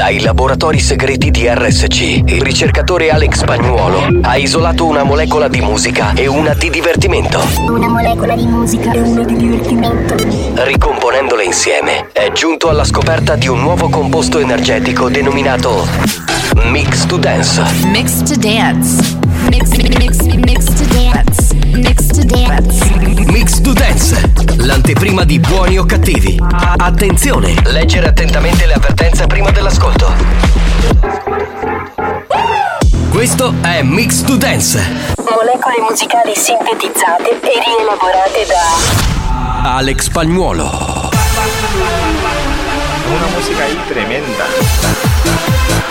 ai laboratori segreti di RSC, il ricercatore Alex Spagnuolo ha isolato una molecola di musica e una di divertimento. Una molecola di musica e una di divertimento. Ricomponendole insieme, è giunto alla scoperta di un nuovo composto energetico denominato Mix to Dance. Mix to Dance. Mix to Dance. Mix to Dance. Mix to Dance, l'anteprima di Buoni o Cattivi. Attenzione, leggere attentamente le avvertenze prima dell'ascolto. Questo è Mix to Dance. Molecole musicali sintetizzate e rielaborate da Alex Spagnuolo. Una musica ahí tremenda.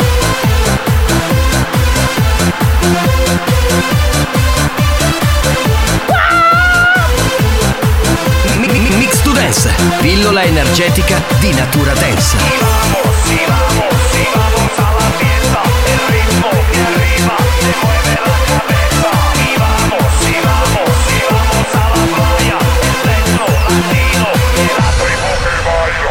Mix to Dance, pillola energetica di natura dance. Si vamos a la fiesta, el ritmo que arriba te mueve la cabeza. Y vamos a la playa, el techno latino y la tribu que baila.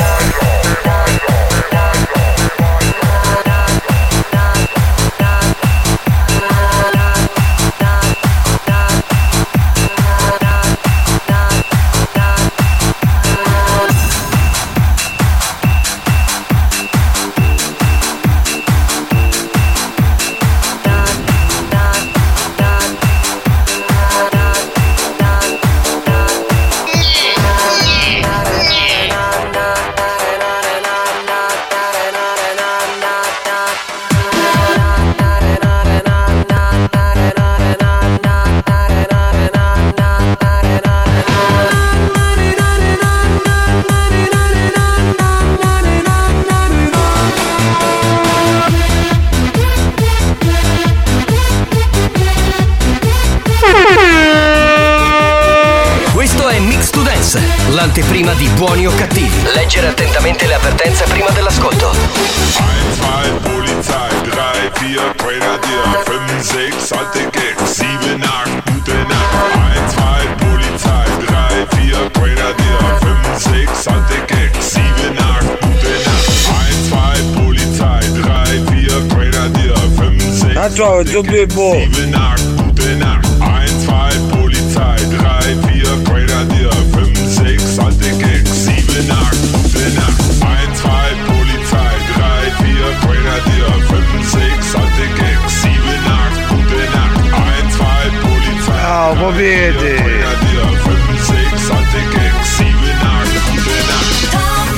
L'anteprima di Buoni o Cattivi. Leggere attentamente le avvertenze prima dell'ascolto. 1, 2, Polizei, 3, 4, Grenadier, 5, 6, alte Gags, 7, 8, gute Nacht. 1, 2, Polizei, 3, 4, Grenadier, 5, 6, alte Gags, 7, 8, gute Nacht. 1, 2, Polizei, 3, 4, Grenadier, 5, 6, alte Gags, 7, 8, gute Nacht. 1, 2, Polizei, 3, 4, Grenadier, 5, 6, alte Gags, 7, 8, gute Nacht. 1, 2, Polizei, 3, 4, Grenadier, 5, 6, alte Gags, 7, 8, gute Nacht. 1, 2, Polizei, Ciao, popete. Grenadier, 5, 6, alte Gags, 7, 8, gute Nacht.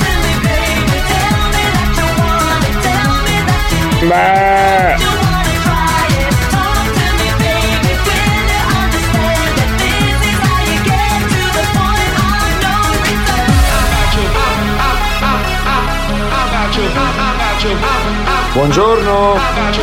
Beh. Buongiorno.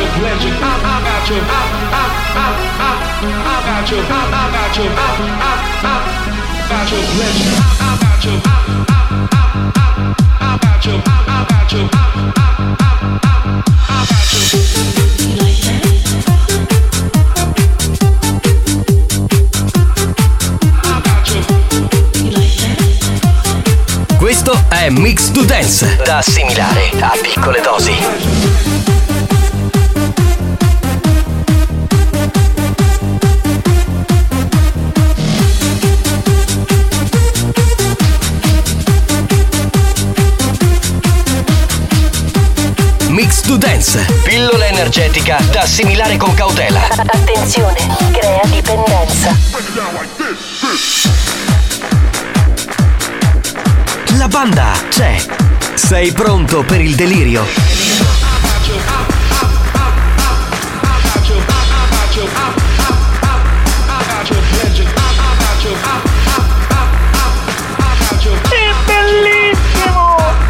Questo è Mix to Dance, da assimilare a piccole dosi. Mix to Dance, pillola energetica da assimilare con cautela. Attenzione, crea dipendenza. La banda c'è. Sei pronto per il delirio? È bellissimo!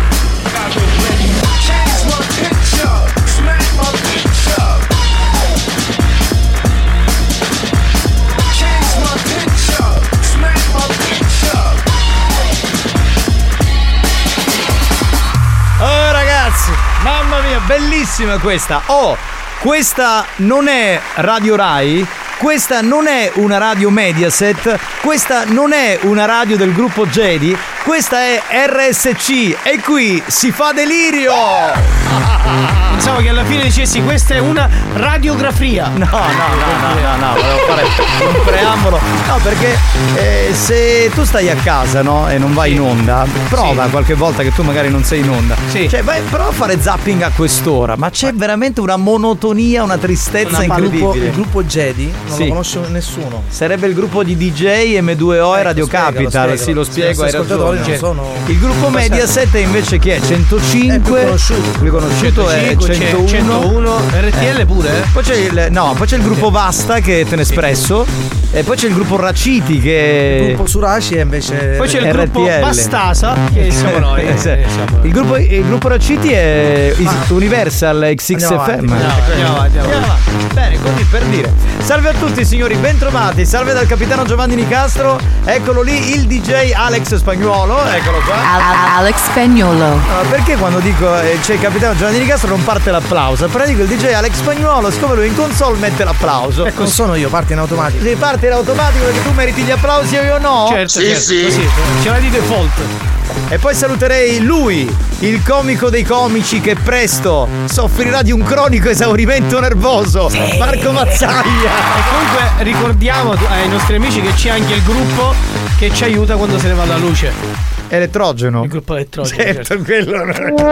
Oh ragazzi, mamma mia, bellissima questa. Oh, questa non è Radio Rai, questa non è una radio Mediaset, questa non è una radio del gruppo Jedi, Questa è RSC e qui si fa delirio. Pensavo che alla fine dicessi questa è una radiografia. No, volevo fare un preambolo. No, perché se tu stai a casa, no, e non vai in onda, prova qualche volta che tu magari non sei in onda. Sì. Cioè, prova a fare zapping a quest'ora, ma c'è veramente una monotonia, una tristezza incredibile. Il gruppo Jedi non lo conosce nessuno. Sarebbe il gruppo di DJ M2O e Radio Capital. Sì, lo spiego, hai ragione. Il gruppo Mediaset invece chi è? 105. Più conosciuto è 101. RTL pure? Poi c'è il gruppo Vasta che è Tenespresso. E poi c'è il gruppo Raciti che. Il gruppo Suraci è invece. Poi c'è il gruppo Bastasa che siamo noi. Il gruppo Raciti è Universal XXFM. Andiamo avanti. Bene, così per dire. Salve a tutti signori, bentrovati. Salve dal capitano Giovanni Nicastro. Eccolo lì il DJ Alex Spagnuolo. Eccolo qua. Alex Spagnuolo. Perché quando dico c'è il capitano Giovanni Nicastro non parte l'applauso? Però dico il DJ Alex Spagnuolo, siccome lui in console mette l'applauso. Non sono io, parte in automatico. Sì, parte in automatico perché tu meriti gli applausi e io no. Certo. Sì. Ce l'hai di default. E poi saluterei lui, il comico dei comici che presto soffrirà di un cronico esaurimento nervoso, Marco Mazzaglia. E comunque ricordiamo ai nostri amici che c'è anche il gruppo che ci aiuta quando se ne va la luce. Elettrogeno. Il gruppo elettrogeno. Certo, quello.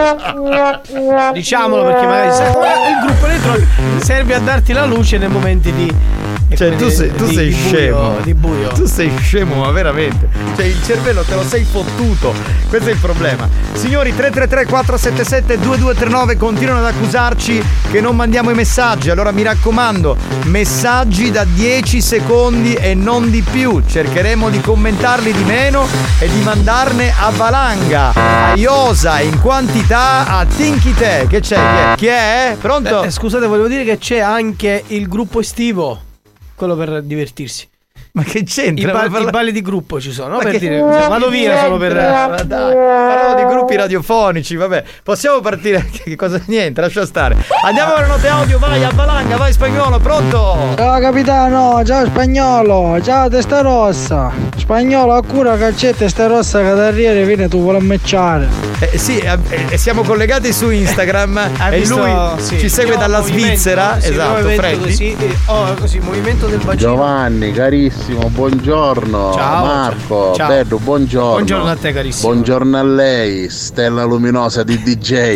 Diciamolo perché magari il gruppo elettrogeno serve a darti la luce nei momenti di. Cioè tu sei scemo. Di buio. Tu sei scemo, ma veramente. Cioè il cervello te lo sei fottuto. Questo è il problema. Signori, 333-477-2239 continuano ad accusarci che non mandiamo i messaggi. Allora mi raccomando, messaggi da 10 secondi e non di più. Cercheremo di commentarli di meno e di mandarne a valanga, a iosa, in quantità, a Tinchite. Che c'è? Chi è? Pronto? Scusate, volevo dire che c'è anche il gruppo estivo. Quello per divertirsi. Ma che c'entra? I balli di gruppo ci sono, no? Ma per che dire, vado via solo per. Ma dai, parlavo di gruppi radiofonici, vabbè. Possiamo partire? Che cosa? Niente, lascia stare. Andiamo alle note audio, vai a valanga, vai Spagnuolo, pronto? Ciao capitano, ciao Spagnolo, ciao testa rossa. Spagnolo a cura che c'è testa rossa che da arriere viene tu vuole mecciare. Sì, siamo collegati su Instagram e lui ci segue dalla Svizzera. Esatto, Freddy. Così, movimento del bacino. Giovanni, carissimo, buongiorno. Ciao. Marco, ciao. Pedro, buongiorno. Buongiorno a te, carissimo. Buongiorno a lei, stella luminosa di DJ.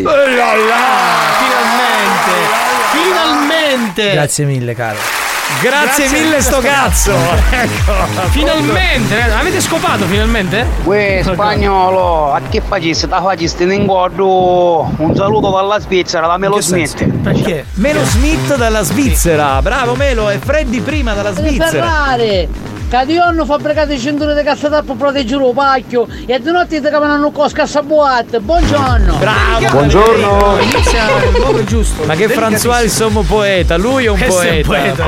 Finalmente. Grazie mille, caro. Grazie mille sto cazzo. Ecco. Finalmente, avete scopato finalmente? Uè Spagnolo, a che facessi? Da facessi in incontro. Un saluto dalla Svizzera, da Melo Smith. Perché? Melo Smith dalla Svizzera. Bravo Melo, e Freddy prima dalla Svizzera. Ferrari! Cadionno fabbricate cinture di cazzatappo per proteggere lo pacchio e di notte ti cameranno cosca a boate. Buongiorno! Bravo! Buongiorno! Inizia il modo giusto. Ma che François è il sommo poeta? Lui è un poeta.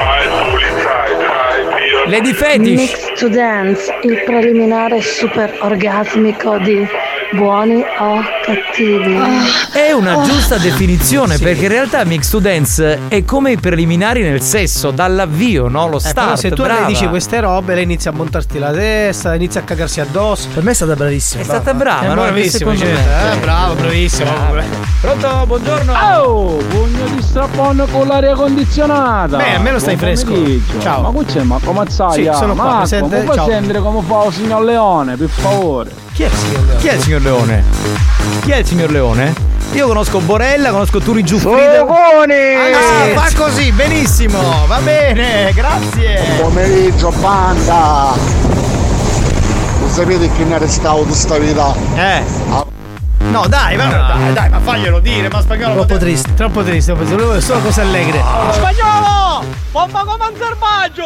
Lady Fetish. Mix to Dance, il preliminare super orgasmico di Buoni o Cattivi. È una giusta definizione, perché in realtà Mix to Dance è come i preliminari nel sesso, dall'avvio, no? Lo start. Però se tu brava. le dici queste robe, lei inizia a montarti la testa, inizia a cagarsi addosso. Per me è stata bravissima. È stata brava, no? Bravissima, bravo, bravissimo. Pronto, buongiorno. Oh, pugno di strappone con l'aria condizionata. Beh, a me lo stai fresco. Ciao. Ma qui c'è Marco Mazzaglia. Sì, sono qua, Marco, presente. mi fai Ciao. sentire come fa il signor Leone, per favore. Chi è il signor Leone? Chi è il signor Leone? Chi è il signor Leone? Io conosco Borella, conosco Turi Giuffrida. Fa così, benissimo, va bene, grazie. Pomeriggio, banda. Non sapete che ne restavo di sta vita. No, dai, dai, ma faglielo dire, ma Spagnolo. Troppo triste, volevo solo cose allegre. Spagnolo! Bomba come un selvaggio!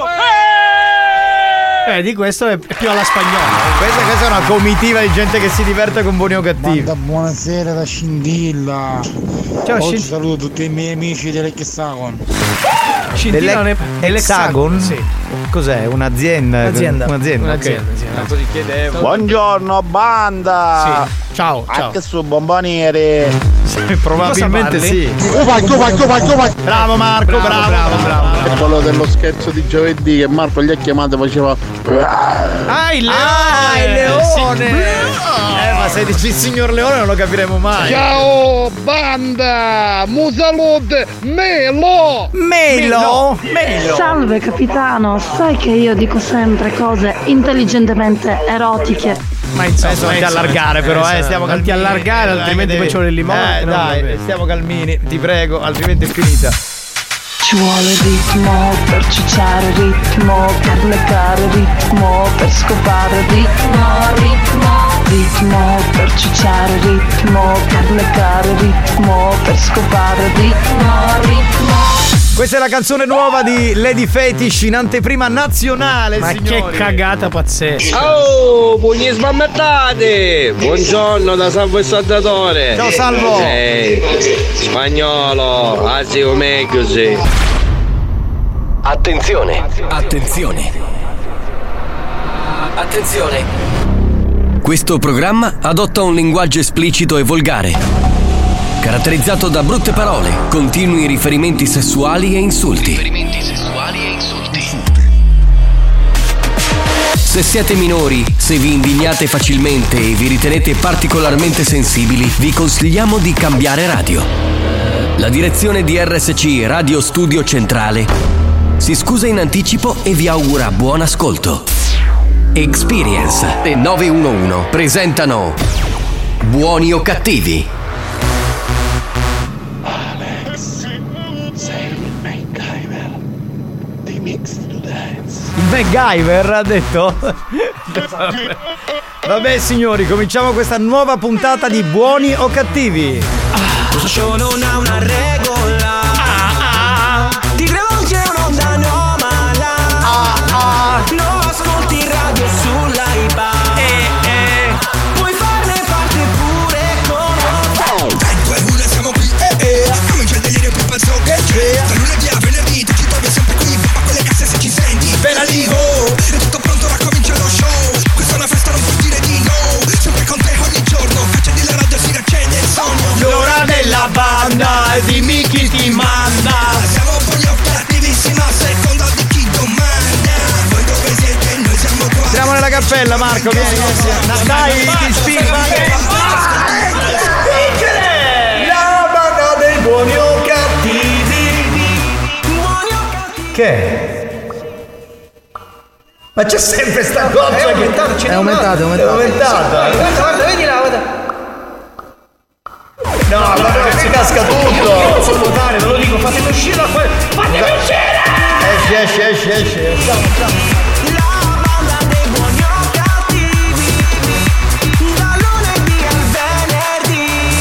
Di questo è più alla spagnola. Questa è una comitiva di gente che si diverte con buoni o cattivi. Buonasera da Scindilla. Ciao, Oggi saluto tutti i miei amici dell'Hexagon. Hexagon? Sì. Cos'è? Un'azienda? Un'azienda, ok. Così chiedevo. Buongiorno, banda. Sì. Ciao. Anche su bomboniere. Probabilmente sì. Vai. Bravo Marco, bravo. È quello dello scherzo di giovedì che Marco gli ha chiamato e faceva. Ah, il leone! Ma se dici il signor Leone non lo capiremo mai. Ciao banda! Musalud Melo! Salve capitano, sai che io dico sempre cose intelligentemente erotiche. Ma insomma, non ti allargare però, stiamo calmini. Non ti allargare, altrimenti poi c'ho il limone. Dai, stiamo calmini, ti prego, altrimenti è finita. Ci vuole ritmo per ciucciare, ritmo per leccare, ritmo per scopare, ritmo per ciucciare, ritmo per leccare, ritmo per scopare, ritmo. Questa è la canzone nuova di Lady Fetish in anteprima nazionale, ma signori. che cagata pazzesca. Oh, pugni sbammettate! Buongiorno da Salvo il Saldatore. Ciao Salvo. Spagnolo, anzi meglio sì. Attenzione. Questo programma adotta un linguaggio esplicito e volgare, caratterizzato da brutte parole, continui riferimenti sessuali e insulti. Se siete minori, se vi indignate facilmente e vi ritenete particolarmente sensibili, vi consigliamo di cambiare radio. La direzione di RSC Radio Studio Centrale si scusa in anticipo e vi augura buon ascolto. Experience e 911 presentano Buoni o Cattivi. Il MacGyver ha detto. Vabbè signori, cominciamo questa nuova puntata di Buoni o Cattivi. Questo show non ha una regola. Ti credo che è un'onda anomala. Lo ascolti in radio sull'iPad. Puoi farne parte pure con dai 2-1 siamo qui. Come c'è il delirio più pazzo che c'è. Da lunedì a venerdì tu ci trovi sempre qui. Pompa quelle casse se ci senti. Penalivo. È tutto pronto, ora comincia lo show. Questa è una festa, non puoi dire di no. Sempre con te ogni giorno. Accendi la radio, si riaccende il sogno. L'ora della banda, dimmi chi ti manda. Siamo buoni o cattivissima, a seconda di chi domanda. Voi dove siete, noi siamo qua. Entriamo nella cappella, Marco, vieni. Dai, ti spingo. La banda dei buoni o cattivi. Che? Ma c'è sempre sta cosa È aumentata. Guarda, vedi là, guarda. No, ma si casca tutto. Non so nuotare, ve lo dico, fatemi uscire da qua. Fatemi uscire! Esci. Andiamo. La banda dei buoni o cattivi. Da lunedì al venerdì.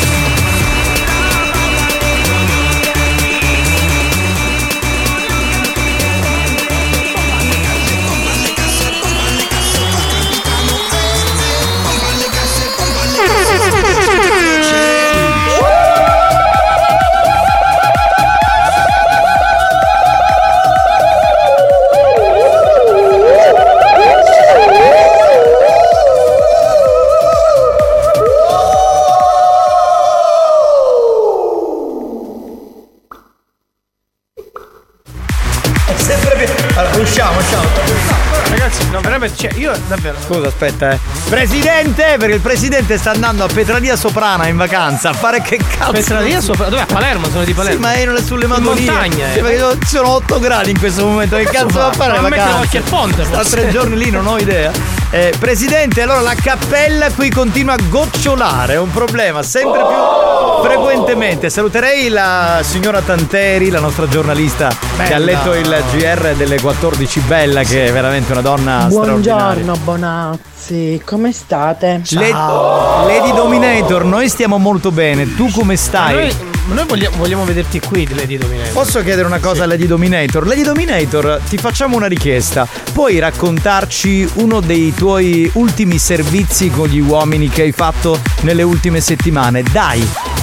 Usciamo. Ragazzi, no, veramente, cioè, io davvero. Scusa, aspetta, Presidente, perché il presidente sta andando a Petralia Soprana in vacanza a fare che cazzo? Petralia Soprana? Dove? A Palermo, sono di Palermo. Sì, ma erano sulle Madonie. In montagna, Sì, perché ci sono 8 gradi in questo momento. Che cazzo va a fare le vacanze? Qualche ponte, sta 3 giorni lì, non ho idea. Presidente, allora la cappella qui continua a gocciolare, è un problema sempre più frequentemente. Saluterei la signora Tanteri, la nostra giornalista che ha letto il GR delle 14, bella, che è veramente una donna straordinaria. Buongiorno Bonazzi, come state? Lady Dominator, noi stiamo molto bene, tu come stai? Noi vogliamo vederti qui, Lady Dominator. Posso chiedere una cosa a Lady Dominator? Lady Dominator, ti facciamo una richiesta. Puoi raccontarci uno dei tuoi ultimi servizi con gli uomini che hai fatto nelle ultime settimane? Dai!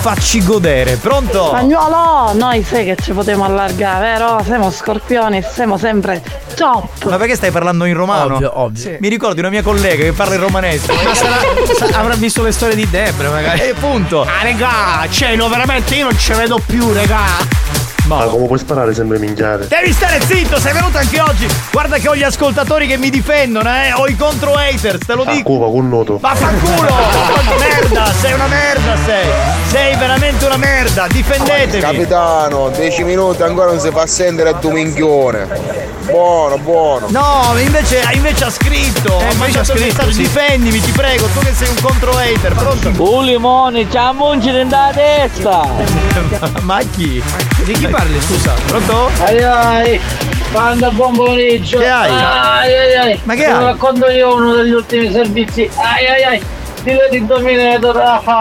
facci godere. Pronto? Spagnolo, noi sai che ci potremo allargare, vero? Siamo scorpioni, siamo sempre top. Ma perché stai parlando in romano? Ovvio. Sì. Mi ricordi una mia collega che parla in romanesco. Ma avrà visto le storie di Debra magari. Appunto. Ah regà, cioè no, veramente io non ci vedo più, regà. Ma come puoi sparare sempre minchiare? Devi stare zitto, sei venuto anche oggi. Guarda che ho gli ascoltatori che mi difendono, ho i contro haters, te lo dico. Cuba con noto. Ma fa culo! Merda, sei una merda, sei veramente una merda, difendetevi. Capitano, 10 minuti ancora non si fa sentire il tuo minchione. Buono. No, invece ha scritto. Ha mandato messaggio, sì. Difendimi, ti prego, tu che sei un contro hater, pronto? Un limone, c'ha un muncine da testa. Ma chi? Di chi parli, scusa? Pronto? Ai, quando buon pomeriggio. Che hai? Ai. Ma che hai? Racconto io uno degli ultimi servizi. Ai. Dillo di Dominator.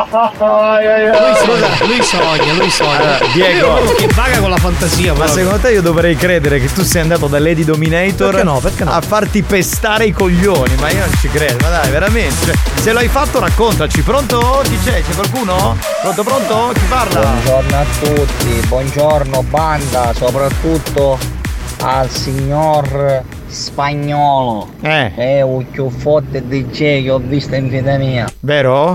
Lui sogna. Diego, che vaga con la fantasia. Ma secondo te io dovrei credere che tu sei andato da Lady Dominator? Perché no? A farti pestare i coglioni? Ma io non ci credo, ma dai, veramente. Cioè, se l'hai fatto raccontaci. Pronto? Chi c'è? C'è qualcuno? Pronto? Chi parla? Buongiorno a tutti, buongiorno banda, soprattutto al signor Spagnolo. È un più forte DJ che ho visto in vita mia. Vero?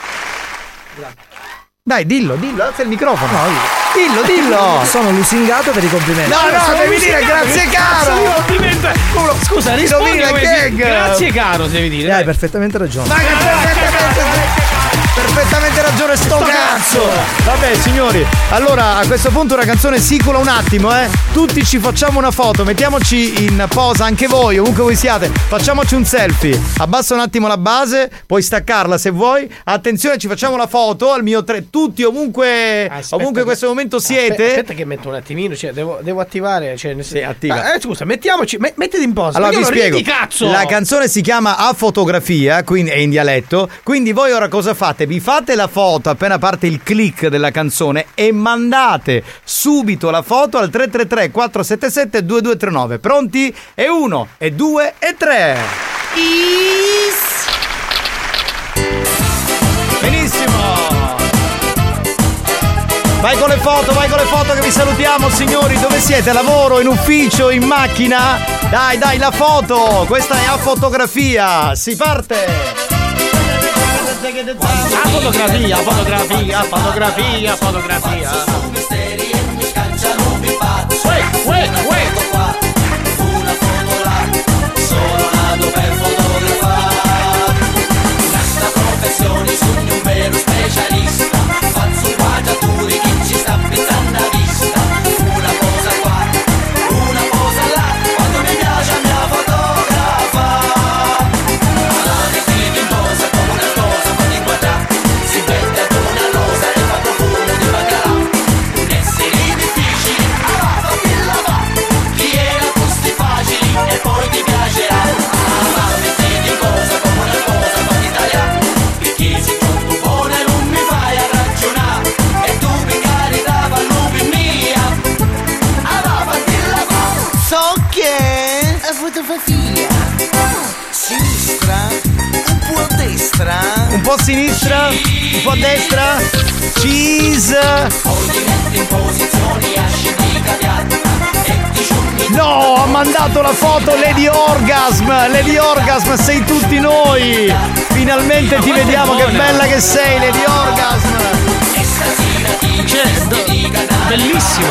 Dai, dillo, alza il microfono. No, dillo. Sono lusingato per i complimenti. No, devi dire grazie caro. Scusa, rispondi come gag. Grazie caro, devi dire. Hai perfettamente ragione. Ma che perfettamente ragione sto cazzo. Vabbè signori, allora a questo punto una canzone sicula un attimo, tutti ci facciamo una foto, mettiamoci in posa anche voi, ovunque voi siate, facciamoci un selfie, abbassa un attimo la base, puoi staccarla se vuoi, attenzione, ci facciamo la foto al mio 3, tutti ovunque in questo momento siete. Aspetta che metto un attimino, cioè devo attivare, cioè sì, attiva. Scusa, mettiamoci, mettiti in posa. Allora vi spiego, cazzo. La canzone si chiama A Fotografia, quindi è in dialetto, quindi voi ora cosa fate? Vi fate la foto appena parte il click della canzone e mandate subito la foto al 333 477 2239. Pronti? E 1, e 2, e 3. Benissimo. Vai con le foto che vi salutiamo signori. Dove siete? A lavoro, in ufficio, in macchina? Dai, la foto. Questa è A Fotografia. Si parte. Fotografia. Una foto là, solo nato per fotografare. Questa professione sogno un vero specialista. Faccio inquadrature che ci sta pizzando a vista. Una posa qua, una posa là, quando mi piace a mia fotografa. Allora mi scrivi in posa come una cosa, ma ti guarda. Si mette ad una rosa e fa profumo di bacalà. Un essere difficile, fatti la va. Chi era gusti facili e poi ti piacerà. Ma mettiti in cosa come una cosa, ma ti tagliare. Perché se tu buona non mi fai a ragionare. E tu mi cari da vallupi mia. Allora fatti la va. So che è fotografia. Sinistra, un po' a destra. Un po' a sinistra, un po' a destra. Cheese. Movimenti in posizioni ascendita piatta. No, ha mandato la foto Lady Orgasm. Lady Orgasm, sei tutti noi. Finalmente ti vediamo, che bella che sei, Lady Orgasm. Cioè, bellissima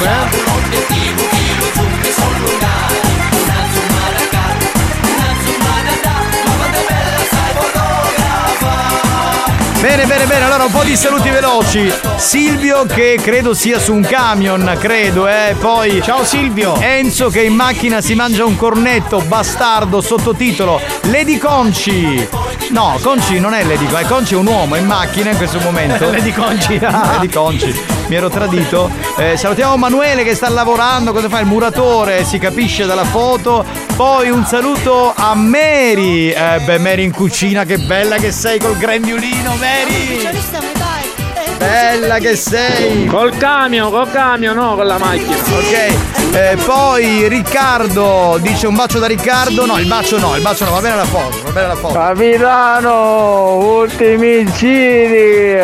Bene, allora un po' di saluti veloci. Silvio che credo sia su un camion, poi ciao Silvio. Enzo che in macchina si mangia un cornetto, bastardo, sottotitolo Lady Conci. No, Conci non è Lady Conci, Conci è un uomo in macchina in questo momento. Lady Conci. Lady Conci, mi ero tradito. Salutiamo Manuele che sta lavorando, cosa fa? Il muratore, si capisce dalla foto. Poi un saluto a Mary. Mary in cucina, che bella che sei col grembiulino, Mary. Bella che sei. Col camion, no, con la macchina. Ok, poi Riccardo dice un bacio da Riccardo. No, il bacio no, va bene la foto. Capitano, ultimi giri.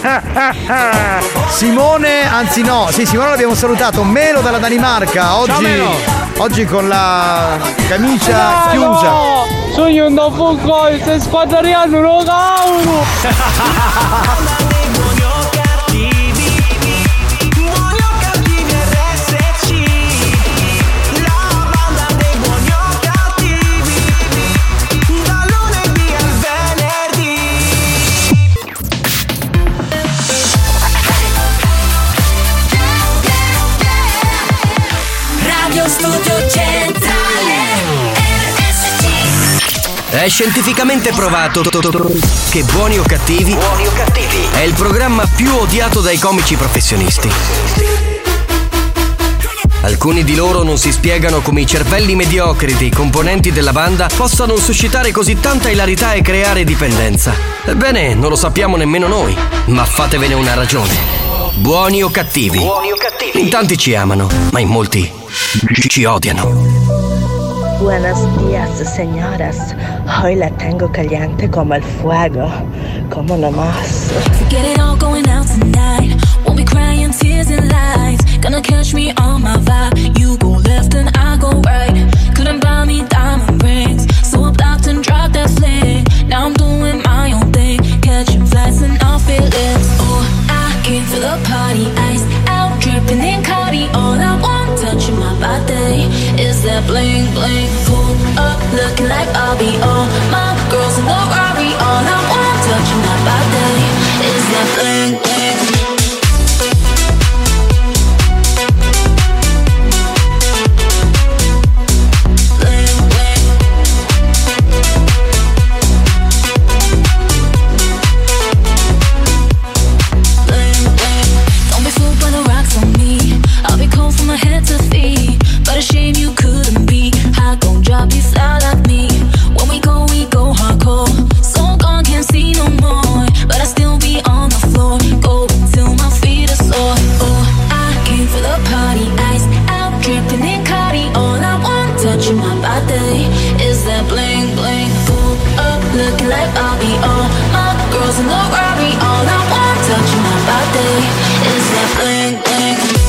Simone, anzi no, sì, Simone l'abbiamo salutato. Melo dalla Danimarca, oggi con la camicia chiusa. Sogno un dopo se spadariano lo cavolo. Studio Centrale RSC. È scientificamente provato che Buoni o Cattivi è il programma più odiato dai comici professionisti. Alcuni di loro non si spiegano come i cervelli mediocri dei componenti della banda possano suscitare così tanta ilarità e creare dipendenza. Ebbene, non lo sappiamo nemmeno noi, ma fatevene una ragione. Buoni o Cattivi. In tanti ci amano, ma in molti ci odiano. Buenos días, señoras. Hoy la tengo caliente como el fuego, como nomás. Get it all going out tonight. Won't be crying tears and lies. Gonna catch me on my vibe. You go left and I go right. Couldn't buy me diamond rings, so I blocked and dropped that fling. Now I'm doing my own thing, catching flights and off it lips. Oh, I came for the party, iced out, dripping in Cardi. All I want, touching my body, is that bling bling. Pull up, looking like Bobby. All my girls in the Rari. All I want, touching my body, is that bling bling. Shame you couldn't be. I gon' drop you flat like me. When we go hardcore. So gone, can't see no more. But I still be on the floor. Go till my feet are sore. Oh, I came for the party. Ice out, dripping in Cardi. All I want, touching my body, is that bling bling. Pull up, looking like Bobby. All my girls in the Rari. All I want, touching my body, is that bling bling.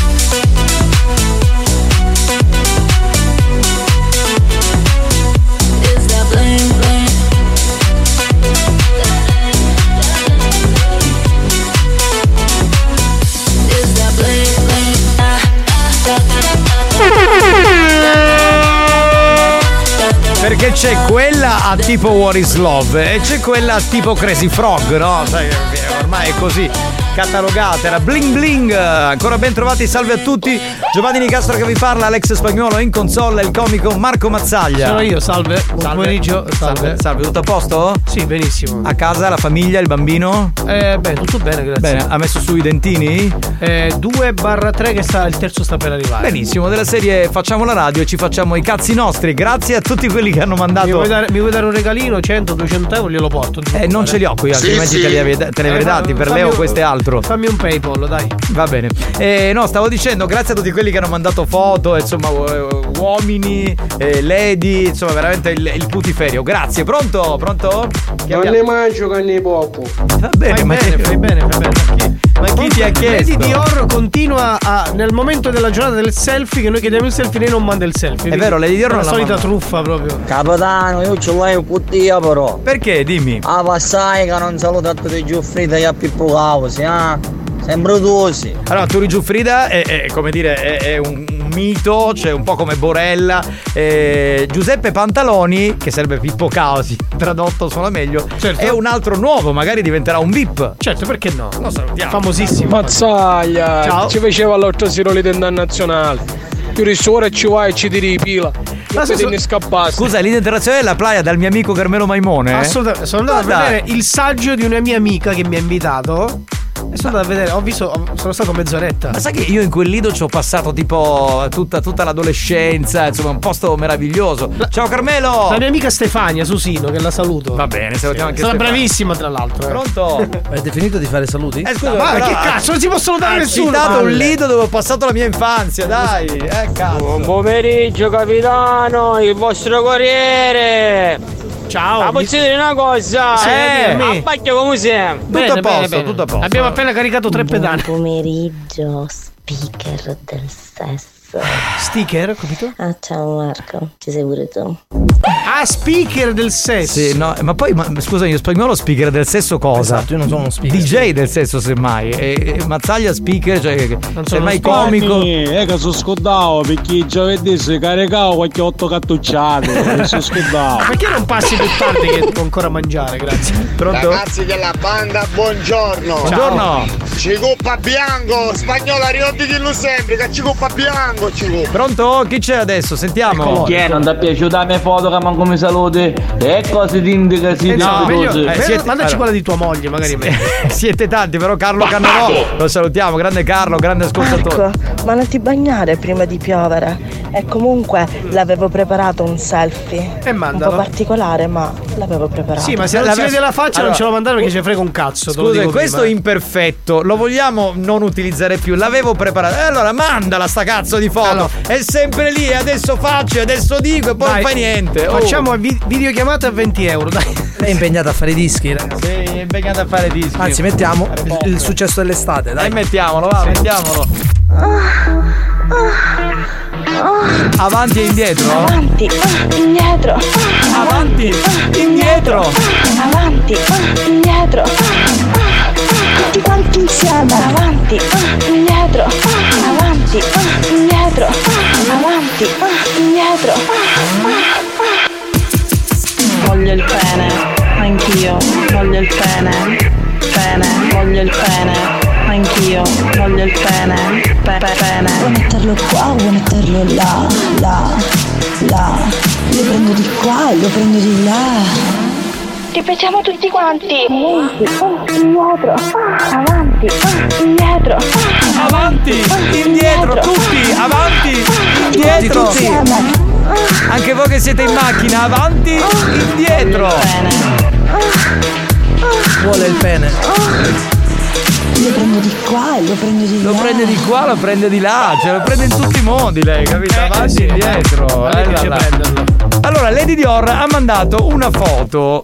Perché c'è quella a tipo What is Love e c'è quella a tipo Crazy Frog, no? Sai, ormai è così catalogata, la bling bling. Ancora ben trovati, salve a tutti. Giovanni Nicastro che vi parla, Alex Spagnuolo in console, il comico Marco Mazzaglia. Sono io, salve. Buon pomeriggio, salve. Salve, tutto a posto? Sì, benissimo. A casa, la famiglia, il bambino? Beh, tutto bene, grazie. Bene, ha messo su i dentini? 2/3 che il terzo sta per arrivare. Benissimo, della serie facciamo la radio e ci facciamo i cazzi nostri. Grazie a tutti quelli che hanno mandato. Mi vuoi dare un regalino? 100-200 euro glielo porto. Non ce li ho qui, altrimenti te li avrei dati. Per Leo questo è altro. Fammi un PayPal, dai. Va bene. No, stavo dicendo, grazie a tutti quelli che hanno mandato foto, insomma, uomini, lady, insomma, veramente il putiferio. Grazie, pronto? Non ne mangio che ne poco. Va bene, fai bene. Ma chi ti ha chiesto? Lady Dior continua nel momento della giornata del selfie, che noi chiediamo il selfie, lei non manda il selfie. È vero, Lady Dior non la solita truffa proprio. Capitano, io ce l'ho un puttia però. Perché? Dimmi. Ah, passai che non saluto tutti Giuffrida e a Pippo Causi, Sembra tusi. Allora, Turi Giuffrida è come dire, è un mito, cioè un po' come Borella. Giuseppe Pantaloni, che sarebbe Pippo Causi, tradotto suona meglio, certo. È un altro nuovo, magari diventerà un VIP. Certo, perché no? Lo salutiamo. Famosissimo. Mazzaglia. Ciao. Ci faceva l'altro siroli internazionale. Più risore e ci vai e ci tiri pila. Ma se scusa, l'idea internazionale della playa dal mio amico Carmelo Maimone? Assolutamente. Sono andato a vedere il saggio di una mia amica che mi ha invitato. Sono andato a vedere, sono stato mezz'oretta. Ma sai che io in quel lido ci ho passato tipo tutta l'adolescenza, insomma, un posto meraviglioso. Ciao Carmelo! La mia amica Stefania Susino, che la saluto. Va bene, salutiamo anche Stefania. Stefania. Bravissima tra l'altro. Pronto? Avete finito di fare saluti? Scusa, ma che cazzo, non si possono dare nessuno. Ho citato un lido dove ho passato la mia infanzia, dai. Cazzo. Buon pomeriggio capitano, il vostro corriere. Ciao. Ma posso dire una cosa? Abbacchio come siamo. Tutto a posto, tutto a posto. Abbiamo appena caricato 3 pedane. Buon pomeriggio, speaker del sesso. Sticker, capito? Ah, ciao Marco, ci sei pure tu. Ah, speaker del sesso. Sì, no, ma poi scusa, io spagnolo speaker del sesso cosa? Esatto, io non sono uno speaker. DJ del sesso semmai. E Mazzaglia speaker, cioè semmai comico. Che sono scodato perché giovedì si caricavo qualche 8 cattucciate. Sono scodato. Perché non passi più tardi che devo ancora mangiare, grazie. Pronto? Ragazzi della banda, buongiorno. Buongiorno. Cicuppa bianco, spagnolo, ricordi di lui sempre che Cicuppa bianco, Cicuppa. Pronto? Chi c'è adesso? Sentiamo. Chi è? Non ti è piaciuta la mia foto che manco mi saluti? E cose ti indica sì, no, meglio, siete, mandaci quella di tua moglie, magari meglio. Siete tanti, però Carlo Cannavò lo salutiamo, grande Carlo, grande ascoltatore. Marco, ma non ti bagnare prima di piovere. E comunque l'avevo preparato un selfie. E mandalo. Un po' particolare, ma l'avevo preparato. Sì, ma se non si vede la faccia non ce lo mandare perché ci frega un cazzo. Scusa, questo imperfetto lo vogliamo non utilizzare più. L'avevo preparato. E allora mandala sta cazzo di foto. Allora. È sempre lì, adesso faccio, adesso dico e poi non fai niente. Facciamo videochiamata a 20 euro, dai. Lei è impegnata a fare dischi. Sì, è impegnata a fare dischi. Anzi, mettiamo il successo dell'estate, dai. Mettiamolo, va, mettiamolo. Avanti e indietro. Avanti, indietro. Avanti, indietro. Avanti, indietro. Tutti quanti insieme. Avanti, indietro. Avanti, indietro. Avanti, indietro. Voglio il pene, anch'io. Voglio il pene. Pene, voglio il pene. Anch'io voglio il pene, pene. Vuoi metterlo qua o vuoi metterlo là, là, là? Lo prendo di qua e lo prendo di là. Ripetiamo tutti quanti. Indietro, avanti, indietro. Avanti, indietro, tutti, avanti, indietro. Tutti. Anche voi che siete in macchina, avanti, indietro. Vuole il pene. Lo prendo di qua e lo prendo di là. Lo prende di qua, lo prende di là, cioè lo prende in tutti i modi lei, capito? Avanti e indietro. Allora, Lady Dior ha mandato una foto.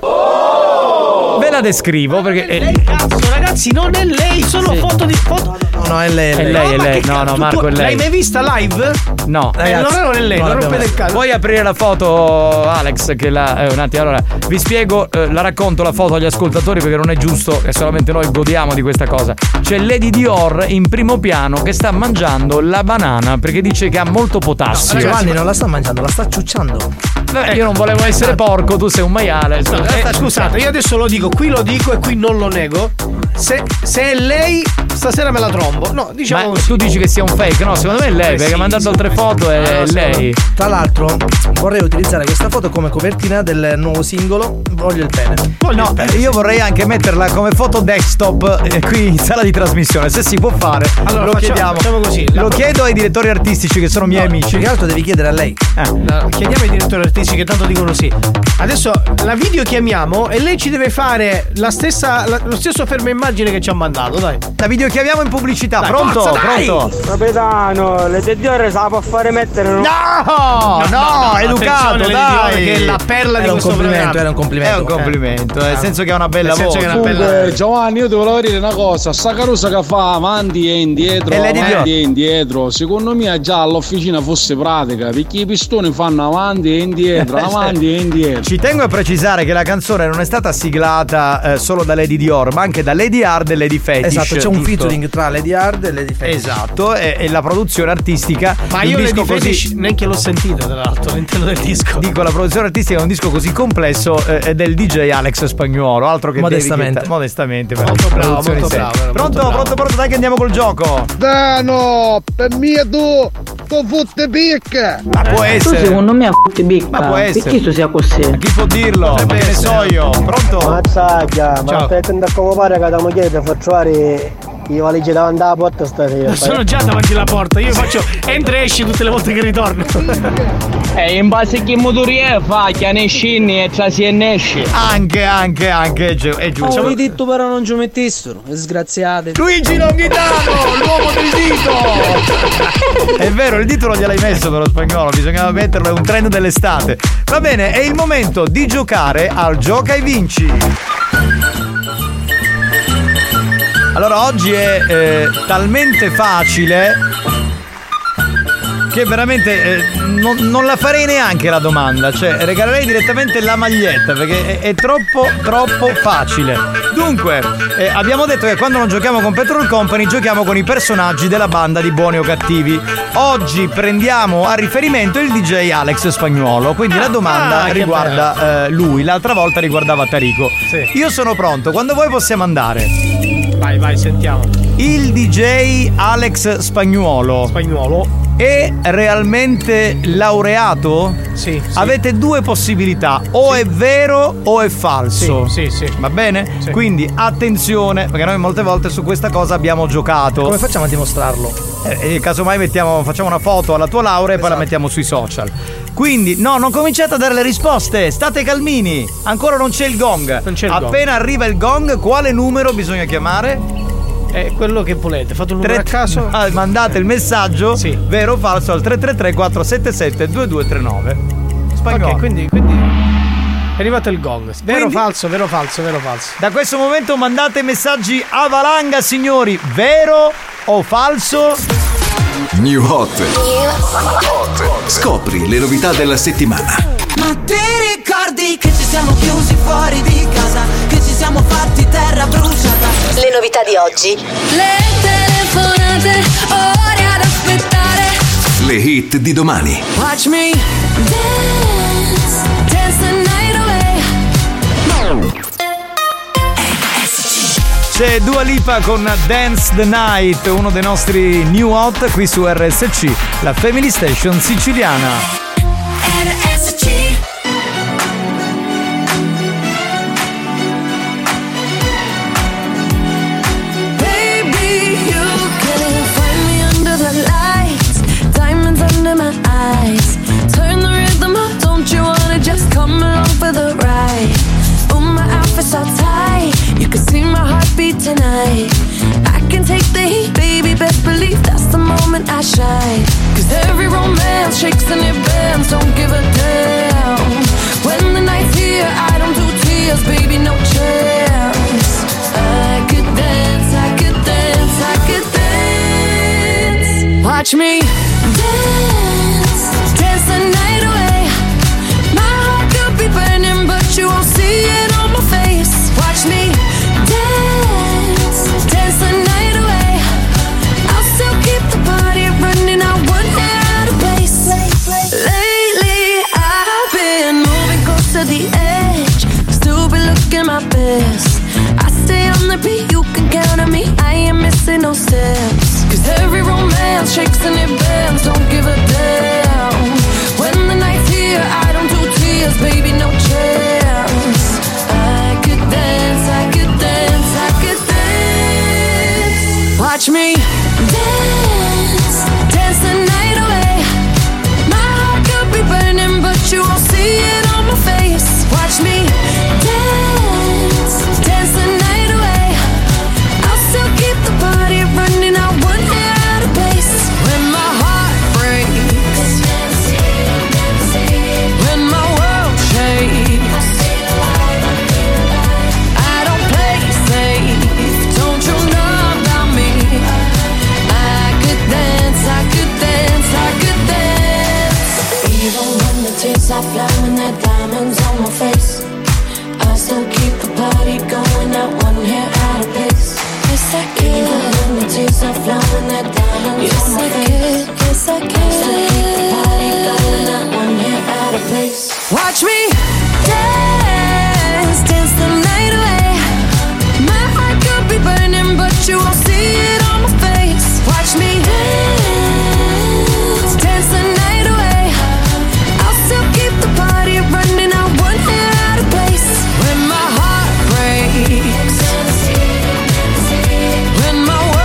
Ve la descrivo perché lei, cazzo, ragazzi, non è lei, sono foto di foto. No, è lei. È lei. No, Marco, è lei. L'hai mai vista live? No. Allora non è lei, non rompete il cazzo. Puoi aprire la foto, Alex, che la. Un attimo, allora, vi spiego, la racconto la foto agli ascoltatori perché non è giusto che solamente noi godiamo di questa cosa. C'è Lady Dior in primo piano che sta mangiando la banana perché dice che ha molto potassio. Giovanni non la sta mangiando, la sta ciucciando. Io non volevo essere porco, tu sei un maiale. Scusate, io adesso lo dico, qui lo dico e qui non lo nego. Se è lei, stasera me la trombo. No, diciamo. Ma tu dici che sia un fake? No, secondo me è lei, perché ha mandato altre foto e è lei. Tra l'altro, vorrei utilizzare questa foto come copertina del nuovo singolo Voglio il pene. No, io vorrei anche metterla come foto desktop qui in sala di trasmissione. Se si può fare, allora lo chiediamo. Facciamo così. Lo chiedo ai direttori artistici che sono miei amici. Più che altro devi chiedere a lei. Chiediamo ai direttori artistici che tanto dicono sì. Adesso la video chiamiamo e lei ci deve fare lo stesso fermo immagine che ci ha mandato, dai. La video chiamiamo in pubblicità. Dai, Pronto? forza, Pronto? Capitano, le Dior se la può fare mettere. No, educato, dai. Che è la perla di questo programma. Era un complimento. È un complimento, nel senso che ha una bella voce. Comunque, Giovanni, io ti volevo dire una cosa. Sta carusa che fa avanti e indietro, avanti e indietro, secondo me già all'officina fosse pratica, perché i pistoni fanno avanti e indietro, avanti e indietro. Ci tengo a precisare che la canzone non è stata siglata solo da Lady Dior, ma anche da Lady Hard e Lady Fetish. Esatto, c'è un featuring tra Lady Hard e Lady Fetish. Esatto, e la produzione artistica. Ma io Lady Fetish neanche l'ho sentita, tra l'altro, all'interno del disco. Dico, la produzione artistica è un disco così complesso è del DJ Alex Spagnuolo, altro che modestamente. Molto bravo. Pronto, dai che andiamo col gioco. Dano, per me tu fotte picca. Ma può essere. Tu secondo me a fotte picca. Ma può essere. Perché tu sia così? Chi può dirlo? Che ne so io. Pronto? Mazzaglia, ma stai attento a come pare che da moglie per far trovare Io valigia davanti alla porta stasera. Sono già davanti alla porta, io faccio entra e esci tutte le volte che ritorno. In base a che motoria fa, che ne scinni e tra si e ne esce. Anche, è giusto. Ho detto però non ci mettessero, disgraziate. Luigi Longhitano, l'uomo del dito. È vero, il dito non gliel'hai messo per lo Spagnolo, bisognava metterlo, è un trend dell'estate. Va bene, è il momento di giocare al Gioca e Vinci. Allora oggi è talmente facile che veramente non la farei neanche la domanda, cioè regalerei direttamente la maglietta perché è troppo facile. Dunque, abbiamo detto che quando non giochiamo con Petrol Company giochiamo con i personaggi della banda di Buoni o Cattivi. Oggi prendiamo a riferimento il DJ Alex Spagnuolo, quindi la domanda riguarda lui, l'altra volta riguardava Tarico. Sì. Io sono pronto, quando vuoi possiamo andare. Vai, sentiamo. Il DJ Alex Spagnuolo è realmente laureato? Sì. Avete due possibilità, o è vero o è falso. Sì. Va bene? Sì. Quindi attenzione, perché noi molte volte su questa cosa abbiamo giocato. Come facciamo a dimostrarlo? Casomai facciamo una foto alla tua laurea e poi la mettiamo sui social. Quindi no, non cominciate a dare le risposte, state calmini. Ancora non c'è il gong. Appena arriva il gong, quale numero bisogna chiamare? È quello che volete, fate un numero a caso. Mandate il messaggio vero o falso al 333 477 2239. Spagnolo. Ok, quindi è arrivato il gong. Vero o falso? Da questo momento mandate messaggi a valanga, signori. Vero o falso? New Hot. Scopri le novità della settimana. Ma ti ricordi che ci siamo chiusi fuori di casa, che ci siamo fatti terra bruciata? Le novità di oggi. Le telefonate, ore ad aspettare. Le hit di domani. Watch me dance, dance the night away. C'è Dua Lipa con Dance the Night, uno dei nostri new hot qui su RSC, la Family Station siciliana. Turn the rhythm up, don't you wanna just come along for the ride? Oh, my outfit's all tight, you can see my heartbeat tonight. I can take the heat, baby, best believe that's the moment I shine. Cause every romance shakes and it bends, don't give a damn. When the night's here, I don't do tears, baby, no chance. I could dance, I could dance, I could dance. Watch me dance, dance the night away. My heart could be burning, but you won't see it on my face. Watch me dance, dance the night away. I'll still keep the party running, I won't get out of place. Lately I've been moving close to the edge, still be looking my best. I stay on the beat, you can count on me, I ain't missing no steps. Cause every romance shakes and it bends, don't give a damn. When the night's here, I don't do tears, baby, no chance. I could dance, I could dance, I could dance. Watch me dance, dance the night away. My heart could be burning, but you won't see it on my face. Watch me dance, dance the night away. I'll still keep the party running, I won't get out of place. When my heart breaks, when my world shakes, I don't play safe, don't you know about me? I could dance, I could dance, I could dance. Even when the tears are flowing, they're diamonds on my face, I still keep the party going, not one hair out of place. Yes, I can. Even when the tears are flowing, they're diamonds on my face. Yes, I can. I still keep the party going, not one hair out of place. Watch me dance, dance the night away. My heart could be burning, but you won't see it on my face. Watch me dance, dance the night away. I'll still keep the party running, I won't get out of place. When my heart breaks, when my world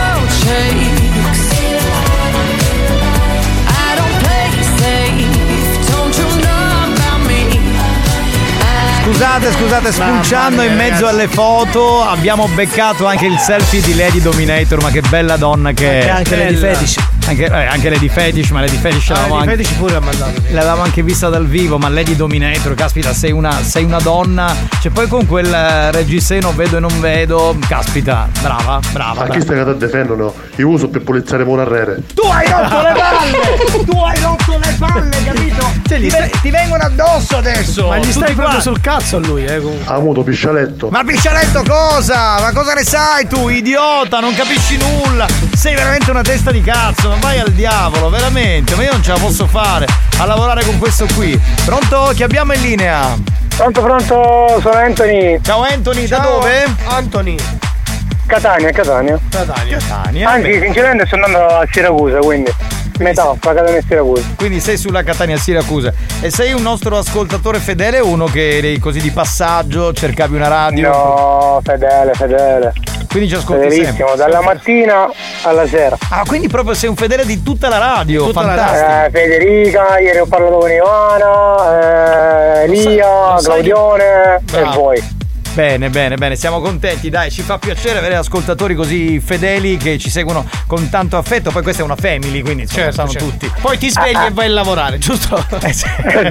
Scusate, spulciando in mezzo alle foto abbiamo beccato anche il selfie di Lady Dominator, ma che bella donna che è. Anche Lady Fetish. Anche Lady Fetish, ma Lady Fetish Fetish pure ha mandato. L'avevamo anche vista dal vivo, ma Lady Dominator, caspita, sei una donna. Cioè poi con quel reggiseno vedo e non vedo, caspita, brava. Ma chi stai che ti difendono? Io uso per poliziare un arrere. Tu hai rotto le palle, capito? Ti vengono addosso adesso. Ma gli stai proprio sul cazzo a lui, comunque. Ha avuto piscialetto. Ma piscialetto cosa? Ma cosa ne sai tu, idiota? Non capisci nulla. Sei veramente una testa di cazzo. Ma vai al diavolo, veramente. Ma io non ce la posso fare a lavorare con questo qui. Pronto? Chi abbiamo in linea? Pronto, sono Anthony. Ciao Anthony, da dove? Anthony. Catania. Anzi, sinceramente sto andando a Siracusa, quindi metà, fra Catania e Siracusa. Quindi sei sulla Catania-Siracusa. E sei un nostro ascoltatore fedele o uno che eri così di passaggio, cercavi una radio? No, fedele. Quindi ci ascolti fedelissimo, dalla mattina alla sera. Ah, quindi proprio sei un fedele di tutta la radio, fantastico. Federica, ieri ho parlato con Ivana, Elia, Claudione e voi. Bene, siamo contenti, dai, ci fa piacere avere ascoltatori così fedeli che ci seguono con tanto affetto. Poi questa è una family, quindi certo. Tutti. Poi ti svegli e vai a lavorare, giusto? Esatto.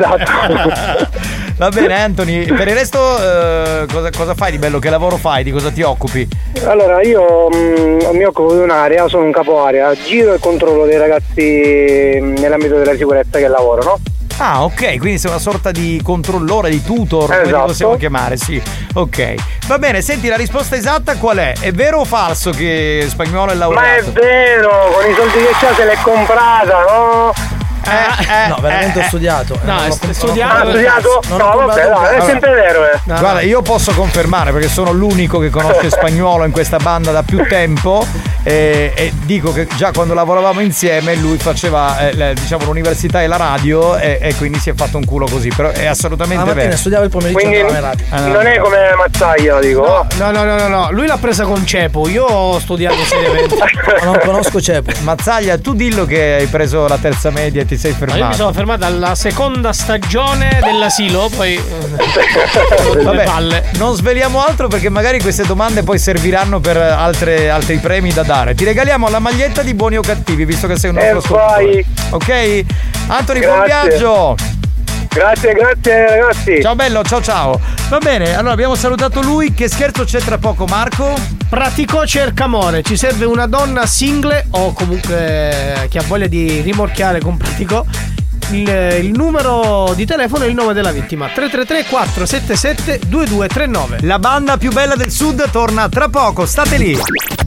Va bene Anthony, per il resto cosa fai di bello? Che lavoro fai? Di cosa ti occupi? Allora io mi occupo di un'area, sono un capo area, giro e controllo dei ragazzi nell'ambito della sicurezza che lavoro, no? Ah, ok, quindi sei una sorta di controllore, di tutor, come li possiamo chiamare, sì. Ok. Va bene, senti, la risposta esatta qual è? È vero o falso che Spagnuolo è laureato? Ma è vero, con i soldi che c'ha se l'è comprata, no? No, veramente ho studiato. No, è studiato. Ha studiato? No, vabbè, no, è sempre vero, No, guarda, io posso confermare perché sono l'unico che conosce Spagnuolo in questa banda da più tempo e dico che già quando lavoravamo insieme lui faceva diciamo l'università e la radio e quindi si è fatto un culo così, però è assolutamente vero. Studiavo il pomeriggio. Quindi non è come Mazzaglia, dico. No, lui l'ha presa con Cepo, io ho studiato seriamente. Non conosco Cepo. Mazzaglia, tu dillo che hai preso la terza media e ti sei fermato. Io mi sono fermato alla seconda stagione dell'asilo, poi vabbè, palle. Non sveliamo altro perché magari queste domande poi serviranno per altri premi da dare. Ti regaliamo la maglietta di Buoni o Cattivi, visto che sei un nostro ascoltatore. Ok? Anthony, buon viaggio! Grazie ragazzi. Ciao bello, ciao. Va bene, allora abbiamo salutato lui. Che scherzo c'è tra poco, Marco? Pratico cerca amore. Ci serve una donna single o comunque che ha voglia di rimorchiare con Pratico. Il numero di telefono e il nome della vittima: 333 477 2239. La banda più bella del sud torna tra poco, state lì.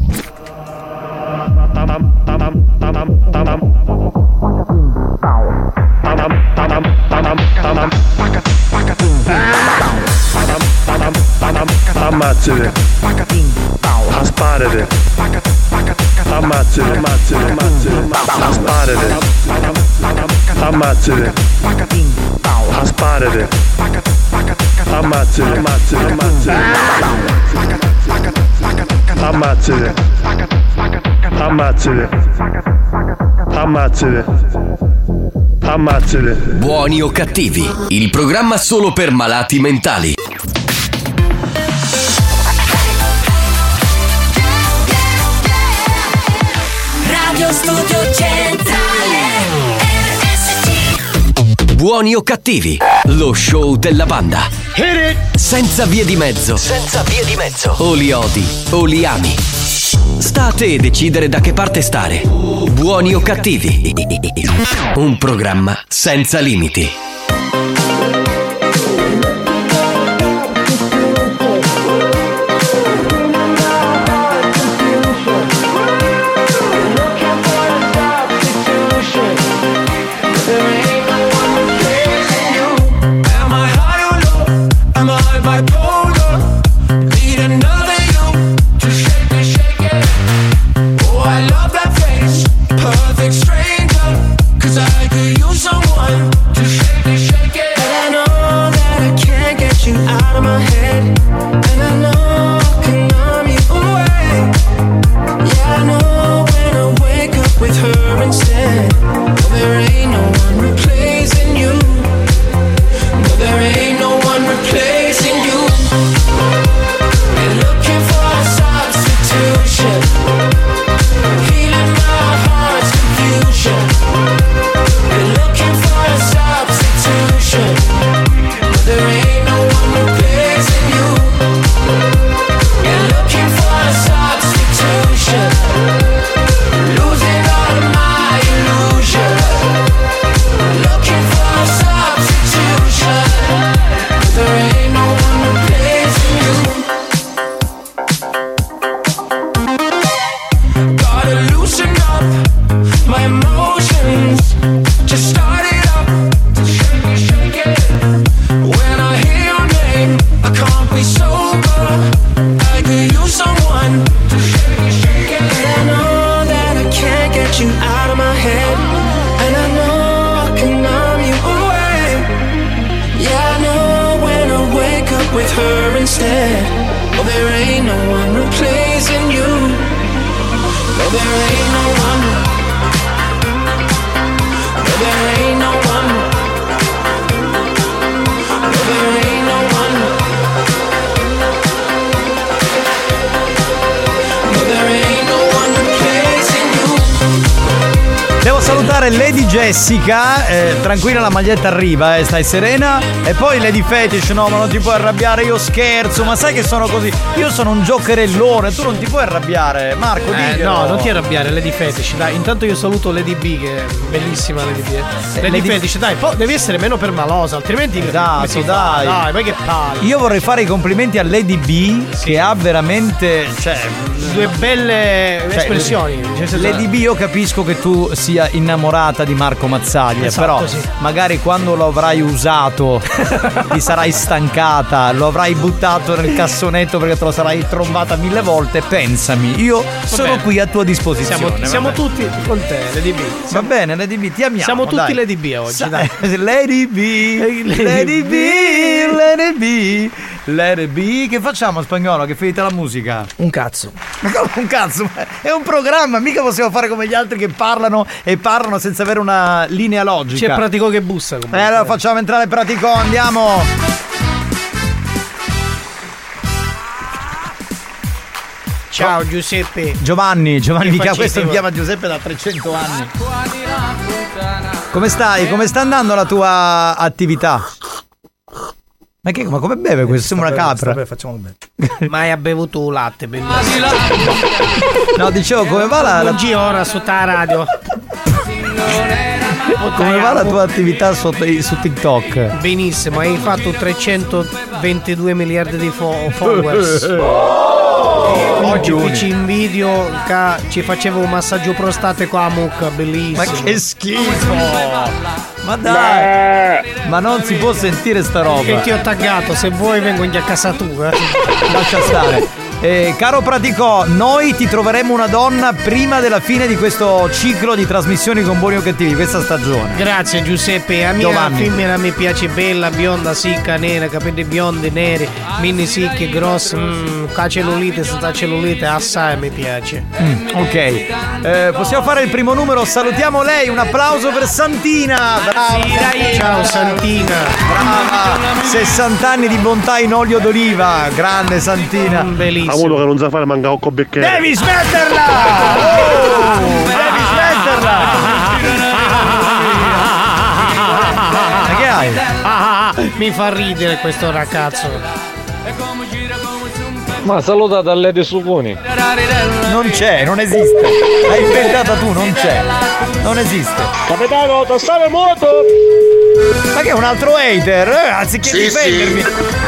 Ammazzate. Asparate. Ammazzate. Asparate. Ammazzate. Asparate. Ammazzate. Ammazzate. Ammazzate. Buoni o cattivi, il programma solo per malati mentali. Radio Studio Centrale RSC. Buoni o cattivi, lo show della banda. Senza vie di mezzo. O li odi o li ami. Sta a te decidere da che parte stare. Buoni o cattivi, un programma senza limiti. There ain't no one replacing Try to loosen up my emotions. Just start it up. Shake it. When I hear your name, I can't be sober. I could use someone to shake it. And I know that I can't get you out of my head. And I know I can numb you away. Yeah, I know when I wake up with her instead. Oh, there ain't no one replacing you. No, there ain't no one. No, there ain't no one. No, there ain't no one. No, there ain't no one replacing you. Devo salutare Lady Jessica, tranquilla, la maglietta arriva, stai serena. E poi Lady Fetish, no ma non ti puoi arrabbiare, io scherzo, ma sai che sono così, io sono un giocherellone, tu non ti puoi arrabbiare, Marco, diglielo. No, non ti arrabbiare Lady Fetish, dai, intanto io saluto Lady B che è bellissima Lady B. Lady Fetish, dai, devi essere meno permalosa, altrimenti dai, ma che palle. Io vorrei fare i complimenti a Lady B, che ha veramente, cioè, due belle espressioni. Lady B, io capisco che tu sia innamorata di Marco Mazzaglia, Esatto, però sì. magari quando lo avrai usato ti sarai stancata, lo avrai buttato nel cassonetto perché te lo sarai trombata 1000 volte, pensami, io sono qui a tua disposizione. Siamo tutti con te, Lady B. Va bene, Lady B, ti amiamo. Siamo tutti dai. Lady B oggi, dai. Lady B, Lady B, Lady B, Lady B. Che facciamo a Spagnolo? Che finita la musica? Un cazzo. Ma come un cazzo? È un programma, mica possiamo fare come gli altri che parlano e parlano senza avere una linea logica. C'è Pratico che bussa comunque. Allora facciamo entrare Pratico, andiamo. Ciao Giuseppe. Giovanni, Che questo facete, mi chiama Giuseppe da 300 anni. Come stai? Come sta andando la tua attività? Ma come beve questo? Sembra una capra. Facciamo bene. Mai ha bevuto latte, bellissimo. No, dicevo, come va la Oggi ora su ta radio. come va la tua attività su TikTok? Benissimo, hai fatto 322 miliardi di followers. Oggi qui ci invidio, ci facevo un massaggio prostatico a mucca, bellissimo. Ma che schifo! Ma dai! Ma non si può sentire sta roba. Che ti ho taggato, se vuoi vengo a casa tua. Lascia stare. Caro Praticò, noi ti troveremo una donna prima della fine di questo ciclo di trasmissioni con Buoni o Cattivi, questa stagione. Grazie Giuseppe, a mia femmina mi piace bella, bionda, sicca, nera, capelli biondi, neri, mini sicchi, grossi, ca cellulite, senza cellulite, assai mi piace. Ok, possiamo fare il primo numero, salutiamo lei, un applauso per Santina. Brava. Ciao Santina. Brava, 60 anni di bontà in olio d'oliva, grande Santina. Bellissimo. Amulo che non sa fare manca un becchero. Devi smetterla! Devi smetterla! Ma che hai? Mi fa ridere questo ragazzo. Ma salutate a Lady Suponi. Non c'è, non esiste. L'hai inventata tu, non c'è. Non esiste. Capitano, tossare moto! Ma che è un altro hater? Anziché difendermi.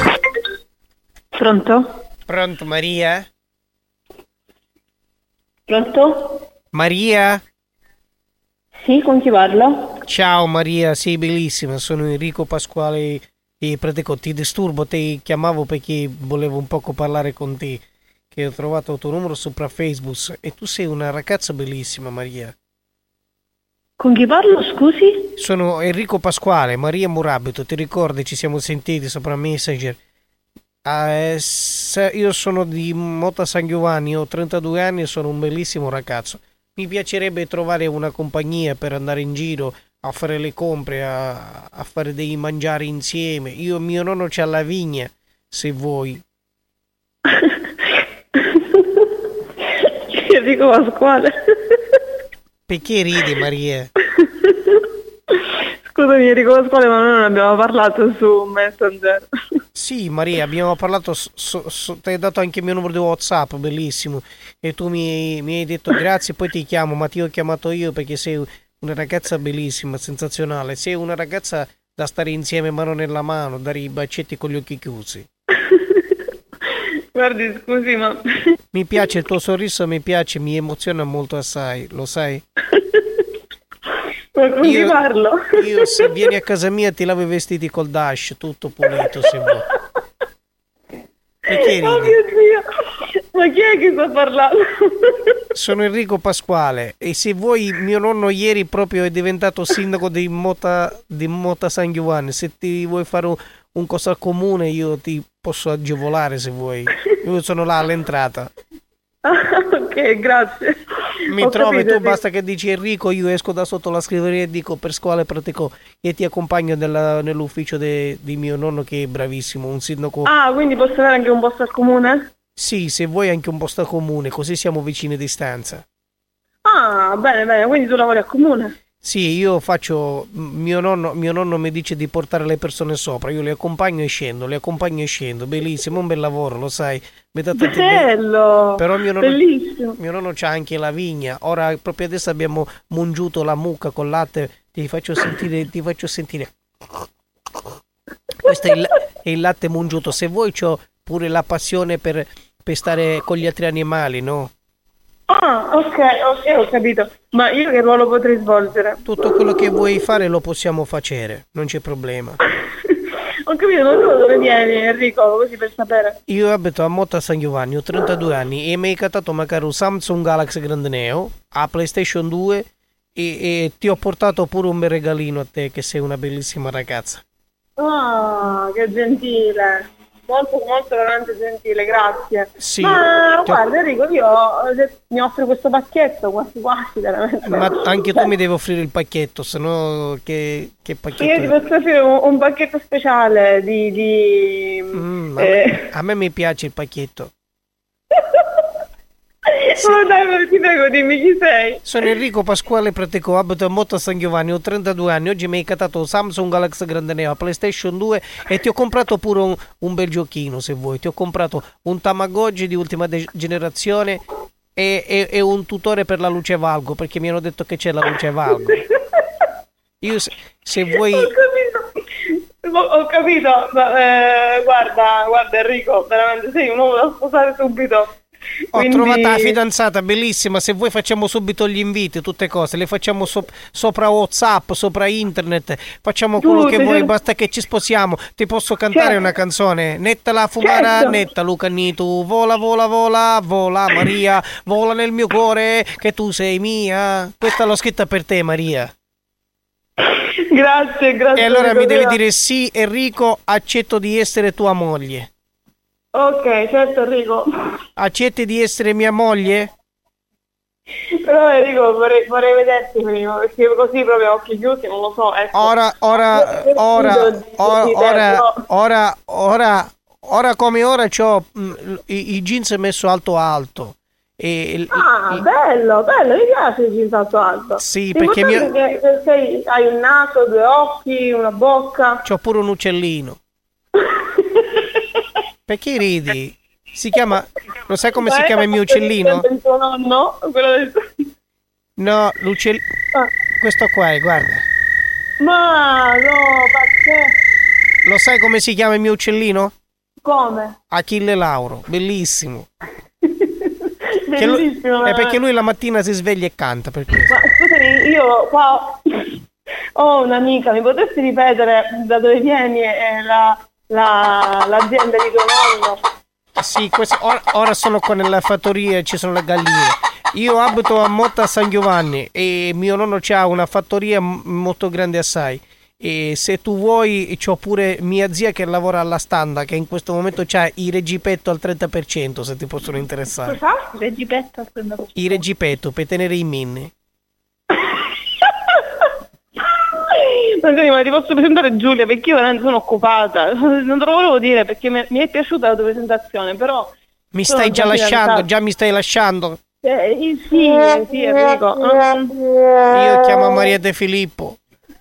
Pronto? Pronto Maria? Pronto? Maria? Sì, con chi parlo? Ciao Maria, sei bellissima, sono Enrico Pasquale e Pratico, ti disturbo, ti chiamavo perché volevo un poco parlare con te, che ho trovato il tuo numero sopra Facebook e tu sei una ragazza bellissima Maria. Con chi parlo, scusi? Sono Enrico Pasquale, Maria Murabito, ti ricordi, ci siamo sentiti sopra Messenger. Io sono di Mota San Giovanni, ho 32 anni e sono un bellissimo ragazzo. Mi piacerebbe trovare una compagnia per andare in giro a fare le compere, a fare dei mangiare insieme. Mio nonno c'ha la vigna, se vuoi. Enrico Pasquale. Perché ridi Maria? Scusami Enrico Pasquale, ma noi non abbiamo parlato su Messenger. Sì Maria, abbiamo parlato, ti hai dato anche il mio numero di WhatsApp, bellissimo. E tu mi hai detto grazie, poi ti chiamo, ma ti ho chiamato io perché sei una ragazza bellissima, sensazionale. Sei una ragazza da stare insieme mano nella mano, dare i bacetti con gli occhi chiusi. Guardi, scusi, ma Mi piace il tuo sorriso, mi piace, mi emoziona molto assai, lo sai? Ma come ti parlo? Io se vieni a casa mia ti lavo i vestiti col Dash, tutto pulito se vuoi. Perché ridi? Oh mio Dio, ma chi è che sta parlando? Sono Enrico Pasquale e se vuoi mio nonno ieri proprio è diventato sindaco di Mota San Giovanni, se ti vuoi fare un cosa al comune io ti posso agevolare se vuoi, io sono là all'entrata. Ok, grazie. Mi trovi, tu basta che dici Enrico, io esco da sotto la scrivania e dico Pasquale Pratico e ti accompagno nell'ufficio di mio nonno che è bravissimo, un sindaco. Ah, quindi posso avere anche un posto al comune? Sì, se vuoi anche un posto al comune, così siamo vicini a distanza. Ah, bene, quindi tu lavori al comune? Sì, io faccio, mio nonno mi dice di portare le persone sopra, io le accompagno e scendo, bellissimo, un bel lavoro, lo sai. Bello, però bellissimo. Mio nonno c'ha anche la vigna, ora proprio adesso abbiamo mungiuto la mucca col latte, ti faccio sentire. Questo è il latte mungiuto, se vuoi c'ho pure la passione per stare con gli altri animali, no? Ah, ok, ho capito. Ma io che ruolo potrei svolgere? Tutto quello che vuoi fare lo possiamo fare, non c'è problema. Ho capito, non so dove vieni Enrico, così per sapere. Io abito a Motta San Giovanni, ho 32 anni e mi hai cattato magari un Samsung Galaxy Grande Neo, a PlayStation 2 e ti ho portato pure un bel regalino a te che sei una bellissima ragazza. Ah, che gentile. Molto veramente gentile, grazie. Sì, ma guarda Enrico, io mi offro questo pacchetto quasi veramente. Ma anche tu mi devi offrire il pacchetto, se no che pacchetto? Io ti posso offrire un pacchetto speciale a me mi piace il pacchetto. Sì. Oh, dai, ti prego, dimmi chi sei. Sono Enrico Pasquale Pratico, abito a Motta San Giovanni, ho 32 anni. Oggi mi hai cattato un Samsung Galaxy Grande Neo, PlayStation 2 e ti ho comprato pure un bel giochino se vuoi. Ti ho comprato un Tamagotchi di ultima generazione e un tutore per la luce valgo, perché mi hanno detto che c'è la luce valgo. Io se vuoi... Ho capito, ma, guarda Enrico, veramente sei un uomo da sposare subito. Ho trovato la fidanzata bellissima, se vuoi facciamo subito gli inviti, tutte cose, le facciamo sopra WhatsApp, sopra internet, facciamo quello che vuoi, basta che ci sposiamo. Ti posso cantare una canzone? Netta la fumara, netta Lucanitu, vola vola vola, vola Maria, vola nel mio cuore che tu sei mia. Questa l'ho scritta per te Maria. Grazie. E allora mi devi dire sì Enrico, accetto di essere tua moglie. Ok, certo Enrico. Accetti di essere mia moglie? Però Enrico vorrei vederti prima, perché così proprio a occhi chiusi non lo so. Ecco. Ora come ora c'ho i jeans messo alto. Bello, mi piace il jeans alto. Sì, perché hai un naso, 2 occhi, una bocca. C'ho pure un uccellino. Perché ridi? Si chiama... Lo sai come si chiama il mio uccellino? Il tuo nonno? No, l'uccellino... Questo qua, guarda. Ma no, pazzesco. Lo sai come si chiama il mio uccellino? Come? Achille Lauro, bellissimo. Bellissimo. È perché lui la mattina si sveglia e canta, per questo. Ma scusami, io qua ho un'amica, mi potresti ripetere da dove vieni e l'azienda di tuo nonno? Sì, ora sono qua nella fattoria, ci sono le galline. Io abito a Motta San Giovanni e mio nonno c'ha una fattoria molto grande assai. E se tu vuoi c'ho pure mia zia che lavora alla standa, che in questo momento c'ha i reggipetto al 30%, se ti possono interessare. Cosa? Reggipetto al 30%? I reggipetto per tenere i minni. Ma ti posso presentare Giulia, perché io veramente sono occupata. Non te lo volevo dire perché mi è piaciuta la tua presentazione, però mi stai già lasciando, già mi stai lasciando. Sì, Enrico. Io chiamo Maria De Filippo.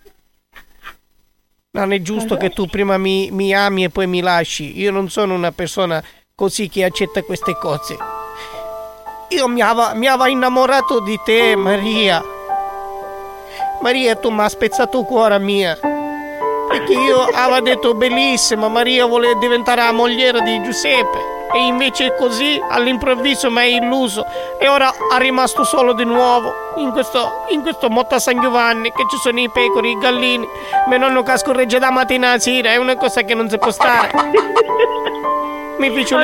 Non è giusto che tu prima mi ami e poi mi lasci. Io non sono una persona così che accetta queste cose. Io mi avevo innamorato di te, Maria. Maria, tu mi hai spezzato il cuore mia. Perché io avevo detto bellissima, Maria vuole diventare la mogliera di Giuseppe. E invece così all'improvviso mi hai illuso e ora è rimasto solo di nuovo in questo Motta San Giovanni, che ci sono i pecore, i gallini, mio nonno che scorreggia da mattina a sera, è una cosa che non si può stare. Mi fece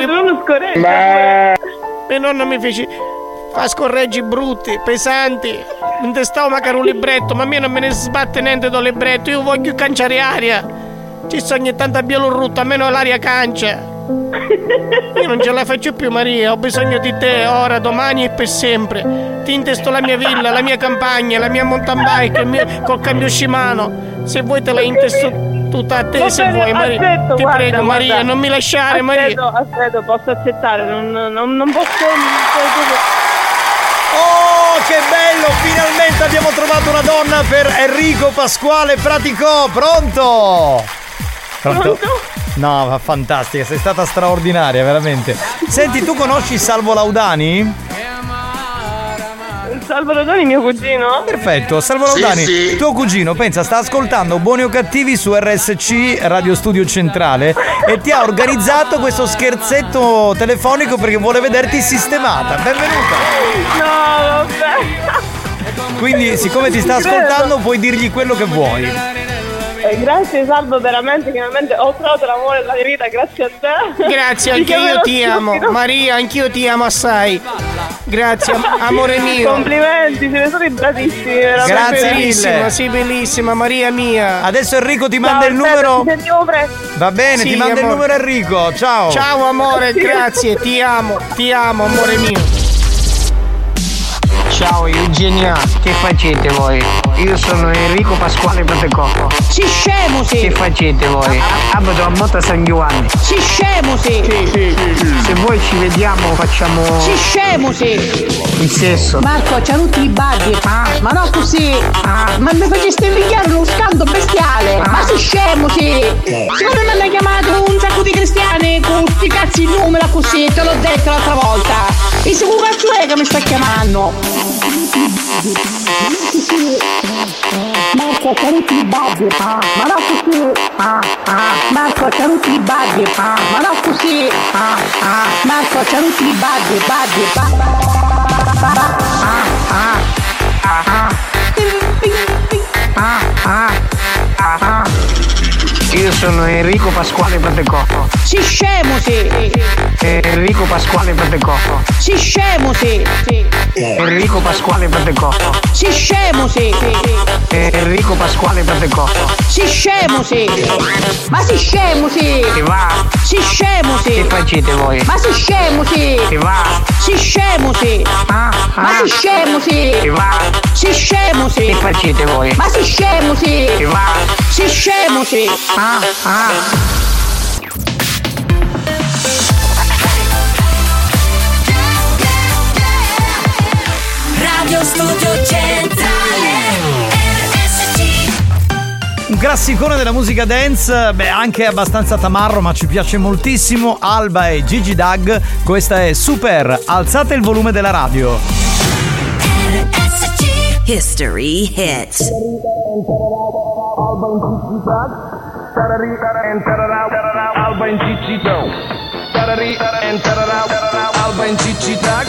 mio nonno mi fece fa scorreggi brutti, pesanti, mi testavo magari un libretto, ma a me non me ne sbatte niente dal libretto, io voglio canciare aria, ci sogna tanta bielorrutta, almeno l'aria cancia. Io non ce la faccio più, Maria, ho bisogno di te ora, domani e per sempre. Ti intesto la mia villa, la mia campagna, la mia mountain bike, col cambio Shimano. Se vuoi te la intesto tutta a te, se vuoi, Maria. Aspetto, ti guarda, prego, Maria, guarda. non mi lasciare, Maria. Aspetta, posso accettare, non posso. Oh, che bello! Finalmente abbiamo trovato una donna per Enrico Pasquale Praticò. Pronto? Pronto? No, ma fantastica, sei stata straordinaria, veramente. Senti, tu conosci Salvo Laudani? Salvo Laudani, mio cugino? Perfetto, Salvo Laudani, sì. Tuo cugino, pensa, sta ascoltando Buoni o Cattivi su RSC Radio Studio Centrale e ti ha organizzato questo scherzetto telefonico perché vuole vederti sistemata. Benvenuta! No, vabbè. Quindi, siccome ti sta ascoltando, puoi dirgli quello che vuoi. Grazie Salvo, veramente, finalmente ho trovato l'amore della mia vita, grazie a te. Grazie, anche io ti amo, Maria, anch'io ti amo assai. Grazie, amore mio. Complimenti, siete stati bravissimi, veramente. Grazie bellissima, mille. sei bellissima, Maria mia. Adesso Enrico ti manda il numero. Va bene, Sì, ti manda il amore. numero Enrico. Ciao. Ciao amore, grazie, ti amo, amore mio. Ciao Eugenia, che facete voi? Io sono Enrico Pasquale Praticò. Si scemo sì! Che facete voi? Abito a Motta San Giovanni. Si scemo sì! Se voi ci vediamo facciamo Si scemo sì! il sesso. Marco, c'ha tutti i baggi! Ma no così! Ma mi faceste invidiare uno scando bestiale! Ma si scemo sì! Siccome mi hanno chiamato un sacco di cristiani con sti cazzi in numero così, te l'ho detto l'altra volta! E se che cazzo è che mi sta chiamando? Marco, c'ha tutti i baggi! Ma no così! Marco, c'ha tutti i baggi! Ma no così! Marco, c'ha tutti i baggi! Io sono Enrico Pasquale Praticò. Si scemo sì! Enrico Pasquale Praticò. Si scemo sì! Enrico Pasquale Praticò. Si scemo sì! Enrico Pasquale Praticò. Si scemo sì! Ma si scemo sì! Che va? Si scemo sì! Che facete voi? Ma si scemo sì! Che va? Si scemo sì! Ma si scemo sì! Che va? Si scemo sì! Che facete voi? Ma si scemo sì! Che va? Si scemo sì! Radio Studio Centrale RSC. Un classicone della musica dance, beh anche abbastanza tamarro ma ci piace moltissimo, Alba e Gigi Dag, questa è Super, alzate il volume della radio. History Hits. Alba in Gigi Dag. Alba in Gigi Dag.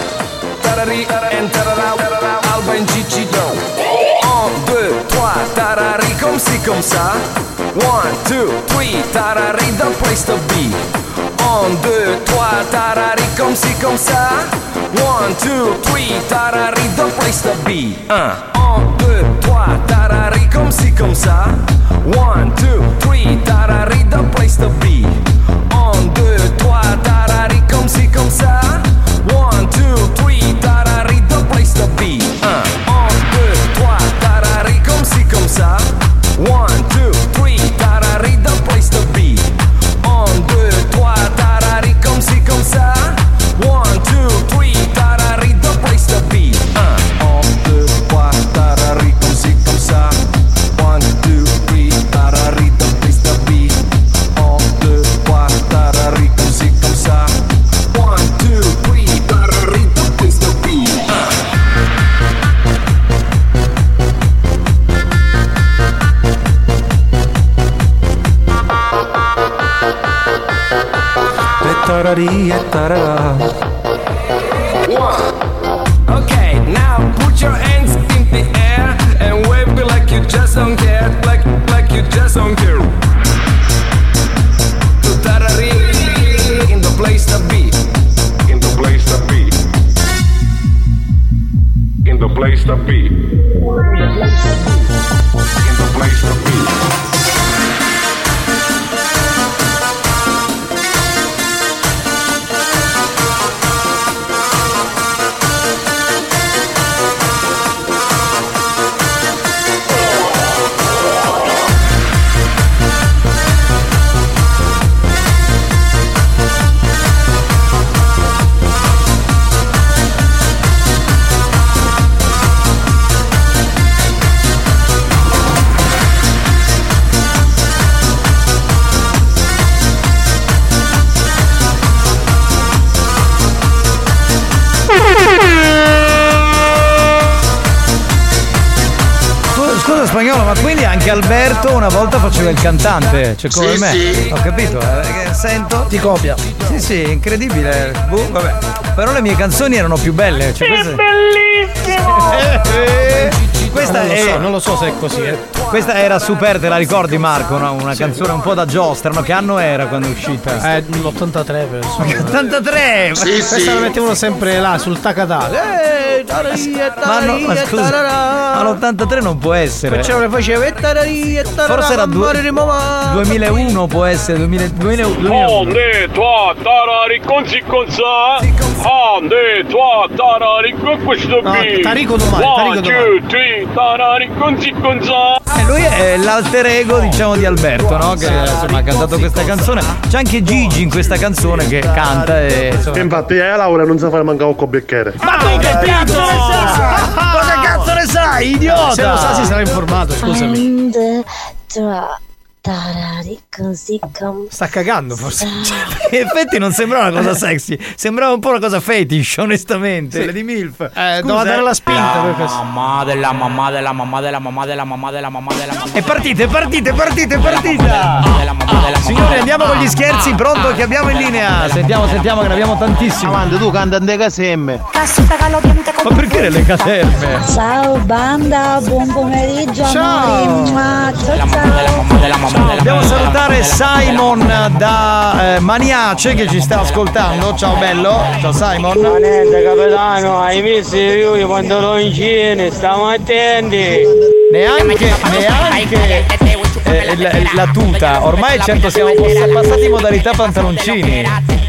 Alba in Gigi Dag. 1, 2, 3, tarari comme si comme ça. 1, 2, 3, tarari the place to be. 1, 2, 3, tarari comme si comme ça. 1, 2, 3, tarari the place to be. 1, 2, 3, tarari comme si comme ça. 1, 2, 3, tarari the place to be. 1, 2, 3, tarari comme si comme ça. 1, 2, 3, tarari the place to be. 1, 2, 3, tarari comme si comme ça. 1, 2, 3, tarari the place to be. 1, 2, 3, tarari comme si comme ça. 1, 2, 3, tarari the place to be. 1, 2, 3, tarari comme si comme ça. 1, 2, 3, tarari the place to be. 1, 2, 3, tarari comme si comme ça. 1, 2, 3, tarari the place to be. tarari e tarara. Okay, now put your hands in the air and wave it like you just don't care, like you just don't care. To tarari in the place to be, in the place to be, in the place to be, in the place to be. Spagnolo, ma quindi anche Alberto una volta faceva il cantante, cioè come me. Sì. Ho capito, sento. Ti copia. Sì, incredibile. Vabbè. Però le mie canzoni erano più belle. Cioè, è bellissimo! Questa non lo so se è così. Questa era super, te la ricordi Marco? No? Una canzone un po' da giostra, no? Che anno era quando è uscita? L'83 penso. 83! Questa la mettevano sempre là sul tacatale. Ma scusa, ma l'83 non può essere. Perciò le faceva forse era 2001, può essere 2001. Onde tua tarari così cosa? Onde tua tarari con questo qui. Tarico domani. Tarari così cosa? E lui è l'alter ego, diciamo, di Alberto, no? Che insomma ha cantato questa canzone. C'è anche Gigi in questa canzone che canta e insomma. Infatti Laura non sa fare mancare un cobbecchiere. Ma tu che cazzo ne sai? Cosa cazzo ne sai, idiota? Se lo sa si sarà informato, scusami. Tarari così sta cagando forse. In effetti non sembrava una cosa sexy, sembrava un po' una cosa fetish, onestamente. Sì. Lady Milf. Doveva dare la spinta per questo. Mamma della mamma. E partite. Signori, andiamo con gli scherzi, pronto che abbiamo in linea. Sentiamo che ne abbiamo tantissimi. Quando tu canta nelle caserme. Ma perché nelle caserme? Ciao banda, buon pomeriggio. Ciao. Ciao. Dobbiamo salutare Simon da Maniace che ci sta ascoltando. Ciao bello. Ciao Simon. Niente capitano, hai visto i pantaloncini, stiamo attenti. Neanche la tuta. Ormai certo siamo passati in modalità pantaloncini.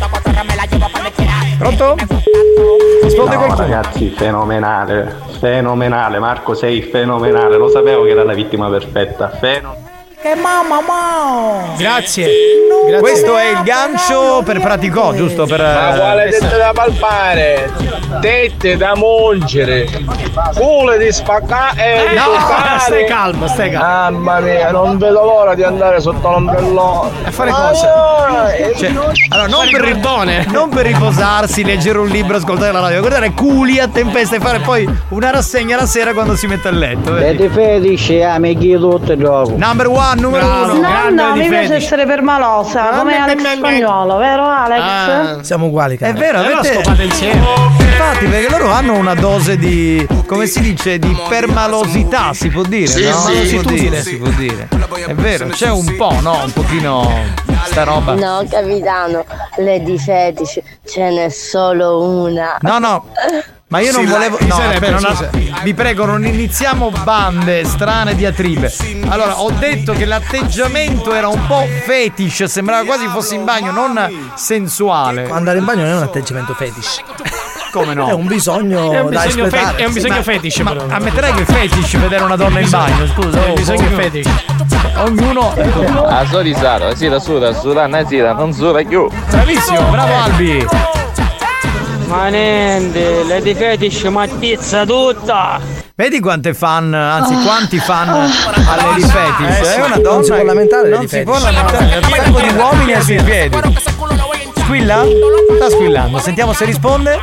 Pronto? Risponde qualcuno. Ragazzi, fenomenale, Marco, sei fenomenale, lo sapevo che era la vittima perfetta. Che mamma. Grazie. Questo è il gancio per Praticò, giusto? Per ma quale tette da palpare? Tette da mungere, culo di spaccare e stai calmo. Mamma mia, non vedo l'ora di andare sotto l'ombrellone e fare cosa? Allora, non per riposarsi, leggere un libro, ascoltare la radio, guardare culi a tempesta e fare poi una rassegna la sera quando si mette a letto. Vedi felice, amici tutto il gioco. Number one, numero uno. No, mi piace essere permalosa, come Alex Spagnolo, vero Alex? Siamo uguali, cara. È vero, avete scopate insieme. Infatti, perché loro hanno una dose di, come si dice, di permalosità, si può dire, sì, no? Sì, si può dire. È vero, c'è un po', no? Un pochino sta roba. No, capitano, Lady Fetish ce n'è solo una. No. Ma io non volevo. No, aspetta, vi prego, non iniziamo bande strane diatribe. Allora, ho detto che l'atteggiamento era un po' fetish, sembrava quasi fossi in bagno, non sensuale. Andare in bagno non è un atteggiamento fetish. Come no? È un bisogno da espletare. È un bisogno fetish. Ma ammetterai che è fetish vedere una donna in bagno, scusa. È un bisogno fetish. Ognuno. Ah, so di Sara, sì, da suda, non suda più. Bravissimo, bravo Albi. Ma niente, Lady Fetish ma pizza tutta. Vedi quante fan, anzi quanti fan a Lady Fetish? È una donna. Non si può lamentare. Non si può lamentare. Un sacco di uomini sui piedi. Squilla? Sta squillando. Sentiamo se risponde.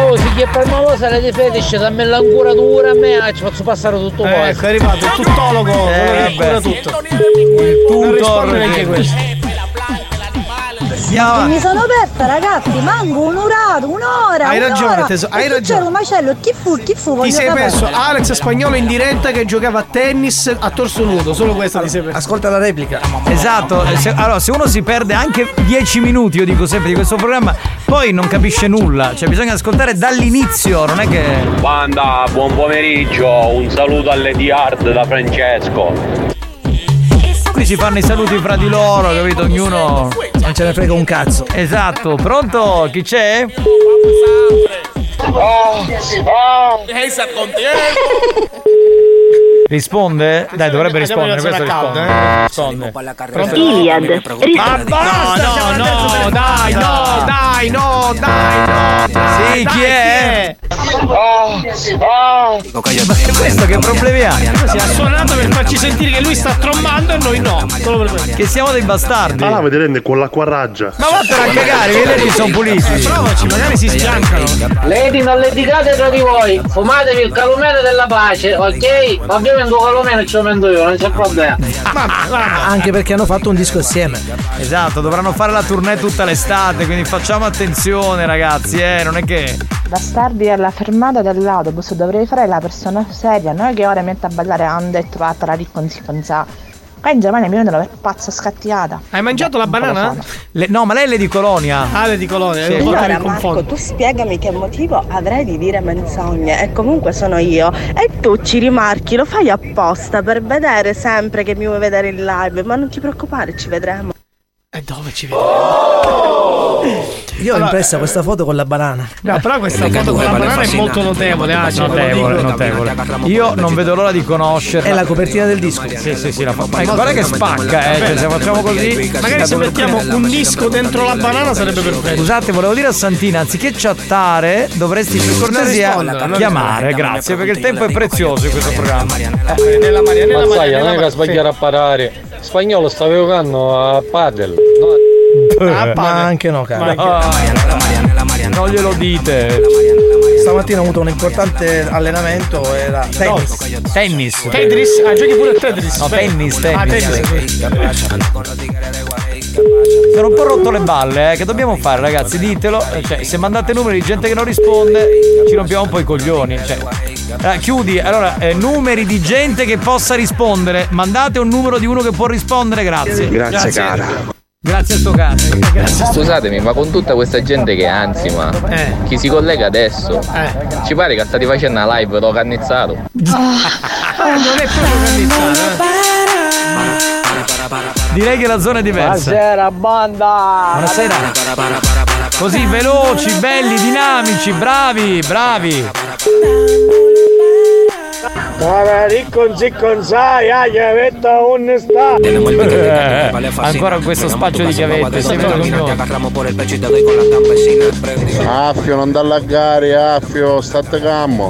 Oh, si chiama palmolosa le fetish, dammi l'ancora dura a me, ci faccio passare tutto poi. Ecco, è arrivato il tuttologo, cura tutto. Non risponde neanche questo. Mi sono persa, ragazzi, manco un'ora. Hai ragione, hai ragione. C'era un macello, chi fu? Ti sei perso Alex Spagnolo in diretta che giocava a tennis a torso nudo, solo questo ti sei perso. Ascolta la replica. Esatto, allora se uno si perde anche 10 minuti, io dico sempre, di questo programma, poi non capisce nulla, cioè bisogna ascoltare dall'inizio, non è che... Banda, buon pomeriggio, un saluto alle D-Hard da Francesco. Qui si fanno i saluti fra di loro, capito? Ognuno non ce ne frega un cazzo. Esatto, pronto? Chi c'è? Risponde? Dai, dovrebbe rispondere, questo risponde. Iliad. Ma basta! No, dai! Sì, chi è? Ma questo che problemi ha? Si è suonato per farci sentire che lui sta trombando e noi no. Solo per che siamo dei bastardi. Ma là mi rende con l'acqua raggia. Ma vattene a cagare, i leddi sono puliti. Provaci, magari si sbiancano. Lady, non litigate tra di voi, fumatevi il calumene della pace, ok? Ovviamente un calumene ce lo mendo io, non c'è problema. Anche perché hanno fatto un disco assieme. Esatto, dovranno fare la tournée tutta l'estate, quindi facciamo attenzione ragazzi, non è che... Bastardi alla fermata dell'autobus, dovrei fare la persona seria, non è che ora metto a ballare ando e trovata la ricconsiconza. Qua in Germania mi vengono per pazza scattiata. Hai mangiato la banana? No, ma lei è di Colonia. Ah, lei di Colonia. Sì. Allora Marco, tu spiegami che motivo avrei di dire menzogne. E comunque sono io. E tu ci rimarchi, lo fai apposta per vedere sempre che mi vuoi vedere in live. Ma non ti preoccupare, ci vedremo. E dove ci vedremo? Io ho impressa questa foto con la banana. No, però questa foto con la banana è molto notevole. Notevole. Io non vedo l'ora di conoscerla. È la copertina del disco. Sì, la fa. Guarda che spacca, cioè, se facciamo così. Magari se mettiamo un disco dentro la banana sarebbe perfetto. Scusate, volevo dire a Santina, anziché chattare, dovresti per cortesia chiamare, grazie, perché il tempo è prezioso in questo programma. Nella Maria, non è che sbagliare a parare. Spagnolo sta giocando a padel. Ma anche no, cara. Non glielo dite. Stamattina ho avuto un importante allenamento, era tennis. Tetris? Ah, giochi pure a Tetris? No, tennis. Tennis. Sono un po' rotto le balle, che dobbiamo fare, ragazzi? Ditelo. Cioè, se mandate numeri di gente che non risponde, ci rompiamo un po' i coglioni. Cioè, chiudi, allora, numeri di gente che possa rispondere. Mandate un numero di uno che può rispondere, grazie. Grazie. Cara. Grazie a sto cazzo. Scusatemi, ma con tutta questa gente che ansima, chi si collega adesso, ci pare che state facendo una live lo cannizzato. Non è proprio cannizzato. Direi che la zona è diversa. Buonasera banda. Buonasera. Così veloci, belli, dinamici, bravi. Ma riconzai, metto un sta. Ancora questo spaccio di chiavette, si vede ognuno. Affio, non dall'aggare, Affio, state calmo.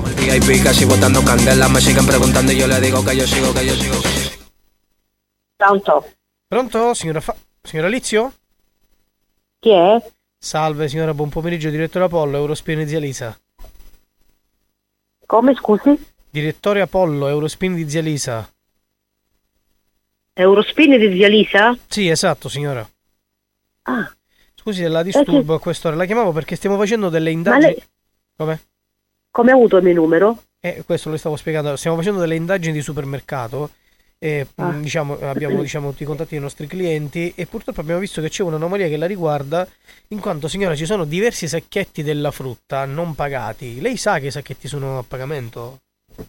Pronto, signora Lizio? chi è? Salve signora, buon pomeriggio, direttore Apollo, Eurospin di zia Lisa. Come, scusi? Direttore Apollo, Eurospin di zia Lisa. Eurospin di zia Lisa? Sì, esatto, signora. Ah. Scusi, la disturbo a quest'ora. La chiamavo perché stiamo facendo delle indagini. Ma lei... Come? Come ha avuto il mio numero? Questo le stavo spiegando. Stiamo facendo delle indagini di supermercato e abbiamo tutti i contatti dei nostri clienti e purtroppo abbiamo visto che c'è un'anomalia che la riguarda, in quanto, signora, ci sono diversi sacchetti della frutta non pagati. Lei sa che i sacchetti sono a pagamento?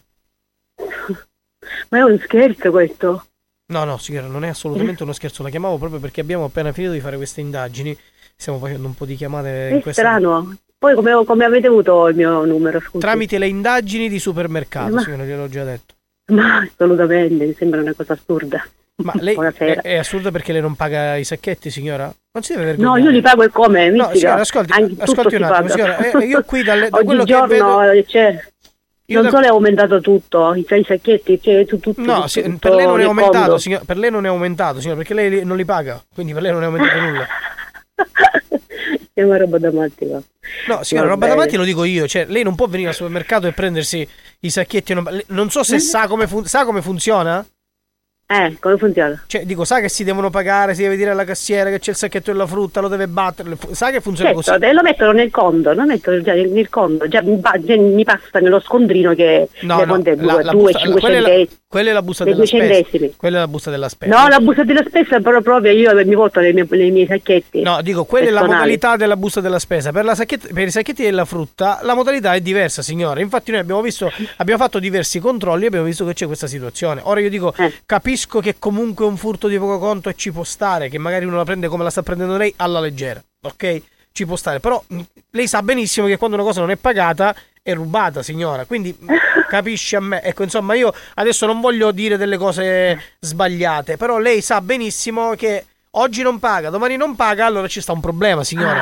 Ma è un scherzo questo? No, signora, non è assolutamente uno scherzo. La chiamavo proprio perché abbiamo appena finito di fare queste indagini. Stiamo facendo un po' di chiamate. È strano. Poi come avete avuto il mio numero, scusi? Tramite le indagini di supermercato, signora, gliel'ho già detto. Ma assolutamente, mi sembra una cosa assurda. Ma lei è assurda perché lei non paga i sacchetti, signora? Non si deve vergognare. No, io li pago e come? No, signora, ascolti un attimo, signora. Io qui da quello che vedo... Non solo è aumentato tutto, i sacchetti, tutto. No, per lei non è aumentato, signora, per lei non è aumentato, signora, perché lei non li paga, quindi per lei non è aumentato nulla. Siamo roba da matti, va. No, signora, roba da matti lo dico io. Cioè, lei non può venire al supermercato e prendersi i sacchetti. Non so se sa come funziona. Come funziona? Cioè, dico, sa che si devono pagare, si deve dire alla cassiera che c'è il sacchetto della frutta, lo deve battere. Sa che funziona così? Lo mettono nel conto, nel conto. Già mi passa nello scondrino che no, la 2, 5 centesimi. Quella è la busta della spesa. Quella è la busta della spesa. No, la busta della spesa però proprio io mi porto nei miei sacchetti. No, dico, quella personali. È la modalità della busta della spesa. Per i sacchetti della frutta la modalità è diversa, signore. Infatti noi abbiamo fatto diversi controlli e abbiamo visto che c'è questa situazione. Ora io dico, capisco che comunque è un furto di poco conto e ci può stare, che magari uno la prende come la sta prendendo lei alla leggera, ok? Ci può stare, però lei sa benissimo che quando una cosa non è pagata è rubata, signora, quindi capisce a me. Ecco, insomma, io adesso non voglio dire delle cose sbagliate, però lei sa benissimo che oggi non paga, domani non paga, allora ci sta un problema, signora.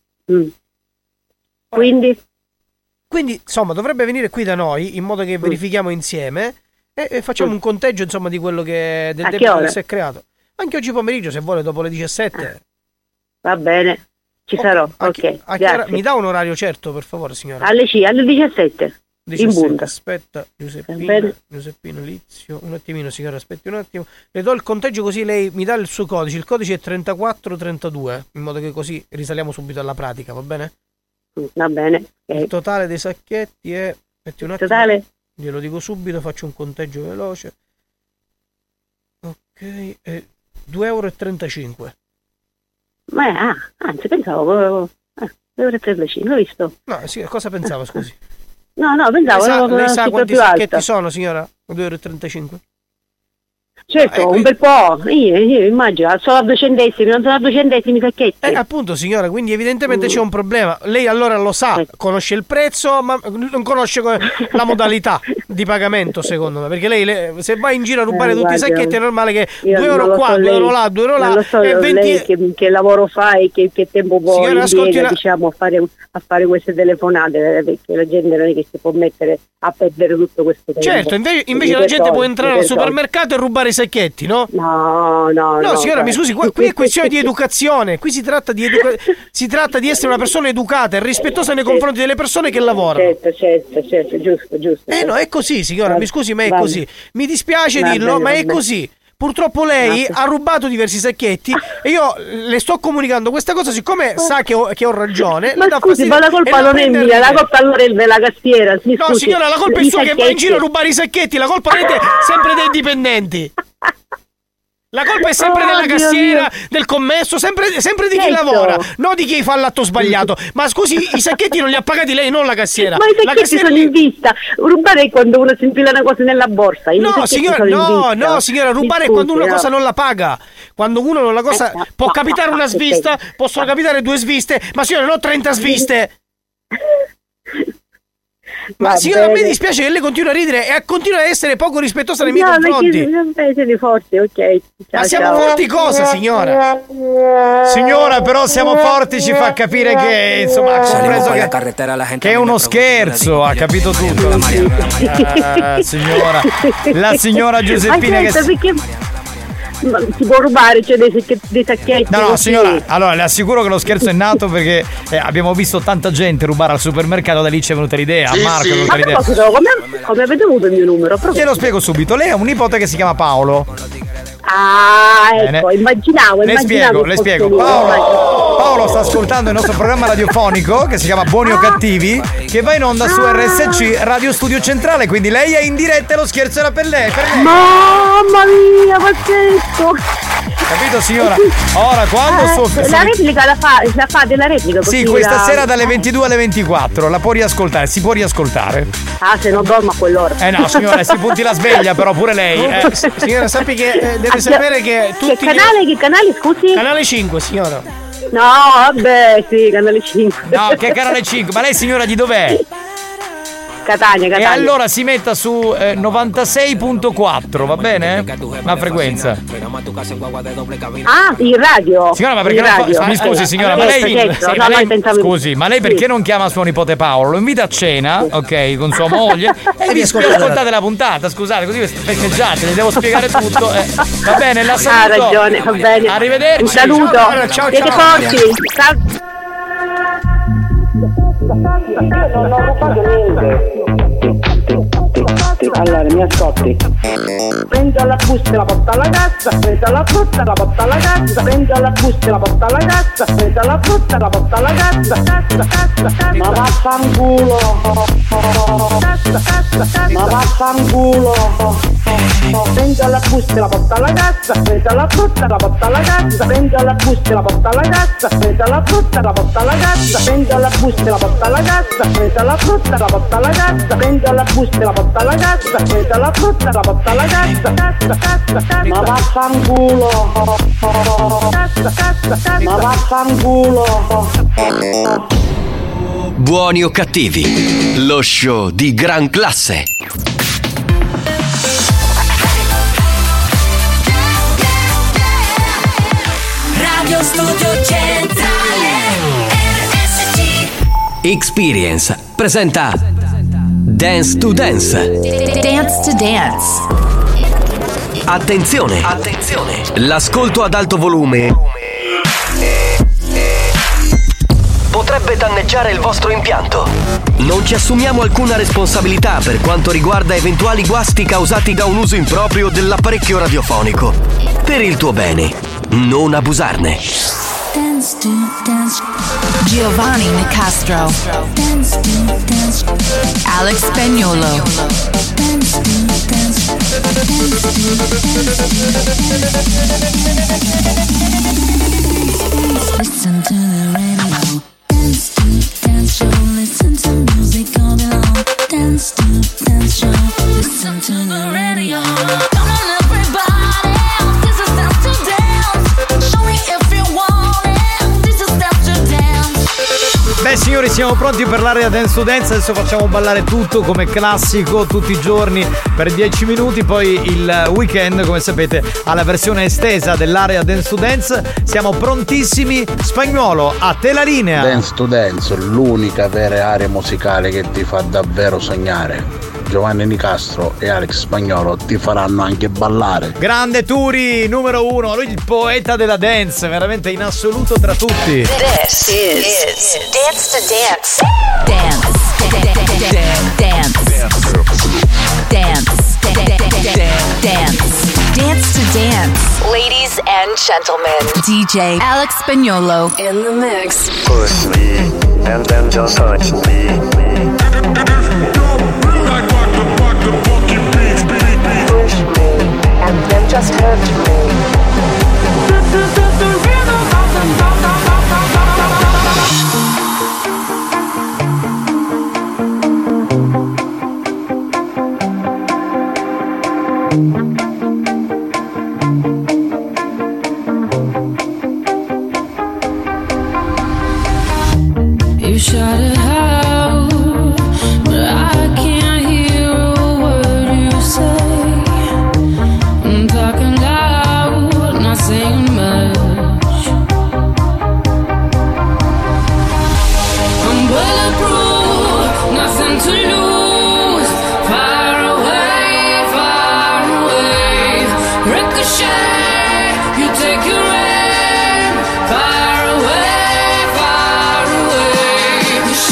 Quindi, insomma, dovrebbe venire qui da noi in modo che verifichiamo insieme e facciamo un conteggio, insomma, di quello che del debito che si è creato. Anche oggi pomeriggio, se vuole, dopo le 17. Va bene. Ci sarò, ok. Mi dà un orario certo, per favore, signora? Alle 17. In punta. Aspetta, Giuseppino Lizio, un attimino, signora, aspetti un attimo. Le do il conteggio così lei mi dà il suo codice. Il codice è 3432, in modo che così risaliamo subito alla pratica, va bene? Va bene. Il totale dei sacchetti è... Aspetti un attimo. Totale? Glielo dico subito, faccio un conteggio veloce. Ok, 2,35 €. Ma anzi, pensavo 2,35 €, ho visto. No, sì, cosa pensava, scusi? No, pensavo lei sa quanti più sacchetti alta. sono, signora? 2,35 €? Certo, un bel po'. Io immagino, solo a 2 centesimi, non sono a 2 centesimi i sacchetti. Appunto, signora, quindi evidentemente c'è un problema. Lei allora lo sa, conosce il prezzo, ma non conosce la modalità di pagamento, secondo me. Perché lei se va in giro a rubare tutti i sacchetti è normale che 2 € qua, 2 € là, 2 € là. Non lo so, e 20... lei che lavoro fa e che tempo può impiega, diciamo, a fare queste telefonate, perché la gente non è che si può mettere a perdere tutto questo tempo. Certo, invece la gente può entrare al supermercato e rubare i sacchetti, no? No, signora, mi scusi, qui è questione di educazione. Qui si tratta di essere una persona educata e rispettosa nei confronti delle persone che lavorano. Certo, giusto. No, è così, signora, mi scusi, ma è così. Mi dispiace dirlo, ma è così. Purtroppo lei ha rubato diversi sacchetti e io le sto comunicando questa cosa, siccome sa che ho ragione. Ma scusi, ma la colpa non è mia, la colpa allora è della cassiera. No, signora, la colpa è sua che va in giro a rubare i sacchetti, la colpa è sempre dei dipendenti. La colpa è sempre della cassiera, del commesso, sempre di chi lavora, non di chi fa l'atto sbagliato. Ma scusi, i sacchetti non li ha pagati lei, non la cassiera. Ma i sacchetti sono in vista. Rubare è quando uno si infila una cosa nella borsa. No, signora, rubare è quando una cosa non la paga. Quando uno non la cosa... Può capitare una svista, possono capitare 2 sviste, ma signora, non 30 sviste. Ma signora, a me dispiace che lei continua a ridere e continua a essere poco rispettosa nei miei confronti. Siete forti, ok. Ma siamo forti cosa, signora? Signora, però siamo forti, ci fa capire che insomma ha compreso che è uno scherzo, ha capito tutto. La signora Giuseppina che ma si può rubare, cioè dei sacchetti. No, signora, allora le assicuro che lo scherzo è nato perché abbiamo visto tanta gente rubare al supermercato, da lì ci è venuta l'idea. A Marco è venuta l'idea. Come avete avuto il mio numero? Te lo spiego subito. Lei ha un nipote che si chiama Paolo. Ecco, immaginavo. Le spiego. Paolo sta ascoltando il nostro programma radiofonico che si chiama Buoni o Cattivi, che va in onda su RSC Radio Studio Centrale, quindi lei è in diretta e lo scherzo era per lei. Mamma mia, pazzesco! Capito, signora? Ora quando la replica la fa della replica. Sì, questa sera dalle 22 alle 24 la può riascoltare, si può riascoltare. Se non dormo a quell'ora. No, signora, si punti la sveglia, però pure lei. Signora, sappi che deve sapere che tutti che canale, scusi? Canale 5, signora. No, vabbè, sì, canale 5. No, che canale 5? Ma lei, signora, di dov'è? Catania. E allora si metta su 96.4, va bene? La frequenza. In radio. Signora, ma perché mi scusi, signora, ma lei scusi, ma lei perché non chiama suo nipote Paolo? Lo invita a cena, ok, con sua moglie e vi ascoltate la puntata, scusate, così festeggiate, le devo spiegare tutto. Va bene, la saluto. Ha ragione, va bene. Arrivederci. Un saluto. Ciao. Siete forti. Ciao. Io non ho rubato niente. Allora, mi ascolti. Prendo la busta e la porta alla cassa, prendo la frutta e la porta alla cassa, prendo la busta e la porta alla cassa, prendo la frutta e la porta alla cassa, cassa. Ma vaffanculo. Ma vaffanculo. Prendo la busta e la porta alla cassa, prendo la frutta e la porta alla cassa, prendo la busta e la porta alla cassa, prendo la frutta e la porta alla cassa, prendo la busta e la porta alla cassa, prendo la frutta e la porta alla cassa, prendo la busta e la porta alla cassa, prendo la frutta e la porta alla cassa, cassa. Ma vaffanculo. Ma vaffanculo. Buoni o cattivi, lo show di gran classe. Radio Studio Centrale RSC. Experience presenta Dance to Dance. Dance to Dance. Attenzione, attenzione. L'ascolto ad alto volume potrebbe danneggiare il vostro impianto. Non ci assumiamo alcuna responsabilità per quanto riguarda eventuali guasti causati da un uso improprio dell'apparecchio radiofonico. Per il tuo bene, non abusarne. Dance to Dance. Giovanni Nicastro. Dance to Dance. Alex Spagnuolo. Dance to Dance. Listen to the radio. Dance to Dance show. Listen to music all day long. Dance to Dance show. Listen to the radio. Come on everybody, this is Dance to Dance. Show me if you want it. This is Dance to Dance. Beh signori, siamo pronti per l'area Dance to Dance. Adesso facciamo ballare tutto come classico tutti i giorni per 10 minuti. Poi il weekend, come sapete, ha la versione estesa dell'area Dance to Dance. Siamo prontissimi. Spagnuolo, a te la linea. Dance to Dance, l'unica vera area musicale che ti fa davvero sognare. Giovanni Nicastro e Alex Spagnuolo ti faranno anche ballare. Grande Turi, numero 1, lui il poeta della dance, veramente in assoluto tra tutti. This is Dance to Dance. Dance. Dance to Dance. Ladies and gentlemen, DJ Alex Spagnuolo in the mix. Push me and then just touch me. Push me and then just hurt me. You shot it out, but I can't hear a word you say. I'm talking loud, not saying much. I'm bulletproof, nothing to lose. Far away, ricochet. You take your aim, far away.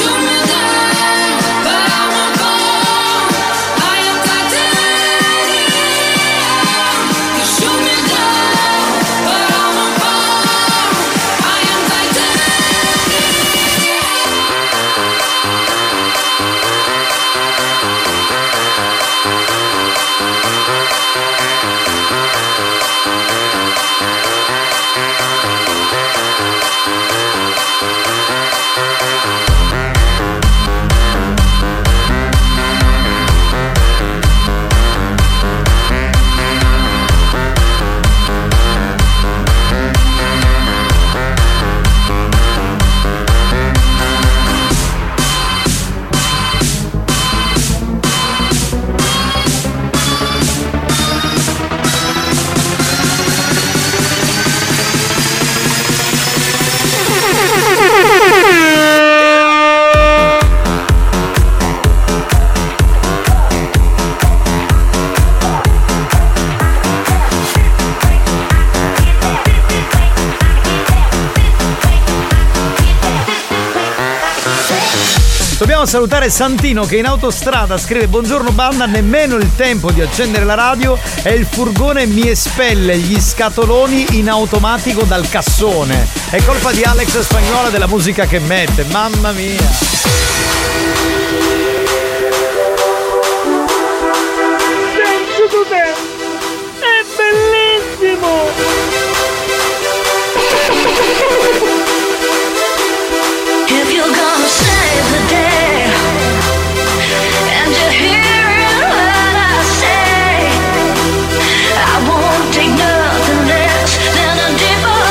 Dobbiamo salutare Santino che in autostrada scrive: buongiorno banda, nemmeno il tempo di accendere la radio e il furgone mi espelle gli scatoloni in automatico dal cassone. È colpa di Alex Spagnola della musica che mette, mamma mia. Penso tu te, è bellissimo. If you're gonna save the day and you're hearing what I say, I won't take nothing less than a deeper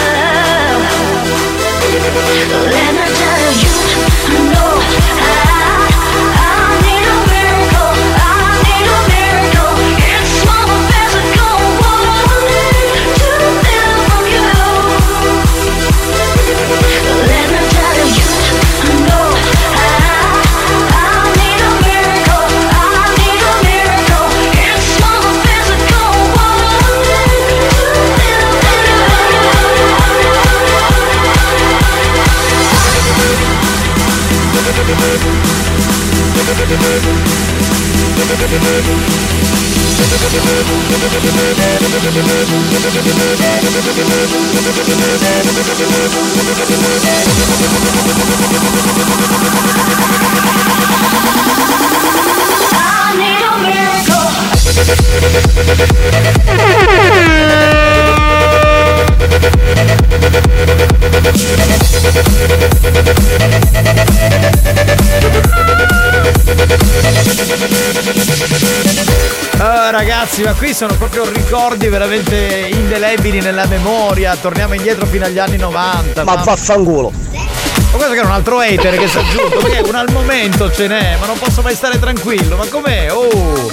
love. Let me tell you, no, I need a miracle, I need a miracle. It's more physical, what I need to live from you. Let me tell you. Ragazzi, ma qui sono proprio ricordi veramente indelebili nella memoria. Torniamo indietro fino agli anni 90. Ma vaffanculo. Ma questo che era un altro hater che si è aggiunto, perché un al momento ce n'è, ma non posso mai stare tranquillo. Ma com'è? Oh!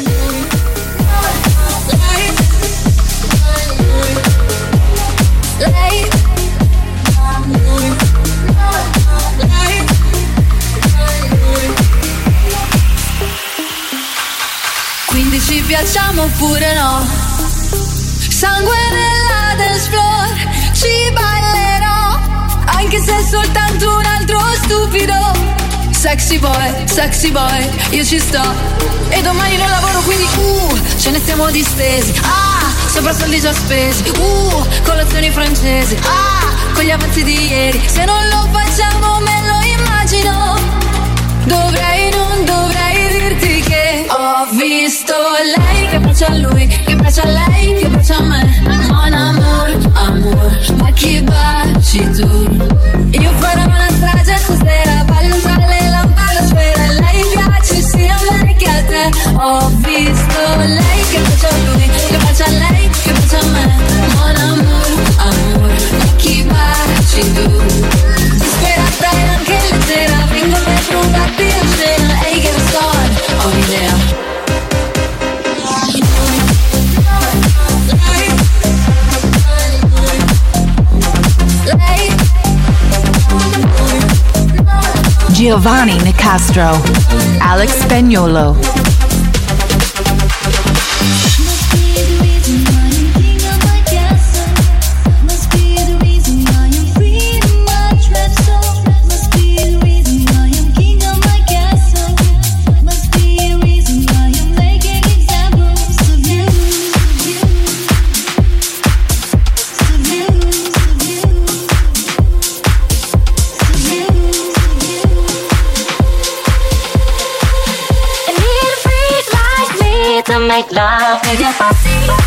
Quindi ci piacciamo oppure no? Sangue nella dance floor, ci ballerò, anche se è soltanto un altro stupido. Sexy boy, io ci sto. E domani non lavoro quindi ce ne stiamo distesi. Sopra soldi già spesi. Colazioni francesi. Con gli avanzi di ieri. Se non lo facciamo me lo immagino. Non dovrei dirti che ho visto lei che bacia a lui, che bacia a lei, che bacia a me. Mon amor, ma chi baci tu? Io farò una strage stasera, voglio usare le lampade a sfera. E lei piace sia a me che a te. Ho visto lei che bacia a lui, che bacia a lei, che bacia a me. Mon amor, ma chi baci tu? Disperata e anche leggera, vengo per provarti la scena. Ehi che lo so, ho un'idea. Giovanni Nicastro, Alex Spagnuolo. To make love with your body.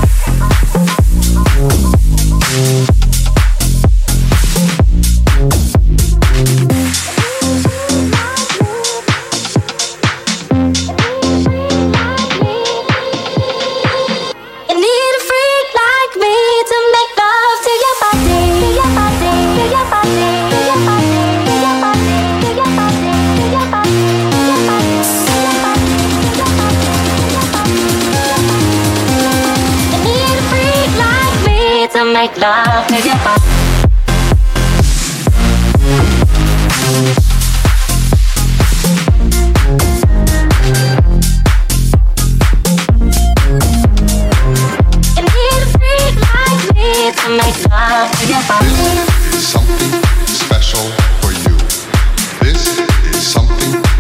Make love with your body. You need a freak like me to make love with your body. This is something special for you. This is something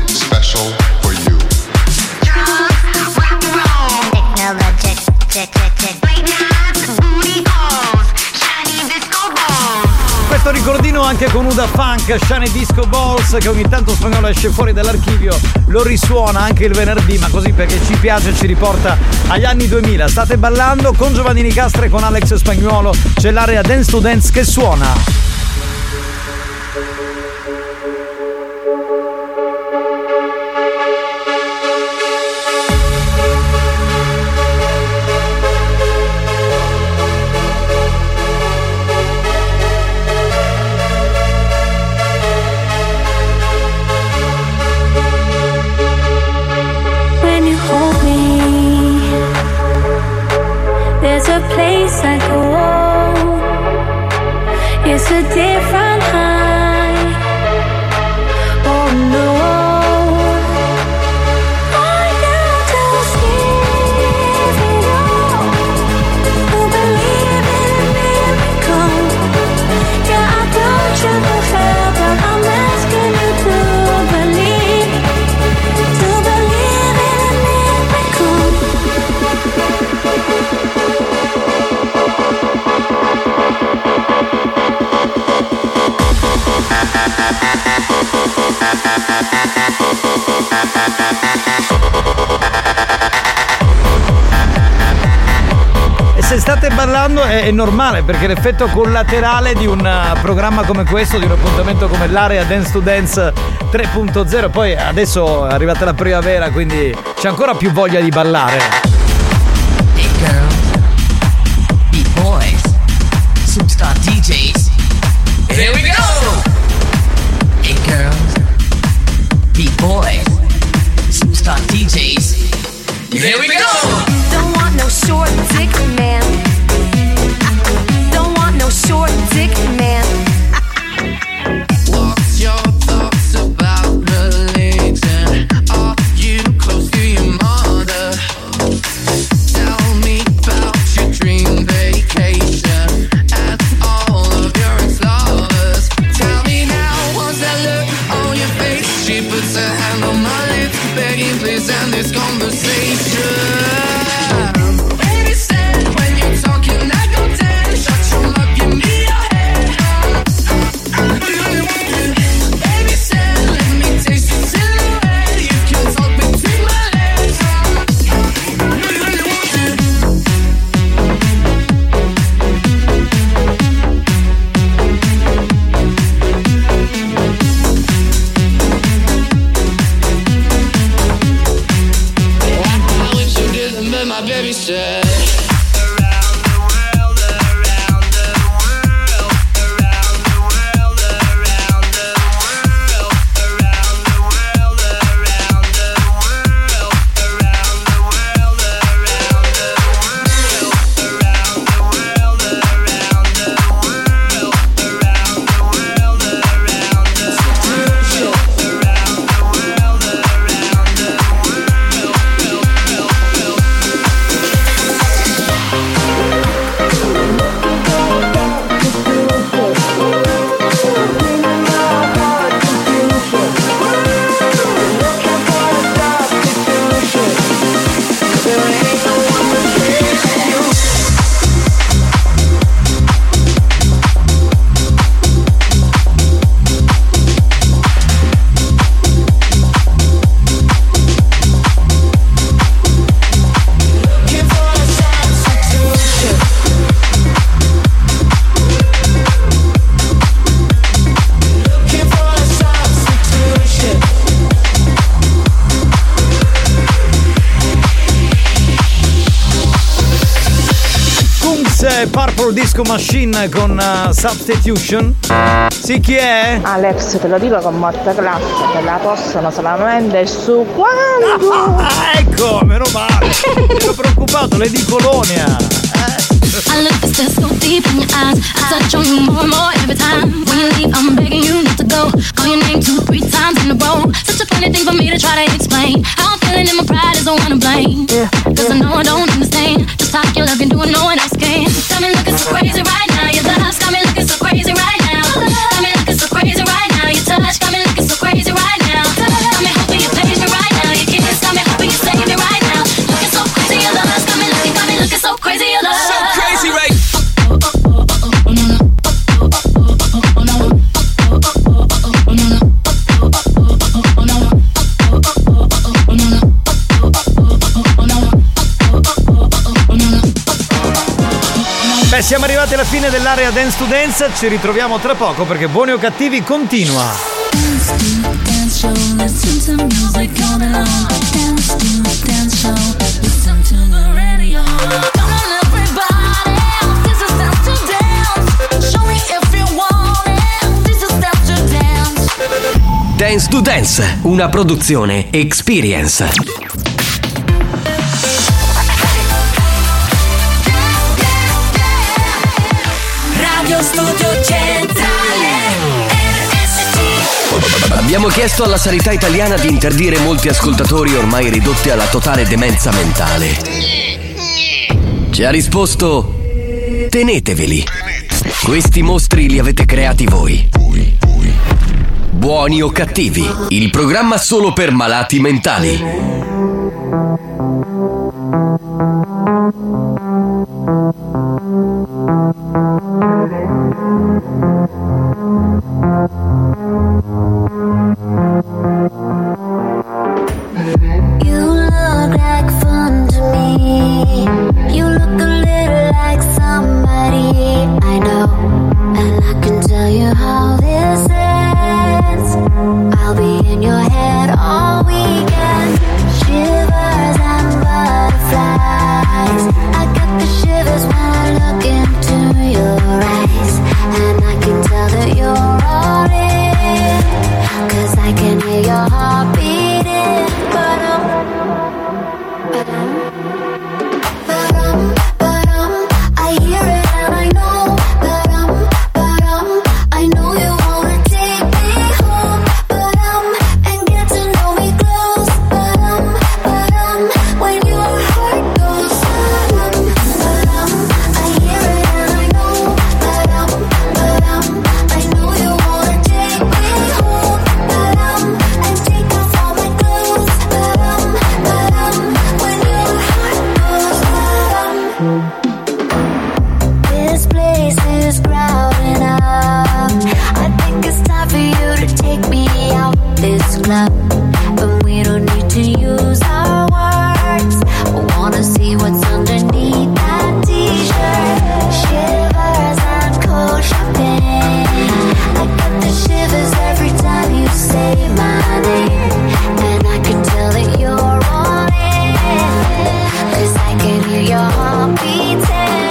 ricordino anche con Uda Funk, Shiny Disco Balls, che ogni tanto Spagnolo esce fuori dall'archivio, lo risuona anche il venerdì, ma così perché ci piace e ci riporta agli anni 2000. State ballando con Giovanni Nicastra e con Alex Spagnuolo, c'è l'area Dance to Dance che suona. There's a place I go. It's a different high. Oh no. I got to see you. Who believe in a miracle. Yeah, I don't you know how, but I'm asking you to believe in a miracle. E se state ballando è normale, perché l'effetto collaterale di un programma come questo, di un appuntamento come l'area Dance to Dance 3.0, poi adesso è arrivata la primavera, quindi c'è ancora più voglia di ballare. Hey girls, beat boys, superstar DJs. Here we go! Hey girls, beat boys, superstar DJs. Here we go! Don't want no short dick man. Don't want no short dick man. What's your thoughts about religion? Are you close to your mother? Tell me about your dream vacation and all of your ex-lovers. Tell me now, what's that look on your face? She puts her hand on my lips, begging please end this conversation. Baby said when you're talking I go dead. Shut your mouth, give me your head. Baby said let me taste your silhouette. You can talk between my legs. I wish you didn't, but my baby said. Purple Disco Machine con Substitution. Sì, chi è? Alex, te lo dico con molta classe, te la possono solamente su quando. Ecco, meno male. Ero preoccupato, Lady Colonia. I look this so deep in your eyes. I touch on you more and more every time. When you leave, I'm begging you not to go. Call your name 2-3 times in a row. Such a funny thing for me to try to explain. How I'm feeling and my pride is the one to blame. Cause I know I don't understand just how your love can do and no one else can. Got me looking so crazy right now. Your love's got me looking so crazy right now. Got me looking so crazy right now. Your touch got me looking so crazy right now. Got me hoping you please me right now. Your kiss got me hoping you save me right now. Looking so crazy, your love's got me looking so crazy, your love. So crazy right. alla fine dell'area Dance to Dance, ci ritroviamo tra poco perché Buoni o Cattivi continua. Dance show, listen to music all day long. Dance to dance show, listen to the radio. Come on everybody, this is dance to dance. Show me if you want it, this is dance to dance. Dance to Dance, una produzione Experience. Radio Studio Centrale RSC. Abbiamo chiesto alla sanità italiana di interdire molti ascoltatori ormai ridotti alla totale demenza mentale. Ci ha risposto: teneteveli. Questi mostri li avete creati voi. Buoni o Cattivi, il programma solo per malati mentali. You look like fun to me. You look a little like somebody I know, and I can tell you how this ends. I'll be in your head all weekend. Shivers and butterflies. I got the shivers when I look into your eyes, and I can tell that you're all in, 'cause I can hear your heart beating. I hear it and I know. I know you wanna take me home. And get to know me close. When your heart goes. I hear it and I know. I know you wanna take me home. And take off all my clothes. When your heart goes. This place is crowding up. I think it's time for you to take me out this club. But we don't need to use our words. I wanna see what's underneath that t-shirt. Shivers and cold champagne. I get the shivers every time you say my name. And I can tell that you're all in, 'cause I can hear your heart beating.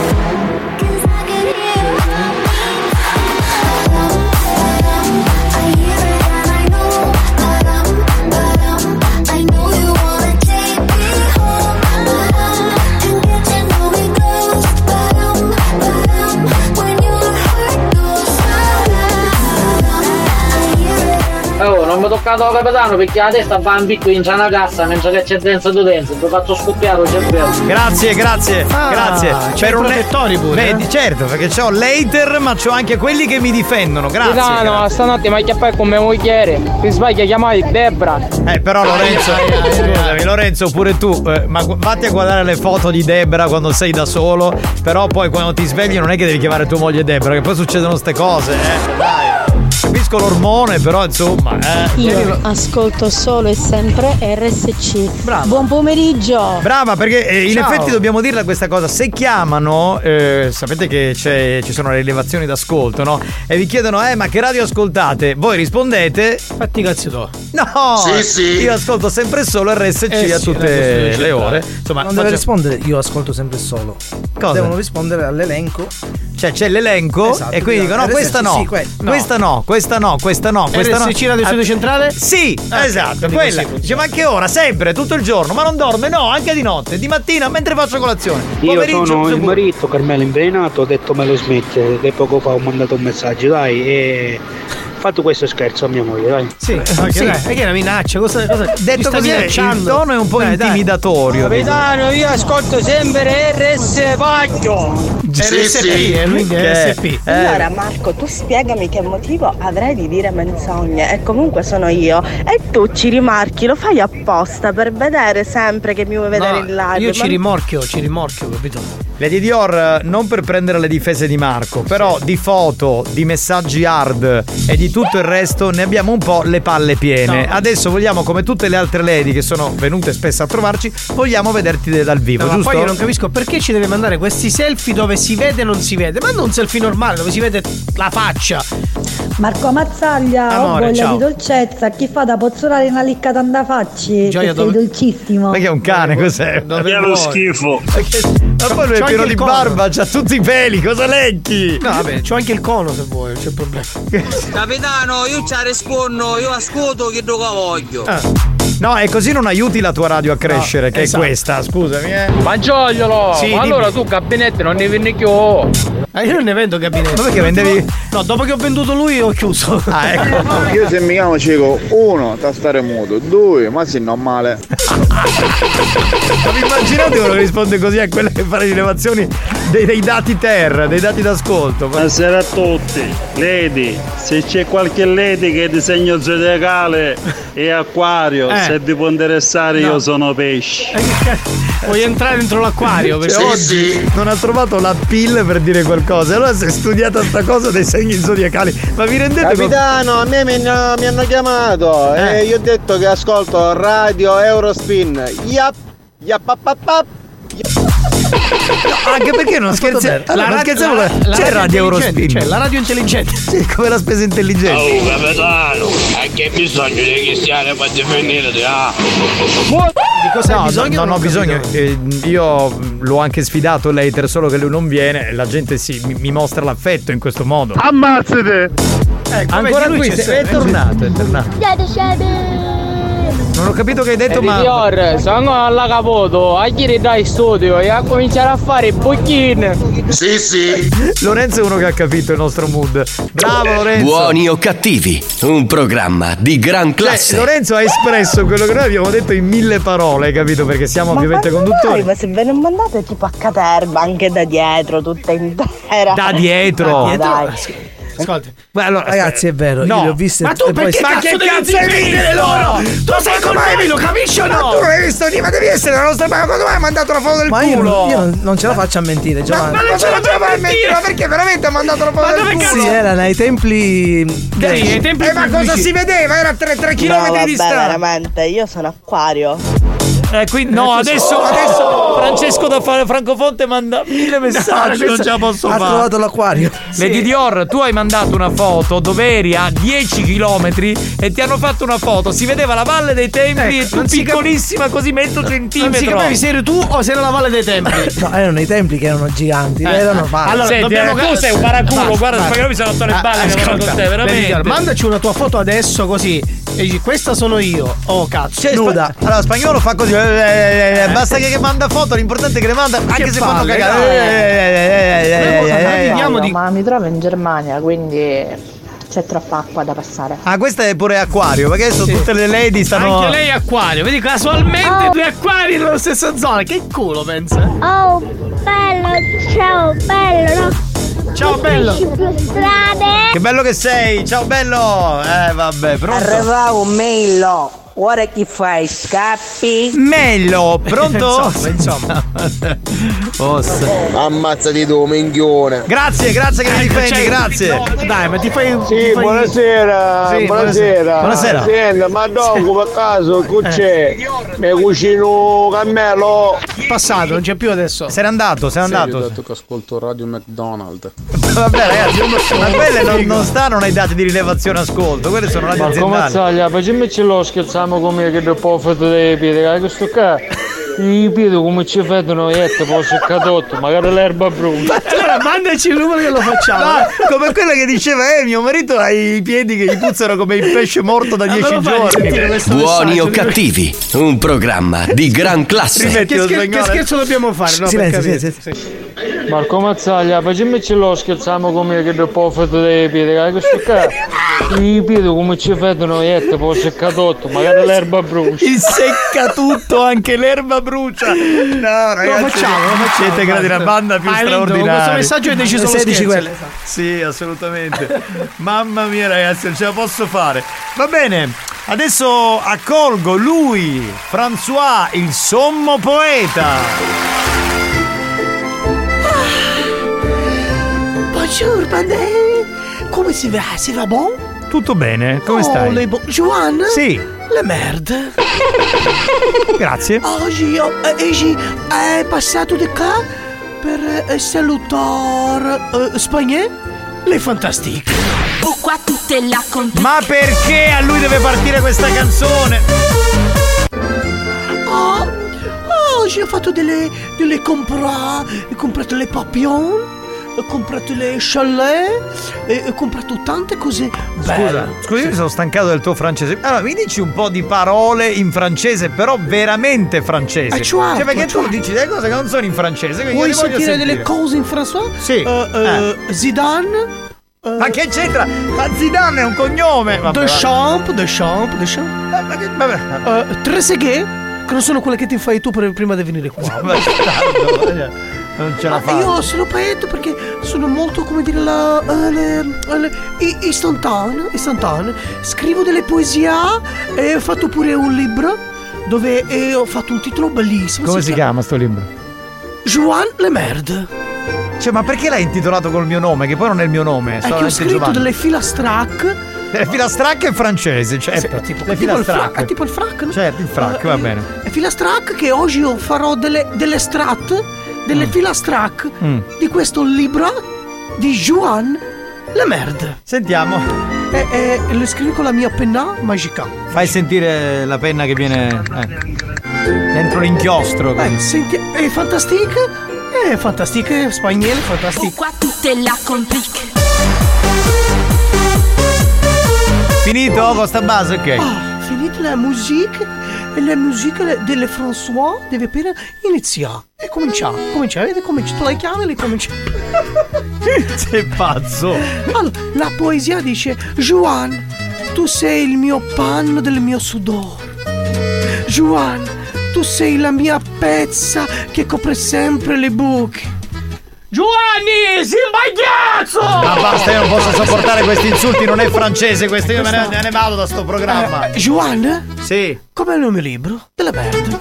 Oh, non mi toccato capitano perché la testa fa un picco in una cassa mentre che c'è Dance to Dance, ti faccio scoppiare il cervello. Grazie. C'è per protettori pure. Vedi, certo, perché c'ho l'hater, ma c'ho anche quelli che mi difendono. Grazie. No, stanotte mi ha chiappato come mogliere. Ti sbagli a chiamare Debra. Però Lorenzo, scusami, Lorenzo, pure tu, ma vatti a guardare le foto di Debra quando sei da solo. Però poi quando ti svegli non è che devi chiamare tua moglie Debra, che poi succedono ste cose, dai. Capisco l'ormone, però insomma. Io ascolto solo e sempre RSC. Brava. Buon pomeriggio. Brava, perché in Ciao. effetti dobbiamo dirla questa cosa. Se chiamano, sapete che ci sono le rilevazioni d'ascolto, no? E vi chiedono, ma che radio ascoltate? Voi rispondete, fatti cazzi tu. No! Sì. Io ascolto sempre solo RSC a tutte le ore. Insomma, non deve rispondere, io ascolto sempre solo. Cosa? Devono rispondere all'elenco. Cioè c'è l'elenco, esatto, e quindi dicono no, questa no, sì, questa no, questa no, questa no, questa no. RSC Radio Studio Centrale? Sì, esatto, quella. Dice, ma anche ora, sempre, tutto il giorno, ma non dorme? No, anche di notte, di mattina mentre faccio colazione. Io sono il marito Carmelo Invenenato, ho detto me lo smette, che poco fa ho mandato un messaggio, dai, e fatto questo scherzo a mia moglie, dai. Sì, è che è una minaccia, cosa detto così il tono è un po' intimidatorio. Capitano, io ascolto sempre RS Paglio. RSP. Allora Marco, tu spiegami che motivo avrei di dire menzogne, e comunque sono io, e tu ci rimarchi, lo fai apposta per vedere sempre che mi vuoi vedere in live. Io ci rimorchio, capito? Lady Dior, non per prendere le difese di Marco, però di foto, di messaggi hard e di tutto il resto ne abbiamo un po' le palle piene. Adesso vogliamo, come tutte le altre lady che sono venute spesso a trovarci, vogliamo vederti dal vivo, ma giusto? poi io non capisco perché ci deve mandare questi selfie dove si vede e non si vede. Manda un selfie normale dove si vede la faccia. Marco Mazzaglia, Amore, ho voglia ciao. di dolcezza. Chi fa da pozzolare una liccata da facci? Gioia, Che sei dove- dolcissimo. Ma che è un cane, cos'è? È lo schifo. Ma poi lui è C'ho pieno anche di il cono. barba, c'ha tutti i peli, cosa leggi? No, vabbè, c'ho anche il cono se vuoi, non c'è problema. Capitano, io ci rispondo, io ascolto che do voglio. No, e così non aiuti la tua radio a crescere, che esatto. è questa, scusami, Ma giogliolo! Sì, ma allora dimmi. tu gabinetto non ne vieni più. Io non ne vendo gabinetto. Ma perché vendevi? No, dopo che ho venduto lui ho chiuso. Ah, ecco. Io se mi chiamo Cico, 1, tastare muto, 2, ma sì, non male. Ma vi immaginate uno che risponde così a quella che fa le rilevazioni dei dati terra, dei dati d'ascolto? Buonasera a tutti. Lady, se c'è qualche lady che disegno zodiacale e acquario, se ti può interessare io sono pesce. Vuoi entrare dentro l'acquario? Cioè, oggi non ha trovato la pill per dire qualcosa. Allora si è studiata sta cosa dei segni zodiacali. Ma vi rendete Capitano, a me mi hanno chiamato e io ho detto che ascolto Radio Eurospin. Yap, Anche perché non scherzi. Allora, non scherziamo, c'è Radio Eurospin. C'è la radio intelligente. Sì, come la spesa intelligente. Oh, capitano, che bisogno di cristiani per definire Di cosa hai bisogno? Non ho bisogno. Io l'ho anche sfidato l'hater, solo che lui non viene e la gente mi mostra l'affetto in questo modo. Ammazzate! Ancora qui, è tornato, è tornato. Non ho capito che hai detto, ma. Signor, sono alla capoto, a ieri dai studio e a cominciare a fare bocchine. Sì. Lorenzo è uno che ha capito il nostro mood. Bravo Lorenzo. Buoni o cattivi, un programma di gran classe. Lorenzo ha espresso quello che noi abbiamo detto in 1000 parole, hai capito? Perché siamo ovviamente conduttori. Ma se ve ne mandate tipo a caterva, anche da dietro, tutta intera. Da dietro? Dai. Ascolta. Allora, ragazzi, è vero, io li ho visti. Ma tu perché cazzo devi difendere loro? Tu sei con me, lo capisci o no? Ma tu l'hai visto lì, ma devi essere la nostra. Ma quando hai mandato la foto del Ma culo? io non ce la faccio a mentire, Giovanni. Ma non ce la fai a mentire, ma perché veramente ha mandato la foto del culo? Sì, era nei templi. Ma cosa si vedeva? Era 3 No, km vabbè, di distanza. veramente, io sono acquario. Quindi, no, adesso Francesco da Francofonte manda 1000 messaggi, non ce la posso Ha fare. trovato l'acquario. Lady Dior, tu hai mandato una foto dove eri a 10 km e ti hanno fatto una foto. Si vedeva la Valle dei Templi e tu non si piccolissima così mezzo centimetro. Non si capiva se eri tu o se era la Valle dei Templi. No, erano i templi che erano giganti, erano falsi. Allora, Senti, tu sei un paraculo, guarda, perché io mi sono rotto le balle che con te, veramente. Mandaci una tua foto adesso così e dici questa sono io. Oh cazzo. Nuda. Allora, Spagnolo fa così. Basta che manda foto, l'importante è che le manda anche se fanno cagare. Ma mi trovo in Germania, quindi c'è troppa acqua da passare. Ah, questa è pure acquario, perché adesso tutte le lady stanno. Anche lei è acquario, vedi casualmente due acquari nella stessa zona. Che culo pensa? Oh, bello, ciao, bello, no? Ciao bello. Più strade. Che bello che sei, ciao bello. Vabbè, pronto? Arriva un mail. Ora che fai? Scappi? Mello, pronto? Insomma. Ammazzati tu, minchione. Grazie che mi difendi, grazie. No, dai, ma ti fai. Sì, buonasera. Sì, buonasera. Buonasera. Senta, ma dopo per caso che c'è? Mi cucino cammello. Passato, non c'è più adesso. Se n'è andato, Io ho detto che ascolto Radio McDonald's. Vabbè ragazzi, ma quelle non stanno nei dati di rilevazione ascolto, quelle sono radio Come aziendali. Mazzaglia, facciamoci lo scherziamo come che dopo foto dei piedi, questo qua. I piedi come ci vedono e poi si è cadotto, magari l'erba brucia. Allora mandaci il numero che lo facciamo. Come quella che diceva mio marito ha i piedi che gli puzzano come il pesce morto da 10 giorni. Buoni o cattivi, un programma di gran classe. Che scherzo dobbiamo fare? No, Silenzio. Marco Mazzaglia, facciamoci lo scherziamo come che dopo foto dei piedi, questo qua. I piedi come ci vedono e poi si è cadotto, magari l'erba brucia. Il secca tutto, anche l'erba brucia. No, ragazzi, lo facciamo. siete creati una banda più straordinaria. Questo messaggio è deciso lo 16 scherzo. quelle. Sì, assolutamente. Mamma mia, ragazzi, non ce la posso fare. Va bene, adesso accolgo lui, François, il sommo poeta. Bonjour, bandè. Come si va? Si va bon? Tutto bene, come stai? Joan? Sì. Le merde. Grazie. Oggi è passato di qua per salutare Spagnè. Le fantastiche. Qua tutte la Ma perché a lui deve partire questa canzone? Oggi ho fatto delle ho comprato le papillon. Ho comprato le chalet, ho comprato tante cose belle. Scusa, io mi sono stancato del tuo francese. Allora, mi dici un po' di parole in francese, però veramente francese. Certo, perché tu dici delle cose che non sono in francese. Vuoi sentire delle cose in francese? Sì. Zidane. Ma che c'entra? Ma Zidane è un cognome. Deschamps. Trezeguet, che non sono quelle che ti fai tu prima di venire qua. Non ce la faccio. Io sono poeta perché sono molto, come dire, istantaneo. Scrivo delle poesie e ho fatto pure un libro dove ho fatto un titolo bellissimo. Come si chiama sto libro? Joan Le Merde. Cioè, ma perché l'hai intitolato col mio nome? Che poi non è il mio nome. È che ho scritto delle filastrac. Le filastrac è francese, certo. Sì, le filastrac. È tipo il frac, no? Certo, il frac, va bene. È filastrac che oggi io farò delle strat. Delle filastrac di questo libro di Joan Le Merde. Sentiamo. Le scrivo con la mia penna magica. Fai sentire la penna che viene dentro l'inchiostro. Senti, è fantastica. È fantastica, spagnolo, fantastica. Qua tutte la complique. Finito con sta base, ok. Finita la musica. E la musica delle François deve appena iniziare. E cominciare. Vedi come tu la chiami e le comincia. Sei pazzo. Allora, la poesia dice: Joan, tu sei il mio panno del mio sudore. Joan, tu sei la mia pezza che copre sempre le buche. Giovanni, si imbagazzo! Ma basta, io non posso sopportare questi insulti, non è francese questo, io me ne vado da sto programma. Joan? Sì. Com'è il nome libro? Della merda.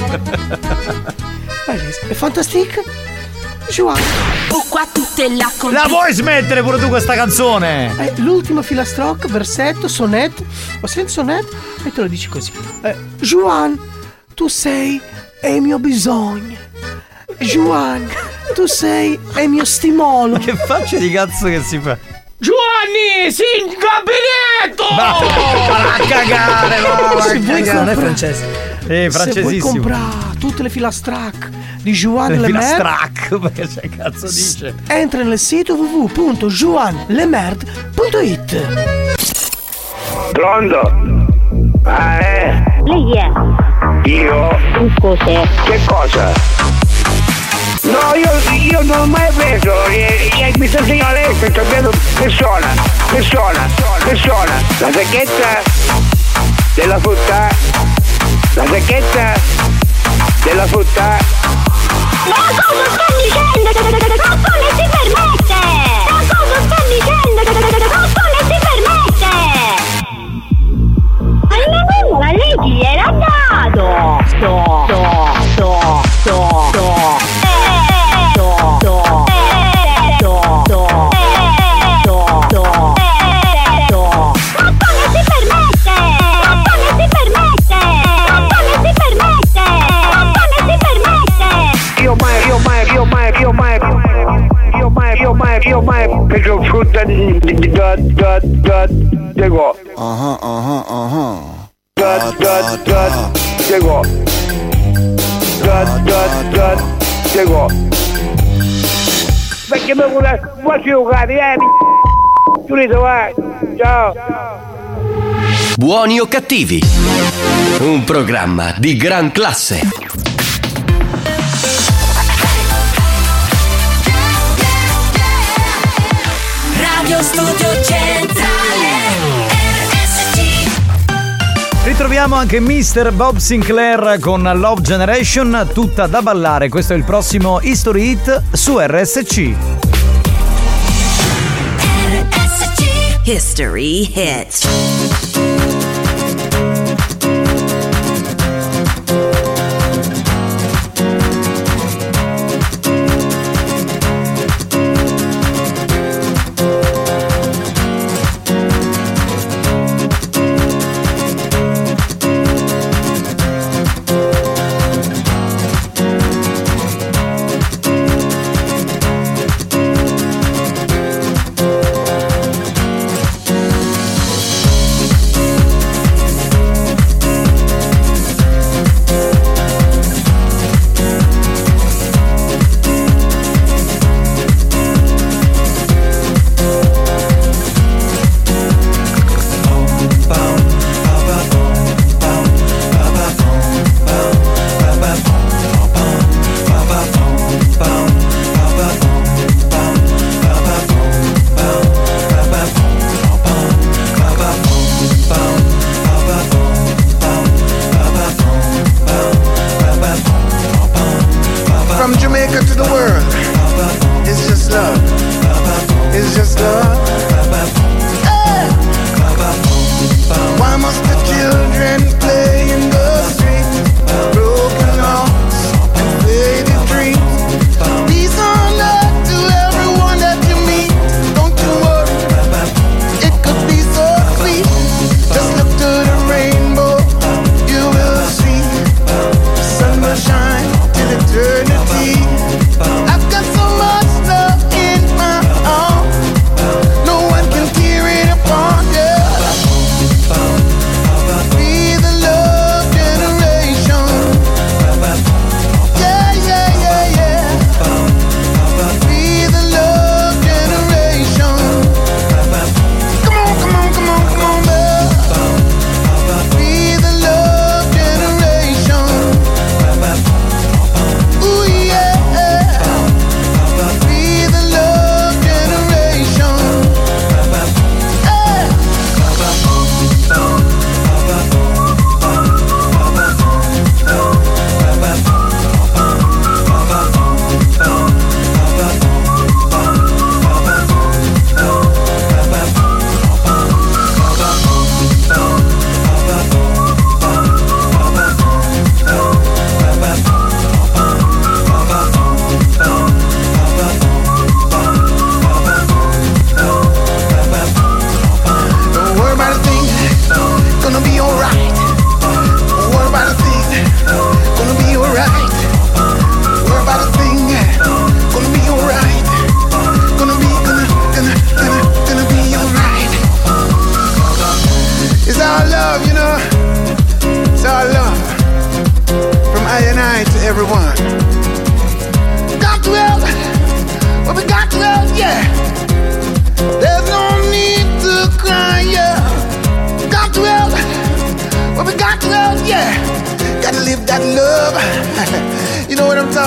È fantastica? Joan. Qua tutte la vuoi smettere pure tu questa canzone? L'ultima filastrocca, versetto, sonetto. O senza sonetto e te lo dici così. Joan, tu sei il mio bisogno. Joan, tu sei il mio stimolo. Che faccia di cazzo che si fa? Giovanni, si in gabinetto! Va a cagare, non è francese. Francesissimo. Se vuoi comprare tutte le filastrac di Joan Le Merde, filastrac, perché c'è cazzo dice? Entra nel sito www.joanlemerde.it. Pronto? Lei è? Io? Cos'è? Che cosa? No, io non ho mai preso, mi sta segnando lei, sto capendo persona. La sacchetta della frutta. La sacchetta della frutta. Ma cosa stai dicendo? Non si permette! Ma cosa stai dicendo? Non si permette! Ma lei chi era dato? Io mai preso frutta di go. Perché mi vuole giocare, Giulito, vai. Ciao. Buoni o cattivi? Un programma di gran classe. Radio Studio Centrale RSC. Ritroviamo anche Mr. Bob Sinclair con Love Generation, tutta da ballare. Questo è il prossimo History Hit su RSC. History Hit.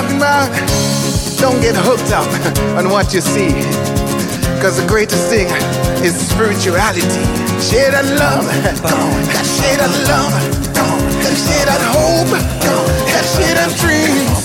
talking about. Don't get hooked up on what you see, cause the greatest thing is spirituality. Share that love, share that love, share that hope, share that dreams.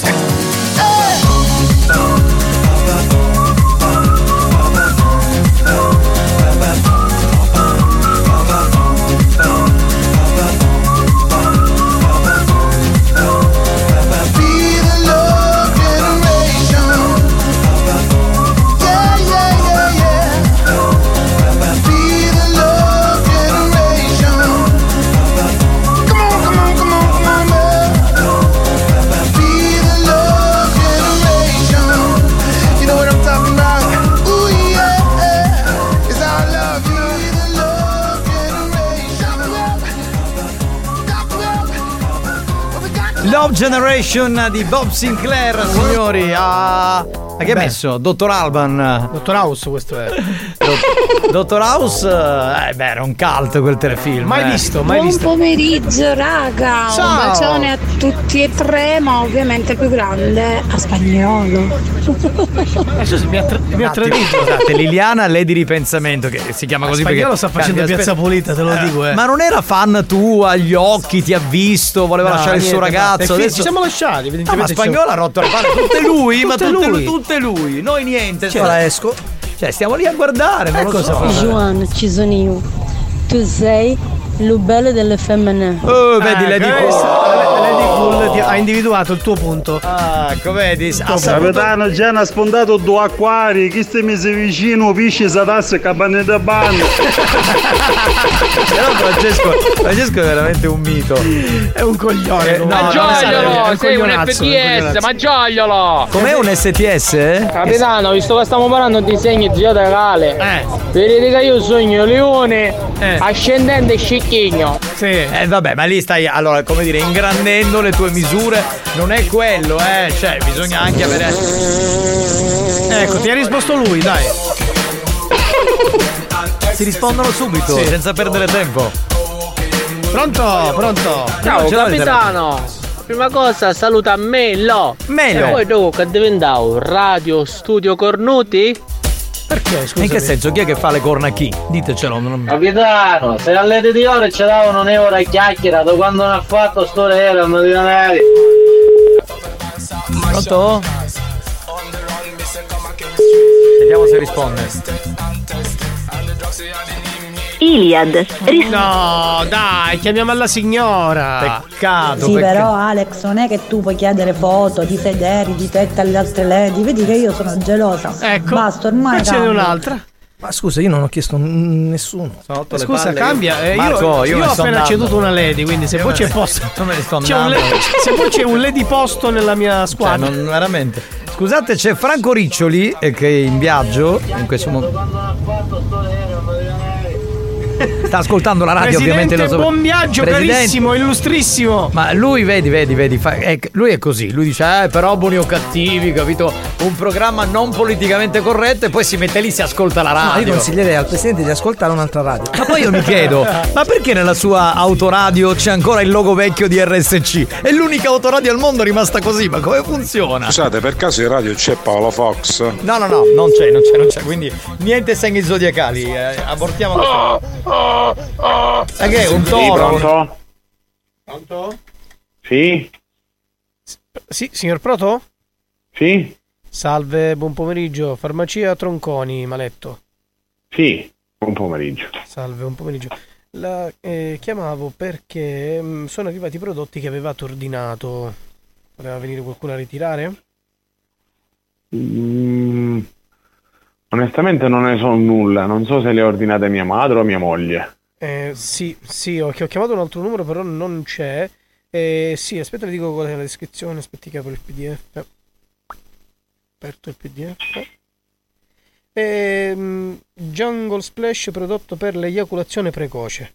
Love Generation di Bob Sinclair, signori. A che ha messo? Dottor Alban. Dottor House questo è. Dottor House, era un cult quel telefilm. Mai visto, mai Buon visto. pomeriggio raga. Ciao. Un bacione a tutti e tre, ma ovviamente più grande a Spagnolo. Mi ha tradito. Scusate, Liliana Lady Ripensamento, che si chiama così Spagnolo perché sta facendo Piazza Pulita, te lo dico. Ma non era fan tu agli occhi, ti ha visto, voleva lasciare il suo ragazzo. Ci siamo lasciati, ma Spagnolo ha rotto le palle tutte lui. Noi niente. Ora esco. Cioè, stiamo lì a guardare, non lo cosa so. fa? Juan, ci sono io. Tu sei il bello delle femmine. Vedi Lady Cool ha individuato il tuo punto. Ecco, vedi. Capitano, già hanno spuntato due acquari. Chi stai mesi vicino, pisci, sadasse, cabane da bagno. Però Francesco è veramente un mito. È un coglione. Mangiagliolo, sei un FTS, mangiagliolo. Com'è un STS? Capitano, visto che stiamo parlando di segni zodiacale, vedete che io sogno leone, ascendente e scicchigno. Sì. Vabbè, ma lì stai, allora, come dire, ingrandendo le tue misure. Non è quello, cioè, bisogna anche avere. Ecco, ti ha risposto lui, dai. Si rispondono subito, senza perdere tempo. Pronto. Ciao capitano. Prima cosa saluta Melo. E poi tu che diventavo Radio Studio Cornuti? Perché? Scusa. In che senso? Chi è che fa le corna a chi? Ditecelo. Capitano, se alle di ore ci davano un euro a chiacchiera, da quando non ha fatto sto euro di danari. Pronto? Vediamo se risponde. Iliad. No, dai, chiamiamo la signora. Peccato. Sì, però Alex, non è che tu puoi chiedere foto di sederi, di tette alle altre lady. Vedi che io sono gelosa. Ecco. Basta, ormai. Ce n'è un'altra. Ma scusa, io non ho chiesto nessuno. Scusa, cambia. Marco, io ho appena ceduto una lady, quindi se poi c'è posto. Se poi c'è un lady posto nella mia squadra. Cioè, non veramente. Scusate, c'è Franco Riccioli che è in viaggio in questo momento. Sta ascoltando la radio, Presidente, ovviamente. Buon viaggio, carissimo, illustrissimo. Ma lui, vedi, lui è così. Lui dice, però buoni o cattivi, capito? Un programma non politicamente corretto, e poi si mette lì, si ascolta la radio. No, io consiglierei al presidente di ascoltare un'altra radio. Ma poi io mi chiedo, ma perché nella sua autoradio c'è ancora il logo vecchio di RSC? È l'unica autoradio al mondo rimasta così, ma come funziona? Scusate, per caso in radio c'è Paolo Fox? No, non c'è, quindi niente segni zodiacali, abortiamo questo. Che è un toro? Pronto? Sì? Sì, signor Proto? Sì? Salve, buon pomeriggio. Farmacia Tronconi, Maletto. Sì, buon pomeriggio. Salve, buon pomeriggio. Chiamavo perché sono arrivati i prodotti che avevate ordinato. Voleva venire qualcuno a ritirare? Onestamente non ne so nulla, non so se le ordinate mia madre o mia moglie. Sì, ho chiamato un altro numero, però non c'è. Sì, aspetta, vi dico qual è la descrizione. Aspetti che apro il PDF. Aperto il PDF. Jungle Splash, prodotto per l'eiaculazione precoce.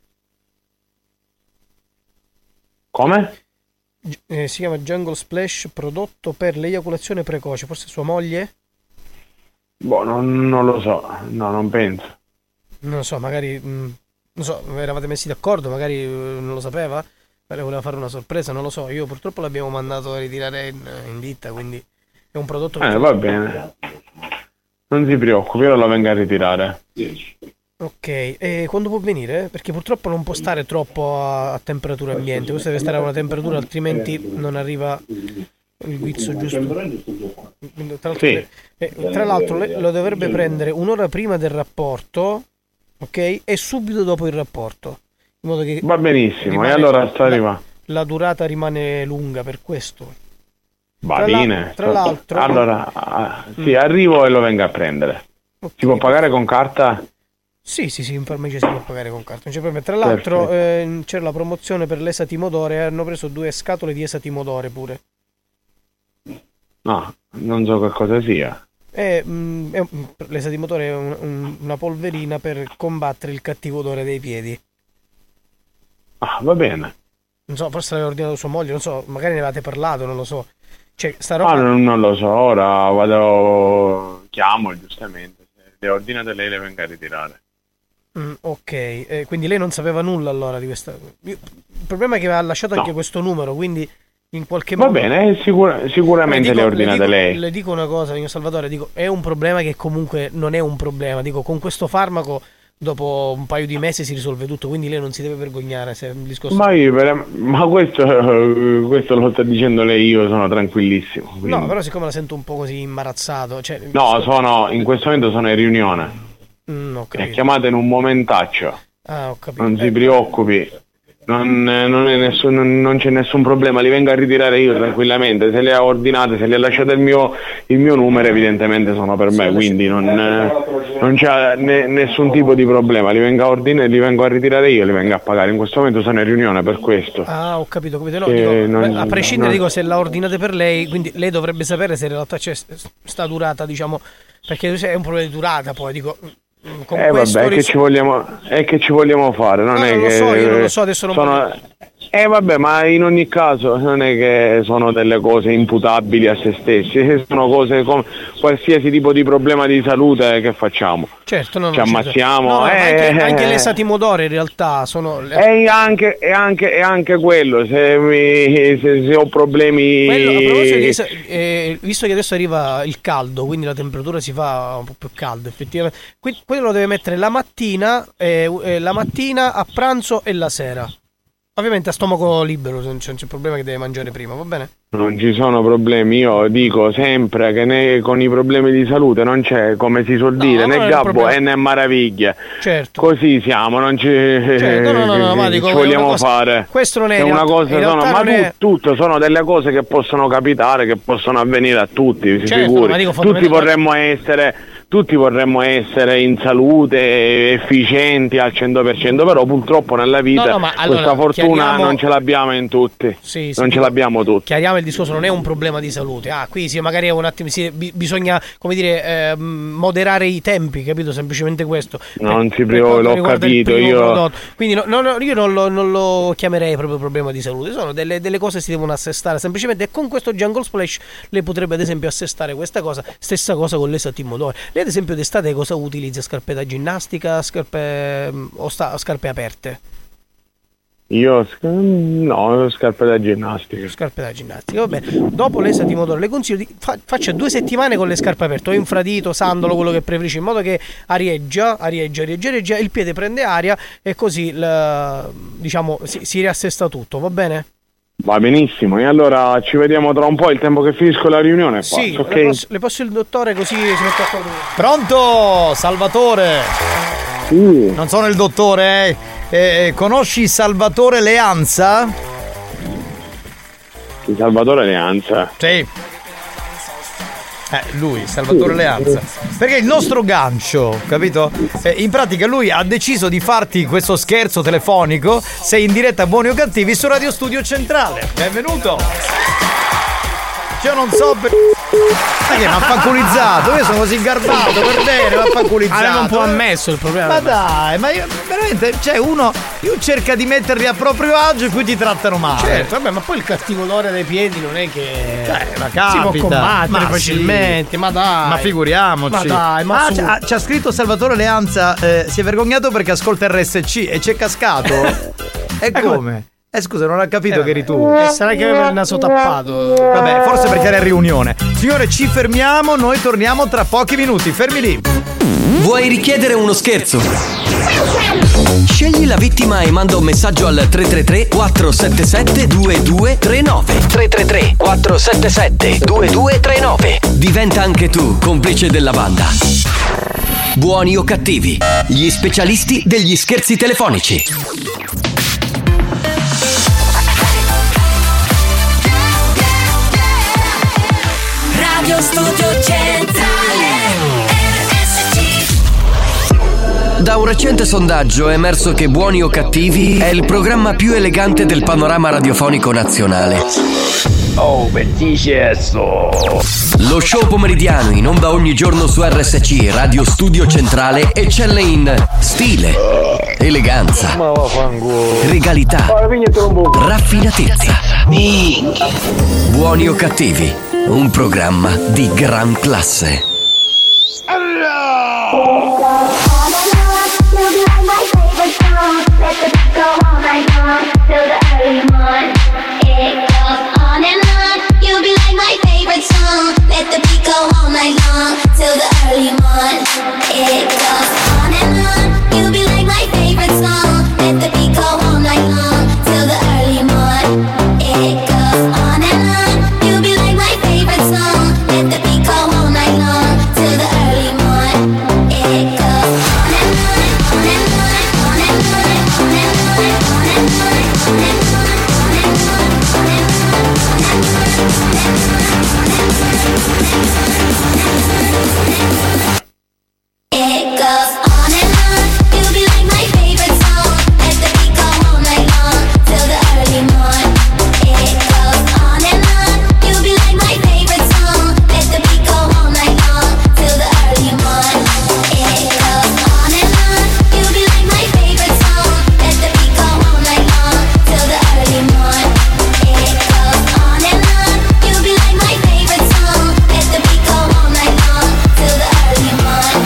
Come? Si chiama Jungle Splash, prodotto per l'eiaculazione precoce. Forse sua moglie? Boh, non lo so. No, non penso. Non lo so, magari... non so, eravate messi d'accordo, magari non lo sapeva. voleva fare una sorpresa, non lo so. Io purtroppo l'abbiamo mandato a ritirare in ditta, quindi è un prodotto che... Va bene. Non si preoccupi, io lo vengo a ritirare. Ok, e quando può venire? Perché purtroppo non può stare troppo a temperatura ambiente, questo deve stare a una temperatura, altrimenti non arriva il guizzo giusto. Tra l'altro lo dovrebbe prendere un'ora prima del rapporto, ok? E subito dopo il rapporto. In modo che va benissimo, e allora sta arrivando. La durata rimane lunga per questo. Va bene. Tra l'altro... Allora, sì, arrivo e lo vengo a prendere. Okay. Si può pagare con carta? Sì, in farmacia si può pagare con carta, non c'è problema. Tra l'altro c'era la promozione per l'esatimodore, hanno preso 2 scatole di esatimodore pure. No, non so che cosa sia. L'esatimodore è una polverina per combattere il cattivo odore dei piedi. Ah, va bene. Non so, forse l'aveva ordinato sua moglie, non so, magari ne avevate parlato, non lo so. Cioè, sta roba... non lo so, ora chiamo giustamente. Se le ordinate lei le venga a ritirare. Ok, quindi lei non sapeva nulla allora di questa... Il problema è che aveva lasciato anche questo numero, quindi in qualche modo... Va bene, sicuramente le ordinate lei. Le dico una cosa, signor Salvatore, è un problema che comunque non è un problema, con questo farmaco dopo un paio di mesi si risolve tutto, quindi lei non si deve vergognare se il discorso... Ma questo lo sta dicendo lei, io sono tranquillissimo. Quindi... No, però siccome la sento un po' così imbarazzato... in questo momento sono in riunione. Chiamate in un momentaccio. Ho capito. Non si preoccupi, non c'è nessun problema, li vengo a ritirare io tranquillamente. Se le ha ordinate, se le ha lasciato il mio numero, evidentemente sono per me, quindi non c'è nessun tipo di problema. Li vengo a ritirare io, li vengo a pagare. In questo momento sono in riunione per questo. Ho capito. No, a prescindere, se la ordinate per lei, quindi lei dovrebbe sapere se in realtà c'è sta durata, perché è un problema di durata, poi vabbè, che ci vogliamo fare? Io non lo so, adesso non vabbè, ma in ogni caso non è che sono delle cose imputabili a se stessi, sono cose come qualsiasi tipo di problema di salute che facciamo. Certo, ci ammazziamo. Anche l'esatimodore in realtà sono... E anche quello, se ho problemi... visto che adesso arriva il caldo, quindi la temperatura si fa un po' più calda effettivamente, quello lo deve mettere la mattina, a pranzo e la sera. Ovviamente a stomaco libero, non c'è problema che deve mangiare prima, va bene? Non ci sono problemi, io dico sempre che con i problemi di salute non c'è, come si suol dire, né gabbo né maraviglia. Certo. Così siamo, non ci vogliamo fare. Questo non è una cosa, tutto sono delle cose che possono capitare, che possono avvenire a tutti, si figuri. Tutti vorremmo essere in salute, efficienti al 100%, però purtroppo nella vita questa fortuna non ce l'abbiamo in tutti. Non ce l'abbiamo tutti. Chiariamo il discorso, non è un problema di salute. Qui magari è un attimo, bisogna, moderare i tempi, capito? Semplicemente questo. Non si preoccupi, l'ho capito io. Quindi io non lo chiamerei proprio problema di salute, sono delle cose che si devono assestare semplicemente, e con questo Jungle Splash lei potrebbe ad esempio assestare questa cosa, stessa cosa con l'esatimodore. Lei ad esempio d'estate cosa utilizza? Scarpe da ginnastica, scarpe aperte? Io scarpe da ginnastica. Scarpe da ginnastica, va bene. Dopo l'esatimodore le consiglio di faccia 2 settimane con le scarpe aperte, o infradito, sandalo, quello che preferisci, in modo che arieggia, il piede prende aria e così si riassesta tutto, va bene? Va benissimo, e allora ci vediamo tra un po', il tempo che finisco la riunione. Sì, okay? le posso il dottore così si mette a fare. Pronto, Salvatore? Sì. Non sono il dottore, conosci Salvatore Leanza? Salvatore Leanza? Sì. Lui, Salvatore Leanza. Perché il nostro gancio, capito? In pratica lui ha deciso di farti questo scherzo telefonico. Sei in diretta Buoni o Cattivi su Radio Studio Centrale. Benvenuto. Io non so che mi ha fanculizzato. Io sono così garbato per bene, mi ha fanculizzato. Aveva un po' ammesso il problema. Ma dai, ma io veramente, uno cerca di metterli a proprio agio e poi ti trattano male. Certo, vabbè, ma poi il cattivo odore dei piedi non è che ma capita, si può combattere facilmente, ma dai. Ma figuriamoci. Ma dai, c'ha scritto Salvatore Leanza, si è vergognato perché ascolta RSC e c'è cascato. E come? Scusa, non ho capito che eri tu. Sarà che aveva il naso tappato. Vabbè, forse perché era in riunione. Signore, ci fermiamo, noi torniamo tra pochi minuti. Fermi lì. Vuoi richiedere uno scherzo? Scegli la vittima e manda un messaggio al 333-477-2239. 333-477-2239. Diventa anche tu complice della banda. Buoni o cattivi, gli specialisti degli scherzi telefonici. Radio Studio Centrale RSC. Da un recente sondaggio è emerso che Buoni o Cattivi è il programma più elegante del panorama radiofonico nazionale. Oh, benissimo. Lo show pomeridiano in onda ogni giorno su RSC Radio Studio Centrale eccelle in stile, eleganza, regalità, raffinatezza. Buoni o Cattivi, un programma di gran classe. Let the beat go all night long till the early morning. It goes on and on. You'll be like my favorite song. Let the beat go all night long till the early morning. It goes on and on. You'll be like my favorite song. Let the beat go all night long till the early morning. It goes on and on, on and on, on and on, on and on, on and on, on and on, on and on, on and It goes on and on. You'll be like my favorite song. Let the beat go all night long till the early morning. It goes on and on. You'll be like my favorite song. Let the beat go all night long till the early morning. It goes on and on. You'll be like my favorite song. Let the beat go all night long till the early morning. It goes on and on. You'll be like my favorite song. Let the beat go all night long till the early morning.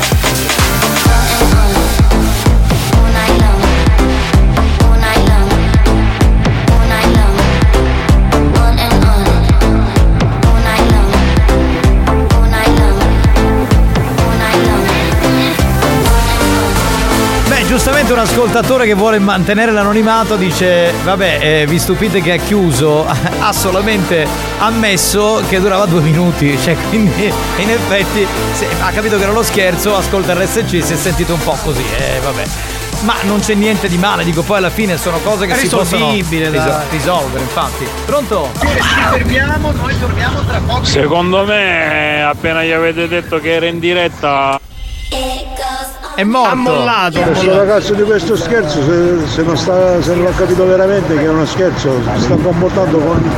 Giustamente un ascoltatore che vuole mantenere l'anonimato dice vabbè vi stupite che ha chiuso, ha solamente ammesso che durava 2 minuti, cioè quindi in effetti ha capito che era uno scherzo, ascolta RSC, si è sentito un po' così, vabbè. Ma non c'è niente di male, dico, poi alla fine sono cose che si possono risolvere, infatti. Pronto? Ci fermiamo, noi torniamo tra poco. Secondo me appena gli avete detto che era in diretta è morto. Ammollato. Questo ragazzo di questo scherzo, se non l'ha capito veramente che è uno scherzo, si sta comportando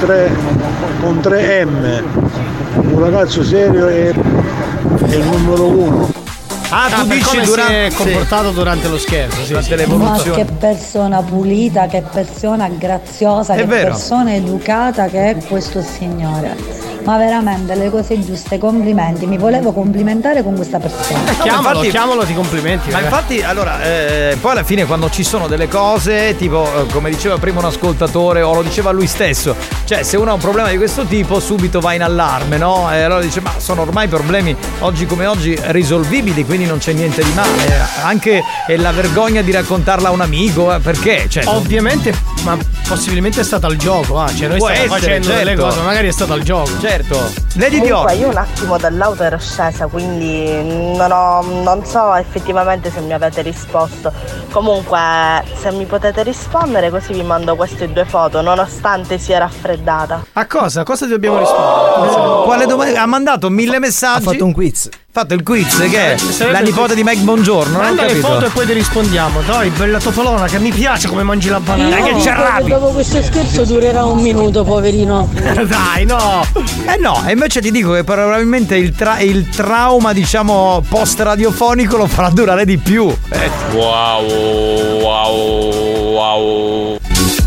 con 3 M. Un ragazzo serio è il numero 1. Tu dici come si è comportato durante lo scherzo, durante l'evoluzione. Ma che persona pulita, che persona graziosa, che persona educata che è questo signore. Ma veramente le cose giuste, complimenti. Mi volevo complimentare con questa persona. Chiamalo, ti complimenti. Ma infatti, allora, poi alla fine quando ci sono delle cose, tipo, come diceva prima un ascoltatore, o lo diceva lui stesso, cioè se uno ha un problema di questo tipo, subito va in allarme, no? E allora dice, ma sono ormai problemi oggi come oggi risolvibili, quindi non c'è niente di male. Anche la vergogna di raccontarla a un amico, perché? Cioè, ovviamente, ma possibilmente è stato al gioco, cioè noi stiamo facendo delle cose, magari è stato al gioco. Certo. Lady Comunque io un attimo dall'auto ero scesa, quindi non so effettivamente se mi avete risposto. Comunque se mi potete rispondere così vi mando queste 2 foto, nonostante sia raffreddata. A cosa? Cosa dobbiamo rispondere? Quale domanda? Ha mandato 1000 messaggi. Ha fatto un quiz. Fatto il quiz che è la nipote di Mike Bongiorno. Manda le foto e poi ti rispondiamo. Dai, bella topolona, che mi piace come mangi la banana. No, che c'è rabbia. dopo questo scherzo durerà 1 minuto, poverino. Dai, no. No, e invece ti dico che probabilmente il trauma, diciamo, post radiofonico lo farà durare di più. Wow.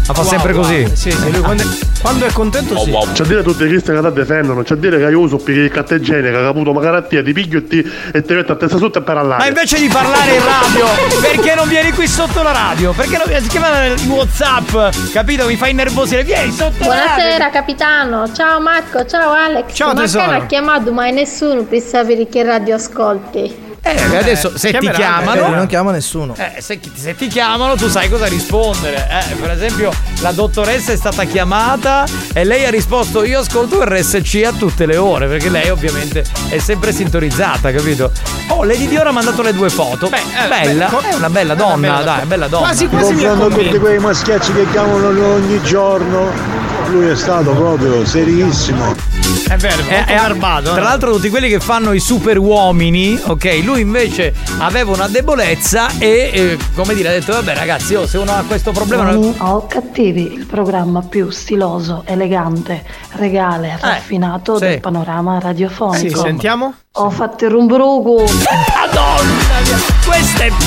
Ma fa sempre così. Sì, lui quando è contento sì. C'è a dire tutti questi che ti difendono, c'è a dire che io uso perché carta igienica, che ha avuto una caratteria, ti piglio e ti metto a testa sotto e per all'aria. Ma invece di parlare in radio, perché non vieni qui sotto la radio? Perché non vieni? Si chiama il WhatsApp, capito? Mi fai innervosire. Vieni sotto la radio. Buonasera capitano, ciao Marco, ciao Alex. Ciao, ma tesoro. non ha chiamato mai nessuno per sapere che radio ascolti. Adesso se ti chiamano non chiama nessuno. Se ti chiamano tu sai cosa rispondere. Per esempio la dottoressa è stata chiamata e lei ha risposto: io ascolto RSC a tutte le ore, perché lei ovviamente è sempre sintonizzata, capito? Lady Dior ha mandato le 2 foto. Bella, è una bella donna, dai, bella donna. Quasi comprando tutti quei maschiacci che chiamano ogni giorno. Lui è stato proprio serissimo. È vero, è garbato. Tra l'altro tutti quelli che fanno i super uomini, ok, lui invece aveva una debolezza e come dire ha detto vabbè ragazzi, se uno ha questo problema Buoni o cattivi, il programma più stiloso, elegante, regale, raffinato del panorama radiofonico. Sì, sentiamo? Ho fatto il rumbruco. Madonna mia, questa è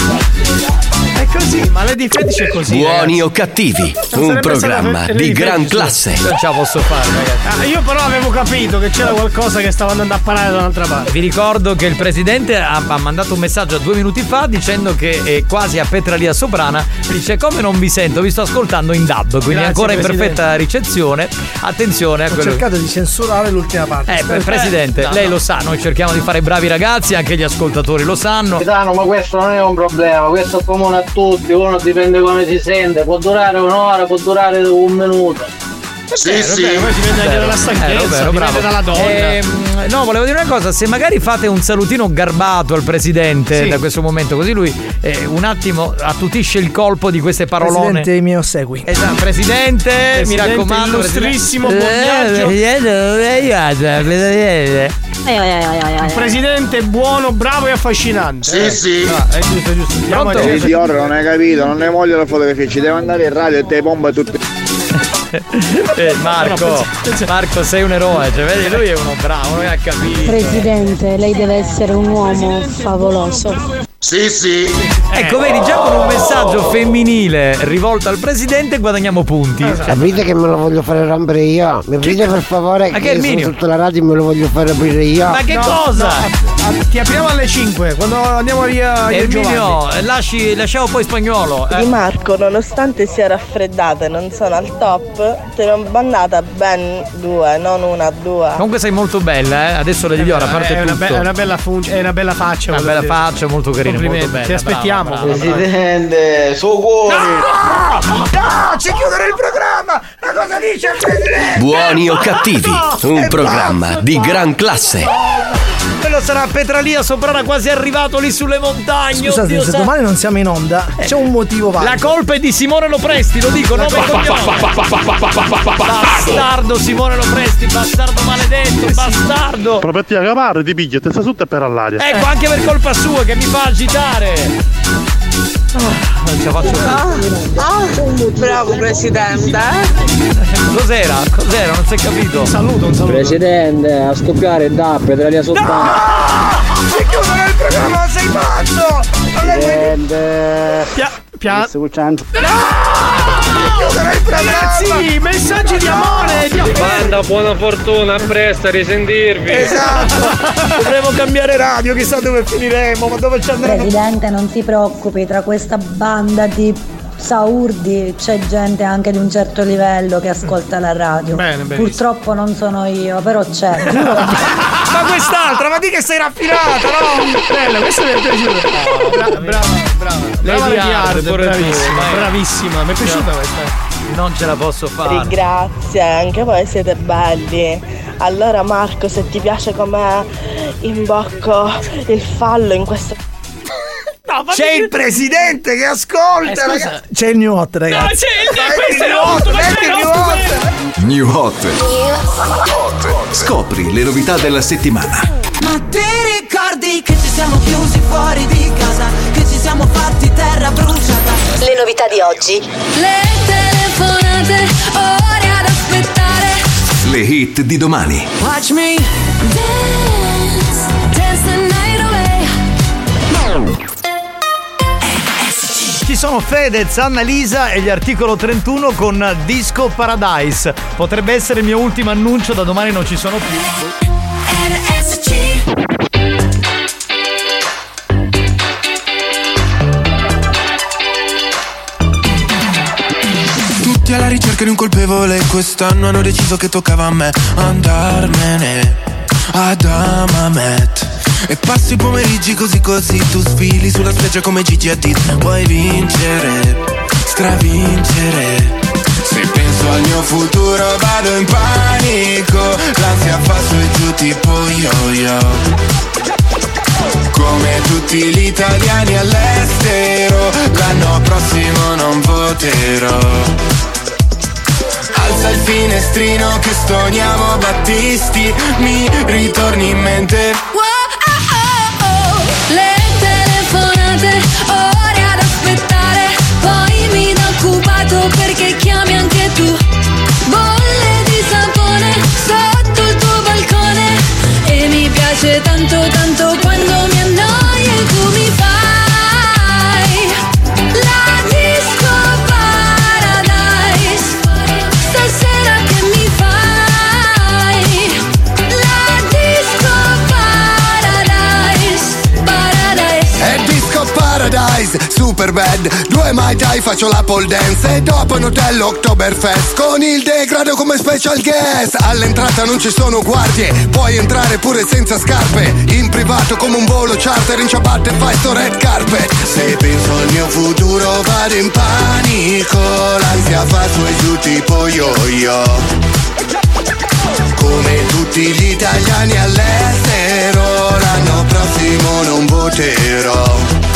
pazza. È così, ma Lady Fetish è così. Buoni o cattivi, un programma di gran classe. Non ce la posso fare, ragazzi. Io però avevo capito che c'era qualcosa che stava andando a parare da un'altra parte. Vi ricordo che il presidente ha mandato un messaggio 2 minuti fa dicendo che è quasi a Petralia Soprana. Dice: come non vi sento, vi sto ascoltando in DAB, quindi Grazie, ancora in Presidente. perfetta ricezione. Attenzione a Ho quello. cercato di censurare l'ultima parte. Presidente, no, lei no. lo sa, noi cerchiamo di fare bravi ragazzi, anche gli ascoltatori lo sanno. Capitano, ma questo non è un problema, questo è comune a tutti, uno dipende come si sente, può durare un'ora, può durare 1 minuto. Sì, poi dipende anche dalla stanchezza, dipende dalla donna. No, volevo dire una cosa, se magari fate un salutino garbato al presidente da questo momento, così lui un attimo attutisce il colpo di queste parolone. Presidente, i miei ossequi. Esatto, presidente, mi raccomando, illustrissimo, buon viaggio. Un presidente buono, bravo e affascinante. Sì. È giusto. Andiamo a Lady Dior non hai capito, non ne voglio la fotografia, ci deve andare in radio e te pompa tutte. Marco sei un eroe, cioè vedi lui è uno bravo, non ha capito. Presidente, lei deve essere un uomo favoloso. Sì. Ecco, vedi, già con un messaggio femminile rivolto al presidente guadagniamo punti. Capite che me lo voglio fare rompere io? Mi aprite per favore Ma che che è il sono minimo? sotto la radio e me lo voglio fare aprire io. Ma che cosa? Ti apriamo alle 5 quando andiamo via io e Giovanni. Lasciamo poi Spagnolo. Di Marco, nonostante sia raffreddata e non sono al top, te ne ho mandata ben 2, non 1, 2. Comunque sei molto bella, adesso Lady Dior, a parte È tutto. una bella faccia. Una bella faccia, molto carina, molto Complimenti, bella. ti aspettiamo. brava. Presidente, su cuore. No, c'è chiudere il programma! Ma cosa dice il presidente? Buoni o cattivi, un programma di gran classe. Quello sarà a Petralia Soprana, quasi arrivato lì sulle montagne. Scusate, Oddio, se domani non siamo in onda, c'è un motivo valido. La colpa è di Simone Lopresti, lo dico, nome e cognome. Bastardo Simone Lopresti, bastardo maledetto, bastardo. Prometti a caparre, ti piglia, testa sotto e per all'aria. Ecco, anche per colpa sua che mi fa agitare. Non ce la faccio. Bravo presidente. Cos'era? Non si è capito. Un saluto. Presidente, a scoppiare il DAP, Petralia Soprana. C'è chiudere il programma, sei pazzo! Presidente. Piano. chiudere il programma! Ragazzi, messaggi di amore! Banda, buona fortuna, a presto, a risentirvi. Esatto. Dovremo cambiare radio, chissà dove finiremo, ma dove ci andremo? Presidente, non si preoccupi, tra questa banda di saurdi c'è gente anche di un certo livello che ascolta la radio. Bene, benissimo. Purtroppo non sono io, però c'è. Giuro. Ma quest'altra, ma di che sei raffinata, no? Bella, questa mi è piaciuta. Brava. Lady Hard, bravissima. Mi è piaciuta questa. Non ce la posso fare. Grazie, anche voi siete belli. Allora Marco, se ti piace come imbocco il fallo in questo... No, C'è il presidente che ascolta, ragazzi. C'è il new hot, ragazzi. Questo è il New Hot. Scopri le novità della settimana. Ma ti ricordi che ci siamo chiusi fuori di casa, che ci siamo fatti terra bruciata? Le novità di oggi. Le telefonate, ore ad aspettare. Le hit di domani. Watch me dance the night away. Ci sono Fedez, Annalisa e gli Articolo 31 con Disco Paradise. Potrebbe essere il mio ultimo annuncio, da domani non ci sono più. Tutti alla ricerca di un colpevole, quest'anno hanno deciso che toccava a me andarmene ad Amamet. E passi i pomeriggi così, tu sfili sulla spiaggia come Gigi Hadid. Vuoi vincere, stravincere. Se penso al mio futuro vado in panico, l'ansia fa su e giù tipo yo-yo. Come tutti gli italiani all'estero, l'anno prossimo non voterò. Alza il finestrino che stoniamo Battisti, mi ritorni in mente. Le telefonate, ore ad aspettare, poi mi da occupato perché chiami anche tu. Bolle di sapone sotto il tuo balcone e mi piace tanto tanto quando mi annoio e tu mi fai la disco paradise. Stasera che mi fai la disco paradise. È Disco Paradise, super bad. 2 Mai Tai, faccio la pole dance. E dopo in hotel Oktoberfest con il degrado come special guest. All'entrata non ci sono guardie, puoi entrare pure senza scarpe. In privato come un volo charter, in ciabatte fai sto red carpet. Se penso al mio futuro vado in panico, l'ansia fa su e giù tipo yo-yo. Come tutti gli italiani all'estero, l'anno prossimo non voterò.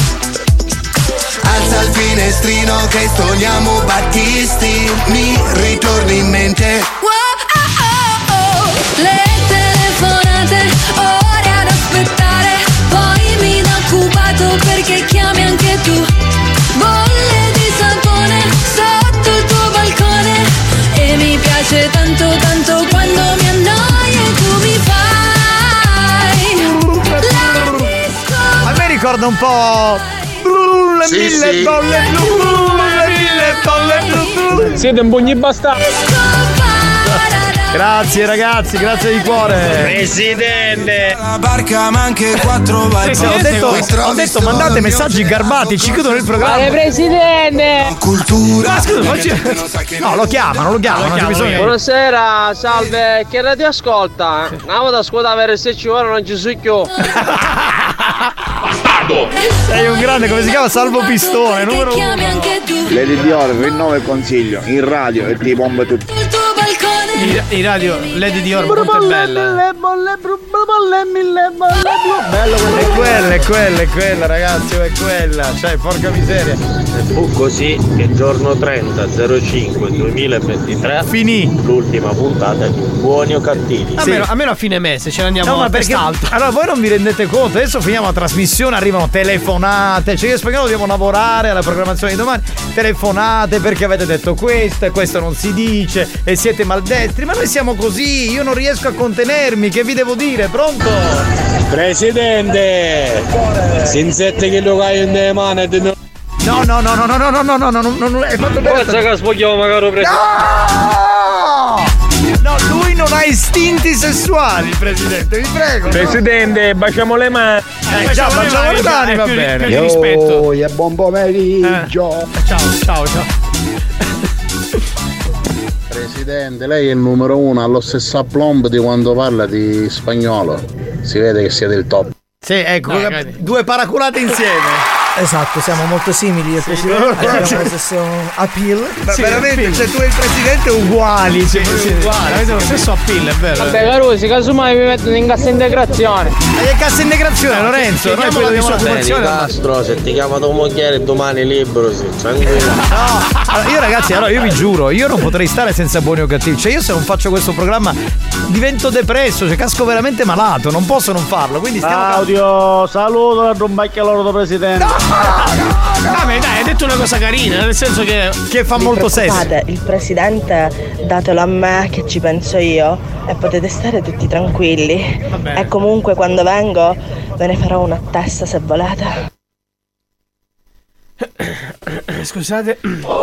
Alza il finestrino che stoniamo Battisti, mi ritorni in mente. Le telefonate, ore ad aspettare, poi mi da occupato perché chiami anche tu. Bolle di sapone sotto il tuo balcone e mi piace tanto tanto quando mi annoio e tu mi fai la disco. A me ricorda un po' le mille bolle blu, le mille bolle blu. Siete un pugni bastardi. Grazie ragazzi, grazie di cuore. Presidente, la barca ma anche 4 vai. Sì, ho detto mandate messaggi garbati, ci chiudono il programma. Vale presidente. Cultura. Ma scusa, no, lo chiamano, non c'è bisogno. Buonasera, salve, che radio ascolta? Andiamo ad ascoltare per 6 ore, non ci so più. Sei un grande, come si chiama? Salvo Pistone, numero 1. Lady Dior rinnova il consiglio in radio e ti bomba tutto. In radio Lady Dior molto bella. Bello, è quella ragazzi, è quella, cioè porca miseria. Fu così che giorno 30/05/2023 finì l'ultima puntata di Buoni o Cattivi. Almeno a fine mese ce ne andiamo ma a perché test'alto. allora voi non vi rendete conto, adesso finiamo la trasmissione, arrivano telefonate, cioè io e Spagnolo dobbiamo lavorare alla programmazione di domani, telefonate perché avete detto questo e questo non si dice e siete maldestri, ma noi siamo così, io non riesco a contenermi, che vi devo dire? Pronto? Presidente, Sinzette che lo cai in le mani. No, hai fatto bene. Forza che spogliamo magari presidente. No, lui non ha istinti sessuali, presidente, vi prego. Presidente, baciamo le mani. Già, baciamo le mani, va bene. Più di rispetto. E buon pomeriggio. Ciao. Presidente, lei è il numero 1, ha lo stesso aplomb di quando parla di spagnolo. Si vede che siete il top. Sì, ecco, due paraculate insieme. Esatto, siamo molto simili io e il presidente, abbiamo lo stesso appeal. Ma sì, veramente, cioè tu e il presidente uguali, uguali, avete lo stesso appeal, è vero. Vabbè Carusi, casomai mi mettono in cassa integrazione. Ma che cassa integrazione, Lorenzo? Noi quello di disoccupazione. Castro, se ti chiama tua moglie domani libero, sì, tranquillo. No, allora, io vi giuro, io non potrei stare senza Buoni o Cattivi. Cioè io se non faccio questo programma divento depresso, cioè casco veramente malato, non posso non farlo. Quindi stiamo Claudio, saluto la trombacchia loro del presidente. Vabbè, dai, hai detto una cosa carina, nel senso che fa molto senso. Il presidente datelo a me che ci penso io e potete stare tutti tranquilli. E comunque quando vengo ve ne farò una testa se volete. Scusate.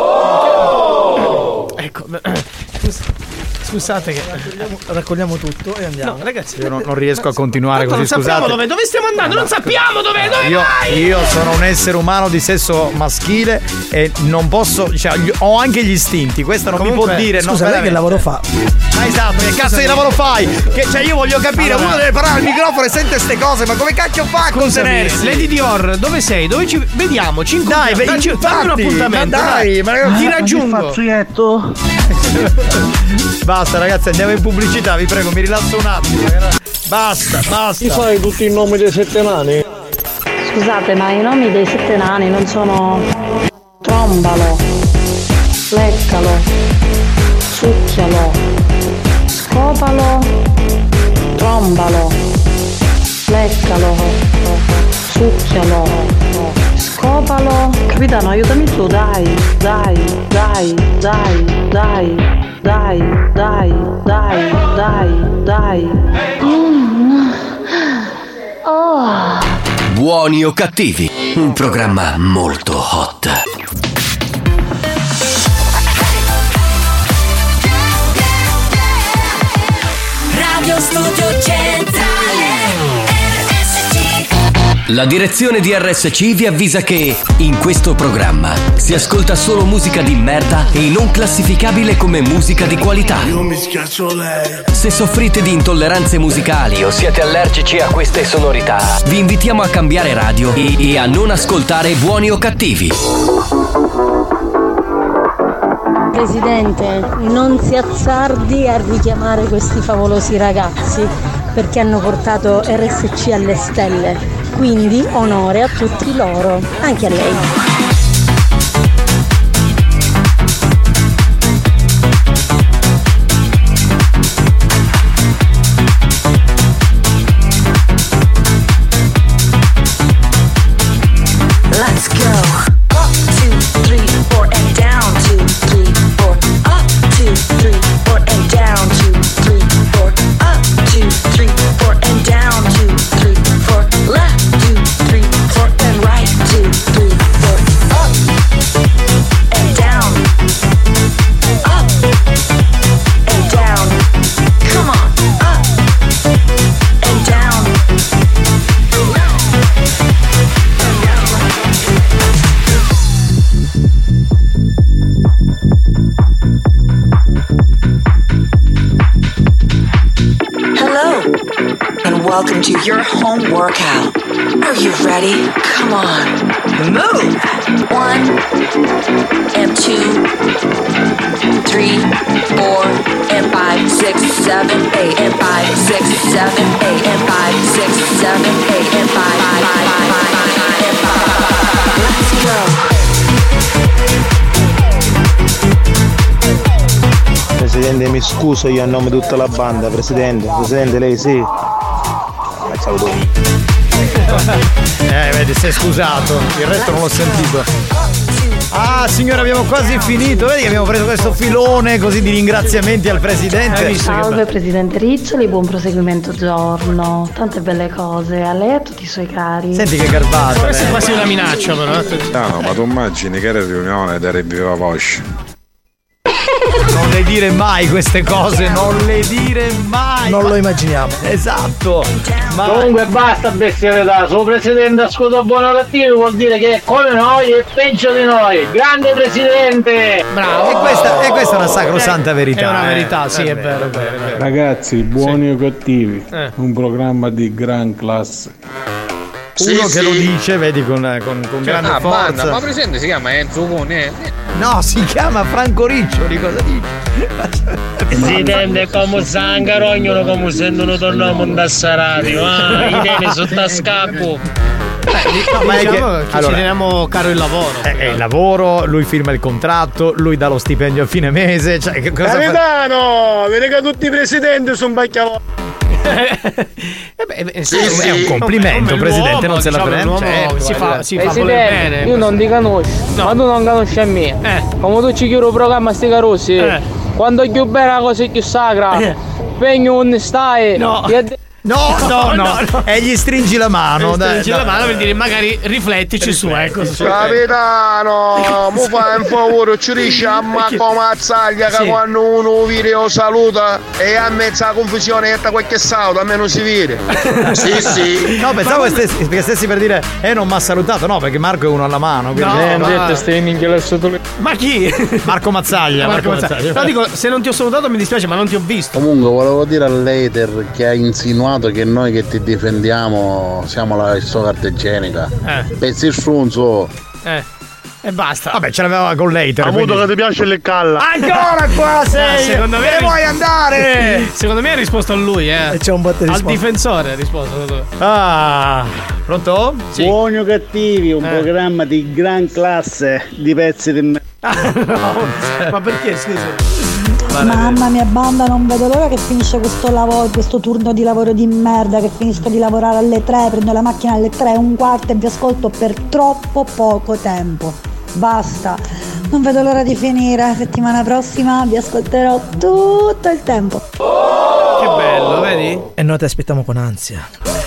Ecco. Scusate che raccogliamo tutto e andiamo. No, ragazzi, io non riesco a continuare così, non scusate. sappiamo dove stiamo andando, non sappiamo dove vai. Io sono un essere umano di sesso maschile e non posso, cioè, ho anche gli istinti, questo non comunque, mi può dire. Scusa, lei che lavoro fa? Ma esatto, che cazzo di lavoro fai? Che cioè io voglio capire, uno deve parlare al microfono e sente ste cose, ma come cacchio fa a contenersi? Lady Dior, dove sei? Dove ci vediamo? Ci incontriamo. Dai, fammi un appuntamento. Dai, ma ti raggiungo. Fazzoietto. Basta ragazzi, andiamo in pubblicità, vi prego, mi rilasso un attimo. Basta. Ti fai tutti i nomi dei 7 nani? Scusate, ma i nomi dei 7 nani non sono trombalo, leccalo, succhialo, scopalo, trombalo, leccalo, succhialo, scopalo. Capitano, aiutami tu, dai. Oh. Buoni o cattivi, un programma molto hot. Radio Studio Centrale RSC. La direzione di RSC vi avvisa che in questo programma si ascolta solo musica di merda e non classificabile come musica di qualità. Io mi schiaccio lei. Se soffrite di intolleranze musicali o siete allergici a queste sonorità, vi invitiamo a cambiare radio e a non ascoltare Buoni o Cattivi. Presidente, non si azzardi a richiamare questi favolosi ragazzi perché hanno portato RSC alle stelle. Quindi onore a tutti loro, anche a lei. Let's go. Up, 2, 3, 4 and down. 2, 3, 4. Up, 2, 3, 4 and down. 2, 3, 4. Up, 2, 3, 4 and down. 2, 3, 4. Left, 2, 3, 4 and right. 2, 3, 4. Up and down. Up and down. Come on. Up and down. Hello, and welcome to your home workout. Are you ready? Come on, move. 1 and 2, 3, 4 and 5, 6, 7, 8 and 5, 6, 7, 8 and 5, 6, 7, 8 and 5, 5 and 5. Let's go. Presidente, mi scuso io a nome di tutta la banda. Presidente, lei sì. Ciao. Vedi, sei scusato, il resto non l'ho sentito. Ah, signora, abbiamo quasi finito. Vedi che abbiamo preso questo filone così di ringraziamenti al presidente. Salve Presidente Riccioli, buon proseguimento giorno. Tante belle cose a lei e a tutti i suoi cari. Senti che garbata. Questa è quasi una minaccia, però. No, ma tu immagini che era riunione da Viva Voce. Non le dire mai queste cose, non le dire mai. Non lo immaginiamo. Esatto. Ma comunque basta bestialità, suo presidente ascolta buono cattivo vuol dire che è come noi e peggio di noi. Grande presidente! Bravo. E questa è una sacrosanta verità. È una verità, sì, è vero. Ragazzi, buoni o cattivi, un programma di gran classe. Uno che lo dice, vedi, con grande forza. Banda, ma presidente si chiama Enzo Cone? No, si chiama Franco Riccioli, cosa dici? Presidente, come Zangaro, ognuno come se non torniamo in tassa radio, i teni sotto a scappo. No, ma diciamo che ci teniamo caro il lavoro. Il lavoro, lui firma il contratto, lui dà lo stipendio a fine mese. Cioè, che cosa Capitano, vedi che tutti i presidenti sono bacchiavoti. È un complimento, presidente, non se la prende. Si fa voler bene. Io non ti conosco, ma tu non conosci a me. Come tu ci chiudi il programma sti carossi, quando più bella cosa è più sacra, pegno onestà e No. E gli stringi la mano. Stringi la mano per dire magari riflettici su, ecco. Capitano, mi fai un favore, ci riesci a mazzaglia che quando uno video saluta e a mezza confusione e qualche saluto, a me non si vede. Sì. No, pensavo che stessi per dire non mi ha salutato, no, perché Marco è uno alla mano. Ma chi? Marco Mazzaglia. No, dico, se non ti ho salutato mi dispiace, ma non ti ho visto. Comunque volevo dire all'hater che ha insinuato che noi che ti difendiamo siamo la sua carta igienica. Pezzi il frunzo. E basta. Vabbè, ce l'aveva con l'hater. Avuto che ti piace le calla. Ancora qua sei. Secondo me vuoi andare? Secondo me ha risposto a lui, E c'è un botte di al difensore ha risposto. Pronto? Sì. Buoni o cattivi, un programma di gran classe di pezzi di me. Ma perché, scusa? Mamma mia banda, non vedo l'ora che finisce questo turno di lavoro di merda, che finisco di lavorare alle 3, prendo la macchina alle 3:15 e vi ascolto per troppo poco tempo. Basta, non vedo l'ora di finire. Settimana prossima vi ascolterò tutto il tempo. Che bello, vedi? E noi ti aspettiamo con ansia.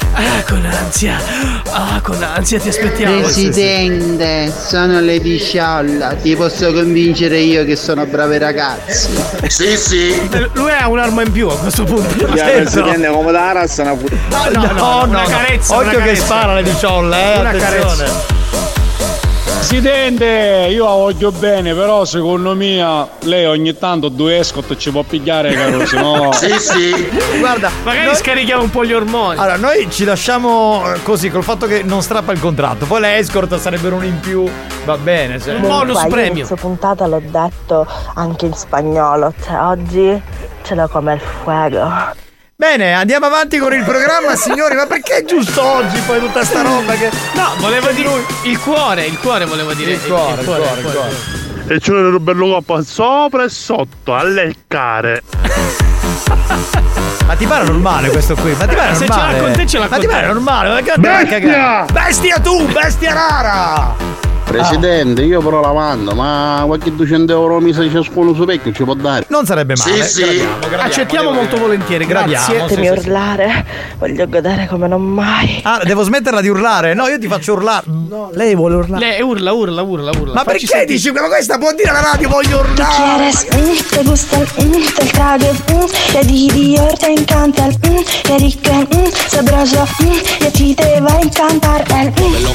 Con ansia ti aspettiamo. Presidente, sono Lady Scialla, ti posso convincere io che sono bravi ragazzi. Sì. Lui ha un'arma in più a questo punto. Presidente, come la razza una No, una carezza. Occhio che spara Lady Scialla, Una attenzione. carezza. Presidente, io la voglio bene, però secondo me lei ogni tanto 2 escort ci può pigliare, caro, sennò. Sì. Guarda, magari scarichiamo un po' gli ormoni. Allora, noi ci lasciamo così col fatto che non strappa il contratto. Poi le escort sarebbero un in più. Va bene, cioè. Un bonus premio. Inizio puntata l'ho detto anche in spagnolo. Cioè, oggi ce l'ho come il fuego. Bene, andiamo avanti con il programma, signori. Ma perché giusto oggi poi tutta sta roba che. No, volevo dire il cuore volevo dire. Il cuore. E ci vuole un bello coppa sopra e sotto a leccare. Ma ti pare normale questo qui? Ma ti pare se normale? ce l'ha con te, ce l'ha Ma con ti te. pare normale? Bestia tu, bestia rara! Presidente, io però lavando, ma qualche 200 euro mese ciascuno su vecchio ci può dare? Non sarebbe male. Sì. Accettiamo molto volentieri, grazie. Fatemi urlare, voglio godere come non mai. Devo smetterla di urlare? No, io ti faccio urlare. No, lei vuole urlare. Lei urla. Ma perché dici? Ma questa può dire alla radio voglio urlare? ¿Quieres? ¿Te gusta el trago? Te Dior te encanta el qué rico, sabroso, y a ti te va a encantar el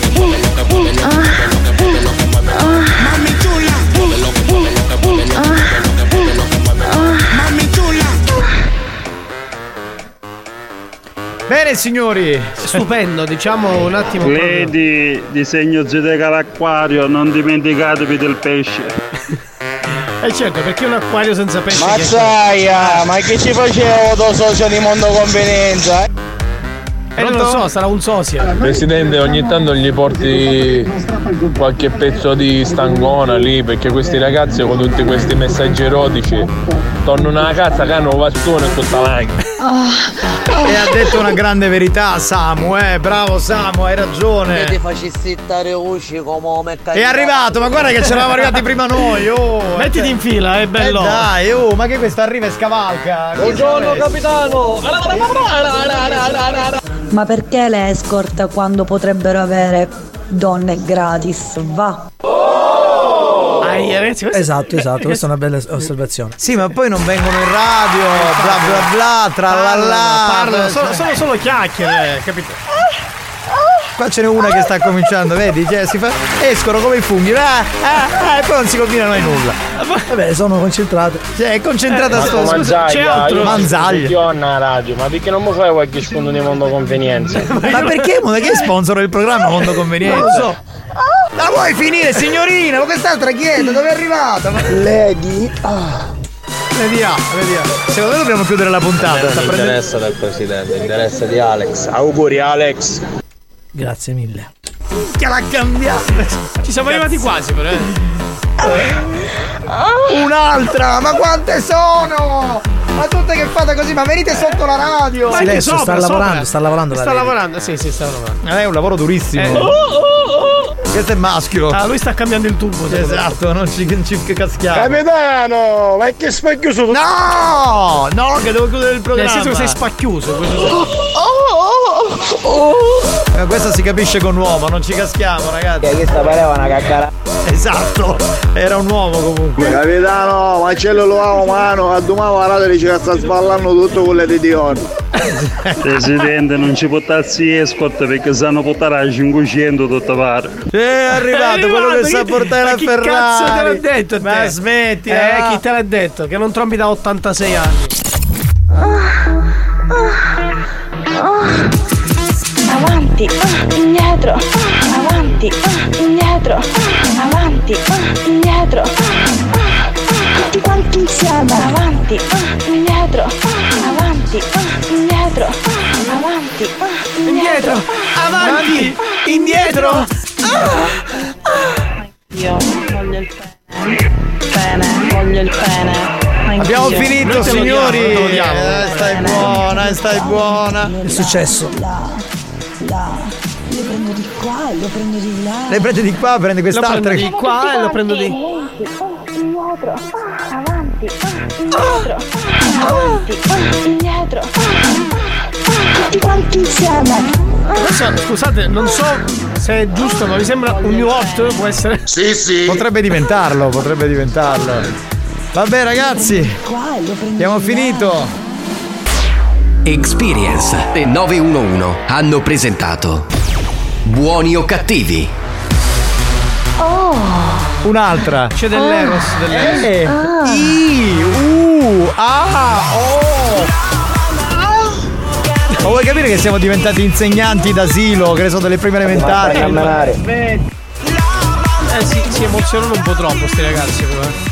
Mami chula, mami chula. Bene signori, stupendo, diciamo un attimo. Lady, disegno Zodiaco all'acquario, non dimenticatevi del pesce. Certo, perché un acquario senza pesce. Mazzaia, ma che ci facevo tuo socio di Mondo Convenienza? Non lo so, sarà un sosia. Presidente, ogni tanto gli porti qualche pezzo di stangona lì, perché questi ragazzi con tutti questi messaggi erotici tornano a casa che hanno un bastone e tutta l'anima. E ha detto una grande verità Samu, bravo Samu, hai ragione. Che ti facessi stare usci come meccanica. È arrivato, ma guarda che ce l'avamo arrivati prima noi. Mettiti in fila, è bello. Dai, ma che questo arriva e scavalca. Buongiorno capitano. Ma perché le escort quando potrebbero avere donne gratis? Va. Ragazzi, esatto, questa è una bella osservazione. Sì, ma poi non vengono in radio, bla bla bla, tralala. Parlano, sono solo chiacchiere, capito? Qua ce n'è una che sta cominciando, vedi? Cioè, escono come i funghi, e poi non si combina mai nulla. Vabbè, sono concentrate. Cioè, è concentrata C'è altro. Manzaglia. A radio, ma perché non mi fai qualche sfondo di Mondo Convenienza? Ma perché? Ma che sponsor il programma Mondo Convenienza? Non lo so. La vuoi finire, signorina? Ma quest'altra chi è? Dove è arrivata? Lady. Vediamo. Secondo me dobbiamo chiudere la puntata. Non interessa del presidente, interessa di Alex. Auguri Alex. Grazie mille. Che l'ha cambiato. Ci siamo arrivati quasi, però. Un'altra, ma quante sono? Ma tutte che fate così, ma venite sotto la radio. Ma silenzio, sta lavorando. Sta lavorando, sì, sta lavorando. È un lavoro durissimo. Questo è maschio. Lui sta cambiando il tubo. Esatto, non ci caschiamo. Capitano, ma che spacchioso. No, che devo chiudere il programma. Nel senso che sei spacchiuso. Questo si capisce con uomo, non ci caschiamo, ragazzi. Questa pareva una caccara. Esatto, era un uomo comunque. Capitano, Marcello lo amo mano, a domani la radio dice che sta sballando tutto quello di Dion. Presidente, non ci portarsi escort perché sanno portare a 500 tutta pare. È arrivato quello che sa portare la Ferrari. Chi cazzo te l'ha detto? Ma smetti, chi te l'ha detto? Che non trombi da 86 anni. Avanti, indietro, avanti, indietro, avanti, indietro, tutti quanti insieme, avanti, indietro, avanti, indietro, avanti, indietro, avanti, indietro. Io voglio il pene, voglio il pene. Abbiamo finito, signori. Stai buona, stai buona. È successo? Lo prendo di qua e lo prendo di là. Lei prende di qua, prende quest'altra. Lo prendo di qua e lo prendo di indietro, avanti, indietro, avanti, indietro, tutti quanti insieme. Adesso, scusate, non so se è giusto, ma mi sembra un new hot, può essere? Sì. Potrebbe diventarlo. Vabbè ragazzi, abbiamo finito. Experience e 911 hanno presentato Buoni o cattivi? Un'altra. C'è dell'Eros. Ma vuoi capire che siamo diventati insegnanti d'asilo, che ne so, delle prime elementari? Sì, si emozionano un po' troppo sti ragazzi però.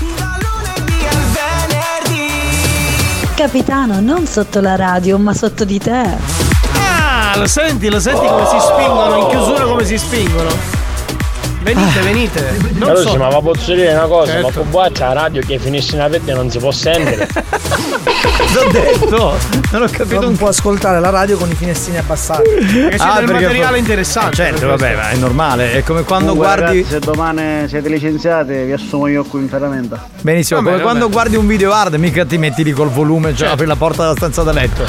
Capitano, non sotto la radio, ma sotto di te. Lo senti come si spingono, in chiusura come si spingono. Venite. Non allora, so. ma posso dire una cosa, Certo. ma con voi c'è la radio che finisce in aperta e non si può sentire. L'ho detto, non ho capito. Non può ascoltare la radio con i finestrini abbassati. Perché c'è del materiale interessante. Certo, vabbè, ma è normale. È come quando guardi. Ragazzi, se domani siete licenziati, vi assumo io qui in ferramenta. Benissimo, come quando guardi un video hard, mica ti metti lì col volume, cioè apri la porta della stanza da letto.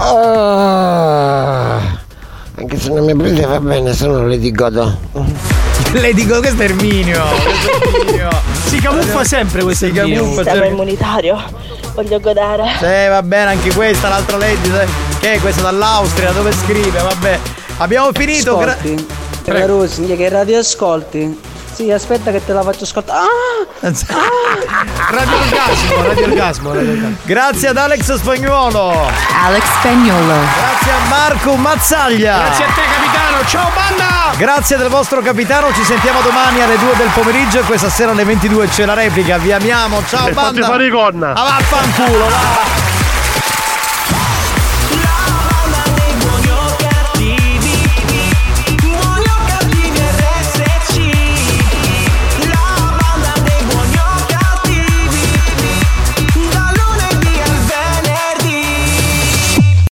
Anche se non mi prende va bene, se non le dico. Lady Gaga, questo è Erminio. Si camuffa sempre questo Sistema immunitario, voglio godere. Sì, va bene, anche questa, l'altra Lady. Che è questa dall'Austria, dove scrive? Vabbè. Abbiamo finito. Rosi, che radio ascolti? Sì, aspetta che te la faccio ascoltare. Radio orgasmo. Grazie ad Alex Spagnuolo. Grazie a Marco Mazzaglia. Grazie a te capitano, ciao banda. Grazie del vostro capitano, ci sentiamo domani alle 2 del pomeriggio e questa sera alle 22 c'è la replica. Vi amiamo, ciao banda. Fatti fare i gonna. Vaffanculo, va.